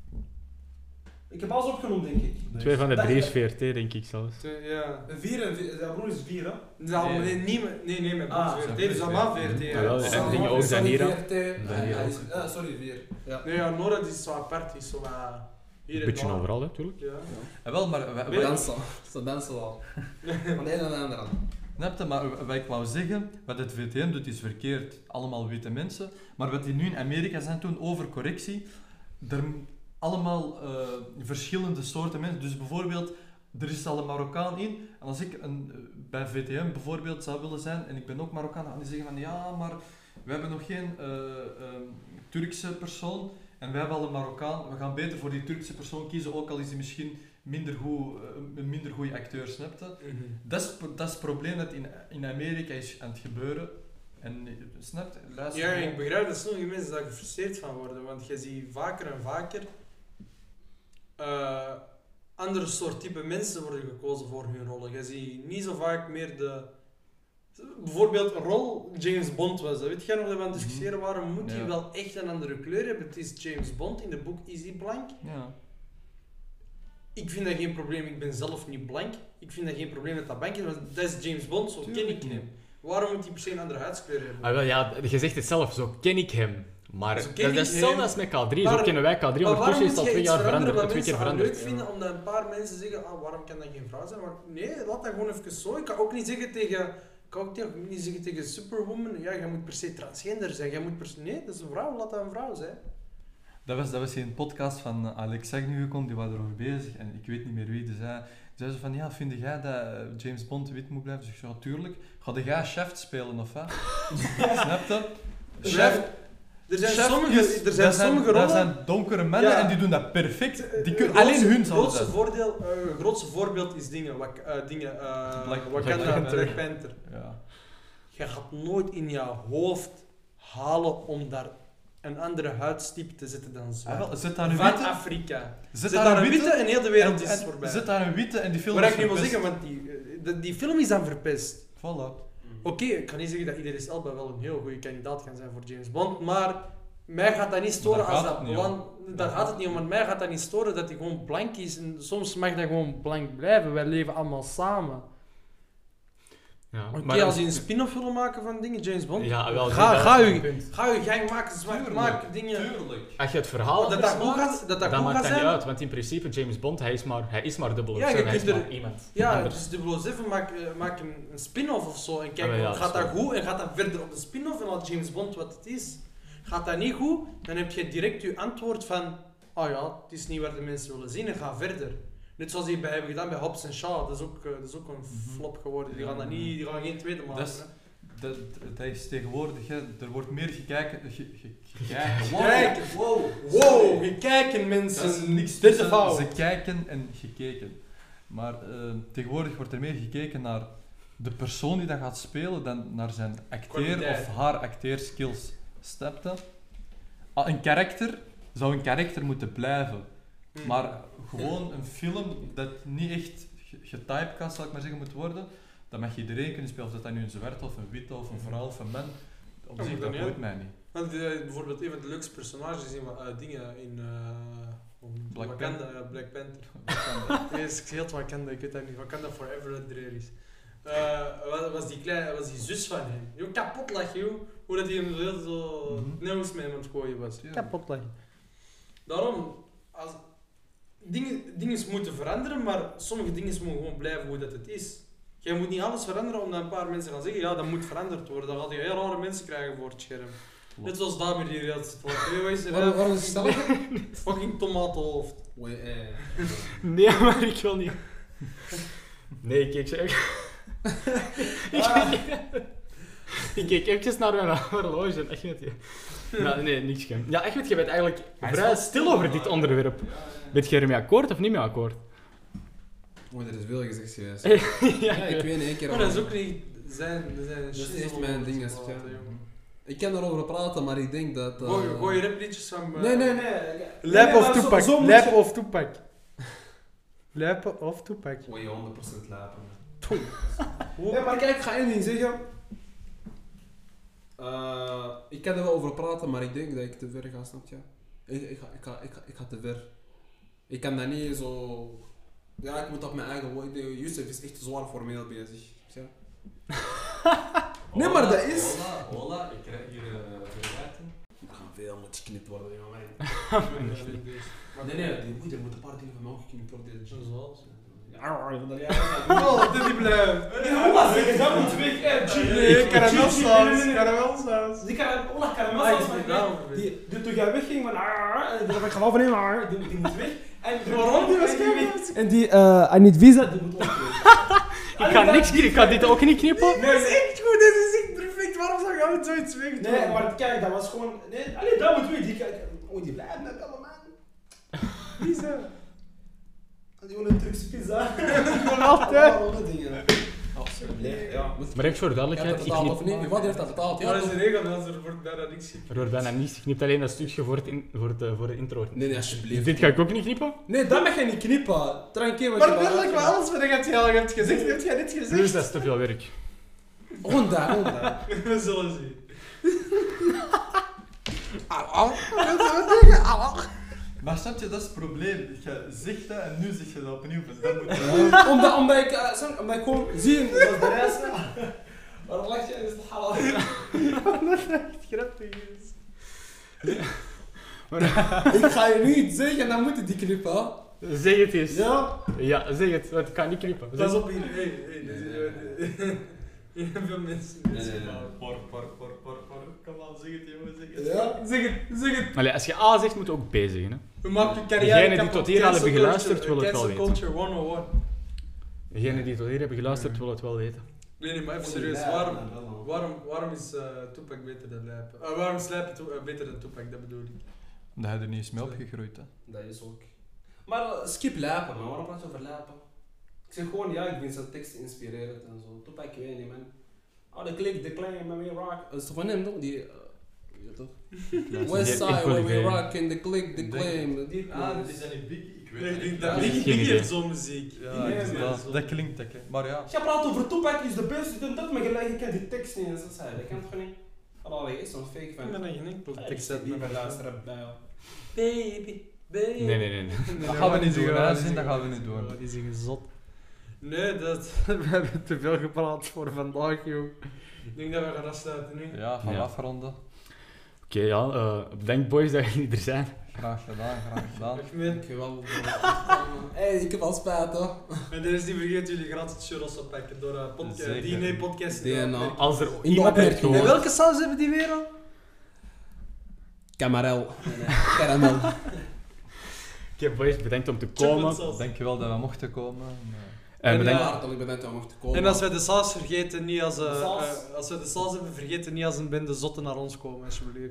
Speaker 5: Ik heb alles opgenoemd, denk ik.
Speaker 1: Twee van de
Speaker 5: Dat-
Speaker 1: drie is V R T, denk ik zelfs.
Speaker 3: te- ja.
Speaker 5: Vier en vier, ja, broer is vier, hè?
Speaker 3: Dat is allemaal-
Speaker 4: Nee.
Speaker 3: nee, niemand- nee, nee, mijn broer
Speaker 5: Ah,
Speaker 3: is V R T,
Speaker 4: zijn
Speaker 3: dus allemaal V R T.
Speaker 1: Ja,
Speaker 3: Ja.
Speaker 1: wel,
Speaker 3: Ja.
Speaker 1: en dingen ook Danira.
Speaker 2: Danira. Uh, sorry, vier. Ja.
Speaker 3: Nee, ja, Nora die is zo apart, die is zo wat... Hier
Speaker 1: Een
Speaker 3: en
Speaker 1: beetje
Speaker 3: daar.
Speaker 1: overal, natuurlijk.
Speaker 3: Ja.
Speaker 4: En wel, maar, wa-
Speaker 3: Weet-
Speaker 4: wa-
Speaker 2: Dansen. Ze dansen wel. Van de een naar de andere.
Speaker 4: snap je, maar wat ik wou zeggen, wat het V T M doet is verkeerd. Allemaal witte mensen. Maar wat die nu in Amerika zijn doen over correctie, er m- allemaal eh, verschillende soorten mensen. Dus bijvoorbeeld, er is al een Marokkaan in. En als ik een, eh, bij V T M bijvoorbeeld zou willen zijn, en ik ben ook Marokkaan, dan gaan die zeggen van ja, maar we hebben nog geen eh, ehm, Turkse persoon. En wij hebben al een Marokkaan, we gaan beter voor die Turkse persoon kiezen, ook al is die misschien minder goed, eh, een minder goede acteur, snap je? Dat is, dat is het probleem dat in, in Amerika is aan het gebeuren. En eh, snap je? Luister
Speaker 3: Ja,
Speaker 4: gewoon.
Speaker 3: ik begrijp dat sommige mensen daar gefrustreerd van worden, want je ziet vaker en vaker eh, andere soort type mensen worden gekozen voor hun rollen. Je ziet niet zo vaak meer de bijvoorbeeld een rol James Bond was. Dat weet jij nog dat we aan het discussiëren waren? Moet hij
Speaker 4: Ja.
Speaker 3: wel echt een andere kleur hebben? Het is James Bond, in de boek is hij blank.
Speaker 4: Ja.
Speaker 3: Ik vind dat geen probleem, ik ben zelf niet blank. Ik vind dat geen probleem met dat bankje, want dat is James Bond, zo ken
Speaker 4: Tuurlijk
Speaker 3: ik hem.
Speaker 4: niet.
Speaker 3: Waarom moet hij per se een andere huidskleur hebben?
Speaker 1: Ah, wel, ja, je zegt het zelf, zo ken ik hem. Maar
Speaker 3: Zo
Speaker 1: dat,
Speaker 3: ken
Speaker 1: dat
Speaker 3: ik
Speaker 1: is hetzelfde
Speaker 3: hem.
Speaker 1: als met K drie.
Speaker 3: Maar-
Speaker 1: Zo kennen wij K drie.
Speaker 3: Maar waarom
Speaker 1: Ondertussen is
Speaker 3: moet
Speaker 1: het al
Speaker 3: je
Speaker 1: twee
Speaker 3: iets
Speaker 1: jaar
Speaker 3: veranderen
Speaker 1: veranderd,
Speaker 3: wat
Speaker 1: twee keer
Speaker 3: mensen al leuk
Speaker 1: veranderd.
Speaker 3: vinden, omdat een paar mensen zeggen, ah, waarom kan dat geen vrouw zijn? Maar nee, laat dat gewoon even zo. Ik kan ook niet zeggen tegen, ik kan ook niet zeggen tegen Superwoman, ja, jij moet per se transgender zijn. Jij moet per se, nee, dat is een vrouw, laat dat een vrouw zijn.
Speaker 4: Dat was, dat was een podcast van Alex Agnew gekomen, die was erover bezig en ik weet niet meer wie. Die zei, die zei zo van, ja, vind jij dat James Bond wit moet blijven? Dus ik zei, ja, tuurlijk. Ga jij Chef spelen of wat? Snap je? Chef,
Speaker 3: Er zijn
Speaker 4: Chef
Speaker 3: sommige,
Speaker 4: is-
Speaker 3: er zijn
Speaker 4: dat
Speaker 3: sommige
Speaker 4: Dat
Speaker 3: rollen...
Speaker 4: zijn donkere mannen
Speaker 3: Ja.
Speaker 4: en die doen dat perfect. Die
Speaker 3: Het
Speaker 4: kunnen, alleen
Speaker 3: grootste-
Speaker 4: hun
Speaker 3: Het
Speaker 4: zouden
Speaker 3: grootste
Speaker 4: dat.
Speaker 3: voordeel, eh, het grootste voorbeeld is dingen, wak, eh, dingen eh,
Speaker 4: Black-
Speaker 3: Wakanda,
Speaker 1: Black Panther.
Speaker 3: Black Panther.
Speaker 4: Ja.
Speaker 3: Je gaat nooit in je hoofd halen om daar een andere huidstype te zetten dan
Speaker 4: Ah,
Speaker 3: zwart.
Speaker 4: wel, zit daar een
Speaker 3: Van
Speaker 4: witte,
Speaker 3: Afrika.
Speaker 4: zit
Speaker 3: Zet daar een witte en heel de wereld
Speaker 4: en-
Speaker 3: is
Speaker 4: en
Speaker 3: voorbij.
Speaker 4: Zit daar een witte en die film
Speaker 3: Wat
Speaker 4: is
Speaker 3: ik nu wil
Speaker 4: verpest.
Speaker 3: zeggen, want die, eh, die, die film is dan verpest.
Speaker 4: Voilà.
Speaker 3: Oké, ik kan niet zeggen dat Idris Elba wel een heel goede kandidaat kan zijn voor James Bond, maar mij gaat dat niet storen
Speaker 4: Daar
Speaker 3: als
Speaker 4: gaat
Speaker 3: dat
Speaker 4: het niet
Speaker 3: blank...
Speaker 4: om.
Speaker 3: Daar gaat het niet om, want mij gaat dat niet storen dat hij gewoon blank is. En soms mag dat gewoon blank blijven, wij leven allemaal samen.
Speaker 1: Ja,
Speaker 3: Oké,
Speaker 1: maar-
Speaker 3: als je een spin-off wil maken van dingen, James Bond,
Speaker 1: Ja, wel,
Speaker 3: ga,
Speaker 1: dat-
Speaker 3: ga,
Speaker 1: dat is
Speaker 3: je,
Speaker 1: een punt.
Speaker 3: ga je gang maken, zwart
Speaker 4: Tuurlijk,
Speaker 3: maken, dingen...
Speaker 4: Tuurlijk.
Speaker 1: Als je het verhaal
Speaker 3: Dat dat
Speaker 1: anders
Speaker 3: goed
Speaker 1: maakt,
Speaker 3: gaat, dat dat
Speaker 1: dan
Speaker 3: goed
Speaker 1: maakt
Speaker 3: gaat
Speaker 1: dat niet
Speaker 3: zijn.
Speaker 1: uit. Want in principe, James Bond, hij is maar, hij is maar dubbel
Speaker 3: Ja, je
Speaker 1: hij is
Speaker 3: kunt er-
Speaker 1: maar iemand.
Speaker 3: Ja,
Speaker 1: Anders.
Speaker 3: dus double oh zeven maak, eh, maak een, een spin-off of zo en kijk,
Speaker 1: Ah, ja,
Speaker 3: gaat
Speaker 1: dat
Speaker 3: dat
Speaker 1: is
Speaker 3: goed en gaat dat verder op de spin-off en laat James Bond wat het is. Gaat dat niet goed, dan heb je direct je antwoord van, oh ja, het is niet waar de mensen willen zien en ga verder. Net zoals die bij hebben gedaan bij Hobbs en Shaw, dat is ook, eh, dat is ook een flop geworden. Die
Speaker 4: Ja.
Speaker 3: gaan dat niet, die gaan geen tweede maken.
Speaker 4: Dat is-
Speaker 3: hè.
Speaker 4: Dat, dat is tegenwoordig, hè. Er wordt meer gekeken. Ge, ge, gekeken. Wow.
Speaker 3: Kijken,
Speaker 4: Wow.
Speaker 3: wow, je kijken
Speaker 4: Dat is
Speaker 3: mensen.
Speaker 4: niks
Speaker 3: Dit
Speaker 4: tussen
Speaker 3: fout.
Speaker 4: ze kijken en gekeken. Maar eh, tegenwoordig wordt er meer gekeken naar de persoon die dat gaat spelen dan naar zijn acteer
Speaker 3: Kwaliteit.
Speaker 4: of haar acteerskills. Snap je? Ah, een karakter zou een karakter moeten blijven.
Speaker 3: Hmm.
Speaker 4: Maar gewoon een film dat niet echt ge- getypecast, zal ik maar zeggen, moet worden, dat mag iedereen kunnen spelen. Of dat dat nu een zwarte of een witte of een vrouw of een man. Op
Speaker 3: Ja,
Speaker 4: zich,
Speaker 3: maar
Speaker 4: dat
Speaker 3: dan
Speaker 4: boeit
Speaker 3: ja.
Speaker 4: mij niet.
Speaker 3: Want eh, bijvoorbeeld een van de leukste personages in uh, dingen in uh,
Speaker 4: Black
Speaker 3: Wakanda,
Speaker 4: Panther.
Speaker 3: ja, Black Panther.
Speaker 4: Wat kan dat?
Speaker 3: Nee, is heel het Wakanda, ik weet dat niet. Wakanda Forever dat er is. Uh, was, was, die kleine, was die zus van hem. Joh, kapot lachen, joh. Hoe dat hij hem zo, zo
Speaker 4: Mhm.
Speaker 3: nieuws mee aan het gooien was.
Speaker 4: Ja.
Speaker 3: Kapot lachen. Daarom, als, dingen, dingen moeten veranderen, maar sommige dingen moeten gewoon blijven hoe dat het is. Jij moet niet alles veranderen omdat een paar mensen gaan zeggen, ja, dat moet veranderd worden. Dan gaat je heel rare mensen krijgen voor het scherm. Net zoals Damir die hier zit. Waarom is
Speaker 2: Waarom waarom is het stellig?
Speaker 3: Fucking tomatenhoofd.
Speaker 2: Oei, eh.
Speaker 1: Nee, maar ik wil niet. Nee, ik keek zo even... ik, keek... ik keek eventjes naar mijn horloge en echt met je. Nou, nee, niks. Geen. Ja, echt met je bent eigenlijk
Speaker 4: Hij is
Speaker 1: vrij
Speaker 4: wel
Speaker 1: stil
Speaker 4: stil,
Speaker 1: over
Speaker 4: maar-
Speaker 1: dit onderwerp. Ben je ermee akkoord of niet mee akkoord?
Speaker 2: Oei, dat is veel gezegd geweest.
Speaker 1: ja,
Speaker 2: Ja, ik weet niet, één keer
Speaker 3: Maar dat is
Speaker 2: al-
Speaker 3: ook niet zijn... zijn
Speaker 2: Dat is
Speaker 3: shizzle
Speaker 2: echt mijn ding,
Speaker 3: over
Speaker 2: als ik
Speaker 3: te
Speaker 2: ja.
Speaker 3: laten, jongen.
Speaker 2: Ik kan erover praten, maar ik denk dat... eh,
Speaker 3: Gooi, gooi je rapliedjes van... uh,
Speaker 2: Nee, nee, nee.
Speaker 3: Lijp
Speaker 2: Nee,
Speaker 3: of
Speaker 2: maar zo-
Speaker 3: toepak?
Speaker 2: zo moet
Speaker 3: Lijp
Speaker 2: je-
Speaker 3: of toepak? Lijpen of toepak?
Speaker 2: Oei, honderd procent lapen.
Speaker 3: Hoe-
Speaker 2: Nee, maar kijk, ik ga één ding zeggen. Eh, ik kan er wel over praten, maar ik denk dat ik te ver ga, snap je? Ik, ik, ga, ik, ga, ik, ga, ik ga te ver. Ik kan dat niet zo... Ja, ik moet op mijn eigen woord. Yusuf is echt zwaar formeel bezig. Ja. Nee, maar dat is...
Speaker 4: Hola, hola, ik krijg hier uh, verwijten.
Speaker 2: Er gaan veel moet geknipt worden, jongen.
Speaker 3: Nee,
Speaker 2: Maar nee, nee, die moet, er moeten een paar dingen van mij ook geknipt worden. deze shit.
Speaker 3: Zoals?
Speaker 2: Ja, ik vond dat
Speaker 3: Oh, dit die blijft.
Speaker 5: Dat moet weg, eh,
Speaker 3: Nee, karamelsaus.
Speaker 5: Nee, nee, nee.
Speaker 3: Karamelsaus.
Speaker 5: Die kan Ola
Speaker 3: Ah,
Speaker 5: karamelsaus
Speaker 3: ik
Speaker 5: van
Speaker 3: vind
Speaker 5: weg.
Speaker 3: wel.
Speaker 5: Die, die toen jij wegging van ah, en dan ik ga over nemen, die, die moet weg. En
Speaker 3: Waarom? Die was
Speaker 5: en die,
Speaker 3: keihard.
Speaker 5: en die uh, I need visa, die moet ook weg.
Speaker 1: Ik ga niks knippen. Ik ga dit ook niet knippen.
Speaker 3: Dit is echt goed, dit is echt perfect. Waarom zou je het zoiets weg doen?
Speaker 5: Nee, maar kijk, dat was gewoon... Nee, allee, dat moet weg. Die, oh, die blijven net allemaal. Visa. Die willen een Turkse pizza.
Speaker 3: Gewoon altijd.
Speaker 5: Alle dingen. Nee, ja.
Speaker 1: Maar even voor
Speaker 2: Je hebt dat
Speaker 1: duidelijkheid, ik
Speaker 2: betaald of
Speaker 1: knip...
Speaker 2: niet? Je vader heeft dat betaald, ja
Speaker 3: Maar dat is
Speaker 2: toch?
Speaker 3: de regel, anders er wordt bijna niks geknipt.
Speaker 1: Er wordt bijna niets geknipt, alleen dat stukje voor, het in, voor, het, eh, voor de intro.
Speaker 2: Nee, nee, alsjeblieft.
Speaker 1: Dit ga ik ook niet knippen.
Speaker 2: Nee, dat mag je niet knippen. Tranquil, want
Speaker 3: Maar
Speaker 2: je
Speaker 3: letterlijk, maar alles wat je hebt gezegd, heb jij dit gezegd?
Speaker 1: Dus dat is te veel werk.
Speaker 2: Gewoon daar, gewoon daar.
Speaker 3: We zullen zien.
Speaker 4: Maar snap je, dat is het probleem. Je zegt dat en nu zeg je dat opnieuw. Dat moet je...
Speaker 2: omdat, omdat, ik, uh, sorry, omdat ik gewoon zie, dat is de rest. Waarom lach je? Is het halal?
Speaker 3: Dat is echt grappig. Is.
Speaker 2: Ik ga je nu iets zeggen, dan moet je die knippen.
Speaker 1: Zeg het eens.
Speaker 2: Ja?
Speaker 1: Ja, zeg het. Want ik kan niet knippen.
Speaker 3: Pas op hier. Hey, hey. Heel veel mensen.
Speaker 4: Pork, pork, pork, pork, pork. Kom aan, zeg het jongen, zeg het.
Speaker 2: Ja?
Speaker 3: Zeg het, zeg het.
Speaker 1: Allee, als je A zegt, moet je ook B zeggen. Hè.
Speaker 3: We maken je carrière.
Speaker 1: Degenen die
Speaker 3: kapot.
Speaker 1: tot hier al hebben
Speaker 3: Cancel
Speaker 1: geluisterd,
Speaker 3: culture,
Speaker 1: willen het wel
Speaker 3: Cancel
Speaker 1: weten.
Speaker 3: culture honderdéén.
Speaker 1: Degenen die tot hier hebben geluisterd, willen het wel weten.
Speaker 3: Nee, nee, maar even serieus. Waarom, waarom, waarom is uh, Tupac beter dan Lijpen? Uh, waarom is Lijpen to- uh, beter dan Tupac? Dat bedoel ik.
Speaker 4: Dat hij er niet eens mee opgegroeid, hè.
Speaker 2: Dat is ook. Maar uh, skip lijpen, man. Waarom praat je over lijpen? Ik zeg gewoon, ja, ik vind zijn tekst inspirerend en zo. Tupac, ik weet niet, man. Oh, de klik, de claim, when we rock. Dat is toch van hem, toch? Die, uh, weet je toch? Westside, when we rock, in the click, the claim. Die,
Speaker 4: Ah, dat is dan niet Big. Ik weet het niet.
Speaker 3: Dat
Speaker 1: Geen
Speaker 3: Biggie
Speaker 1: idee.
Speaker 3: heeft zo'n muziek.
Speaker 4: Ja,
Speaker 2: Nee,
Speaker 4: dat,
Speaker 2: nee,
Speaker 4: dat,
Speaker 3: zo.
Speaker 4: dat klinkt, dat klinkt. Maar ja.
Speaker 2: Als je praat over Tupac is de beste, dan dat, maar gelijk, je kent die tekst niet. Dat zei dat kent toch niet? Allee, is zo'n fake
Speaker 3: Ik
Speaker 2: fan.
Speaker 3: ben er geen enkele
Speaker 2: Ik
Speaker 3: tekst
Speaker 2: zet
Speaker 3: uit
Speaker 2: niet
Speaker 3: mijn
Speaker 2: bij
Speaker 3: luisteren.
Speaker 2: luisteren bij jou.
Speaker 3: Baby, baby.
Speaker 1: Nee, nee, nee.
Speaker 4: Dat gaan we niet doen, hè. Zin, dat gaan we niet doen.
Speaker 3: Die zijn zot. Nee, dat, we hebben te veel gepraat voor vandaag, joh. Ik denk dat we gaan afsluiten nu.
Speaker 4: Ja, gaan we
Speaker 1: Ja.
Speaker 4: afronden.
Speaker 1: Oké, ja. Uh, bedankt boys dat jullie er zijn.
Speaker 4: Graag gedaan, graag gedaan.
Speaker 3: Ahmed.
Speaker 2: Dankjewel. Hé, ik heb al spijt, hoor.
Speaker 3: En er is niet vergeten jullie gratis churros oppakken door uh, podca-
Speaker 4: Zeker.
Speaker 3: D N A podcast.
Speaker 2: D N A.
Speaker 1: Als er
Speaker 2: In de
Speaker 1: iemand heeft
Speaker 2: opmerking,
Speaker 3: En
Speaker 1: gehoord...
Speaker 3: welke saus hebben die weer al?
Speaker 2: Camarel. Caramel.
Speaker 1: Oké boys, bedankt om te
Speaker 3: Chocolate
Speaker 1: komen.
Speaker 3: sauce.
Speaker 4: Dankjewel dat we mochten komen.
Speaker 1: En
Speaker 3: En,
Speaker 1: bedankt...
Speaker 3: eh,
Speaker 2: Hartelijk bedankt om mocht te komen.
Speaker 3: En als wij de saus vergeten, niet als, uh,
Speaker 2: De saus.
Speaker 3: uh, als we de saus hebben vergeten, niet als een bende zotten naar ons komen, alsjeblieft.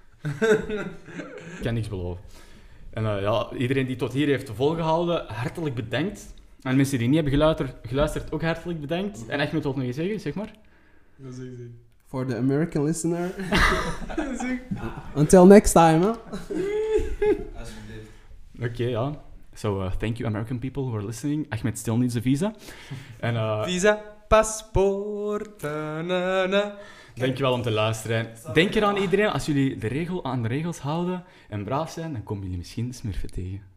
Speaker 1: Ik kan niks beloven. En uh, ja, iedereen die tot hier heeft volgehouden, hartelijk bedankt. En mensen die niet hebben geluisterd, geluisterd ook hartelijk bedankt. En Ahmed wil nog iets zeggen, zeg maar.
Speaker 3: Dat is easy.
Speaker 2: For the American listener. Until next time, hè.
Speaker 5: Alsjeblieft.
Speaker 1: Oké, ja. So, uh, thank you American people who are listening. Ahmed still needs a visa. En uh,
Speaker 3: Visa, paspoort, na, na, na.
Speaker 1: dankjewel om te luisteren. Denk eraan iedereen, als jullie de regel aan de regels houden en braaf zijn, dan komen jullie misschien de smurfen tegen.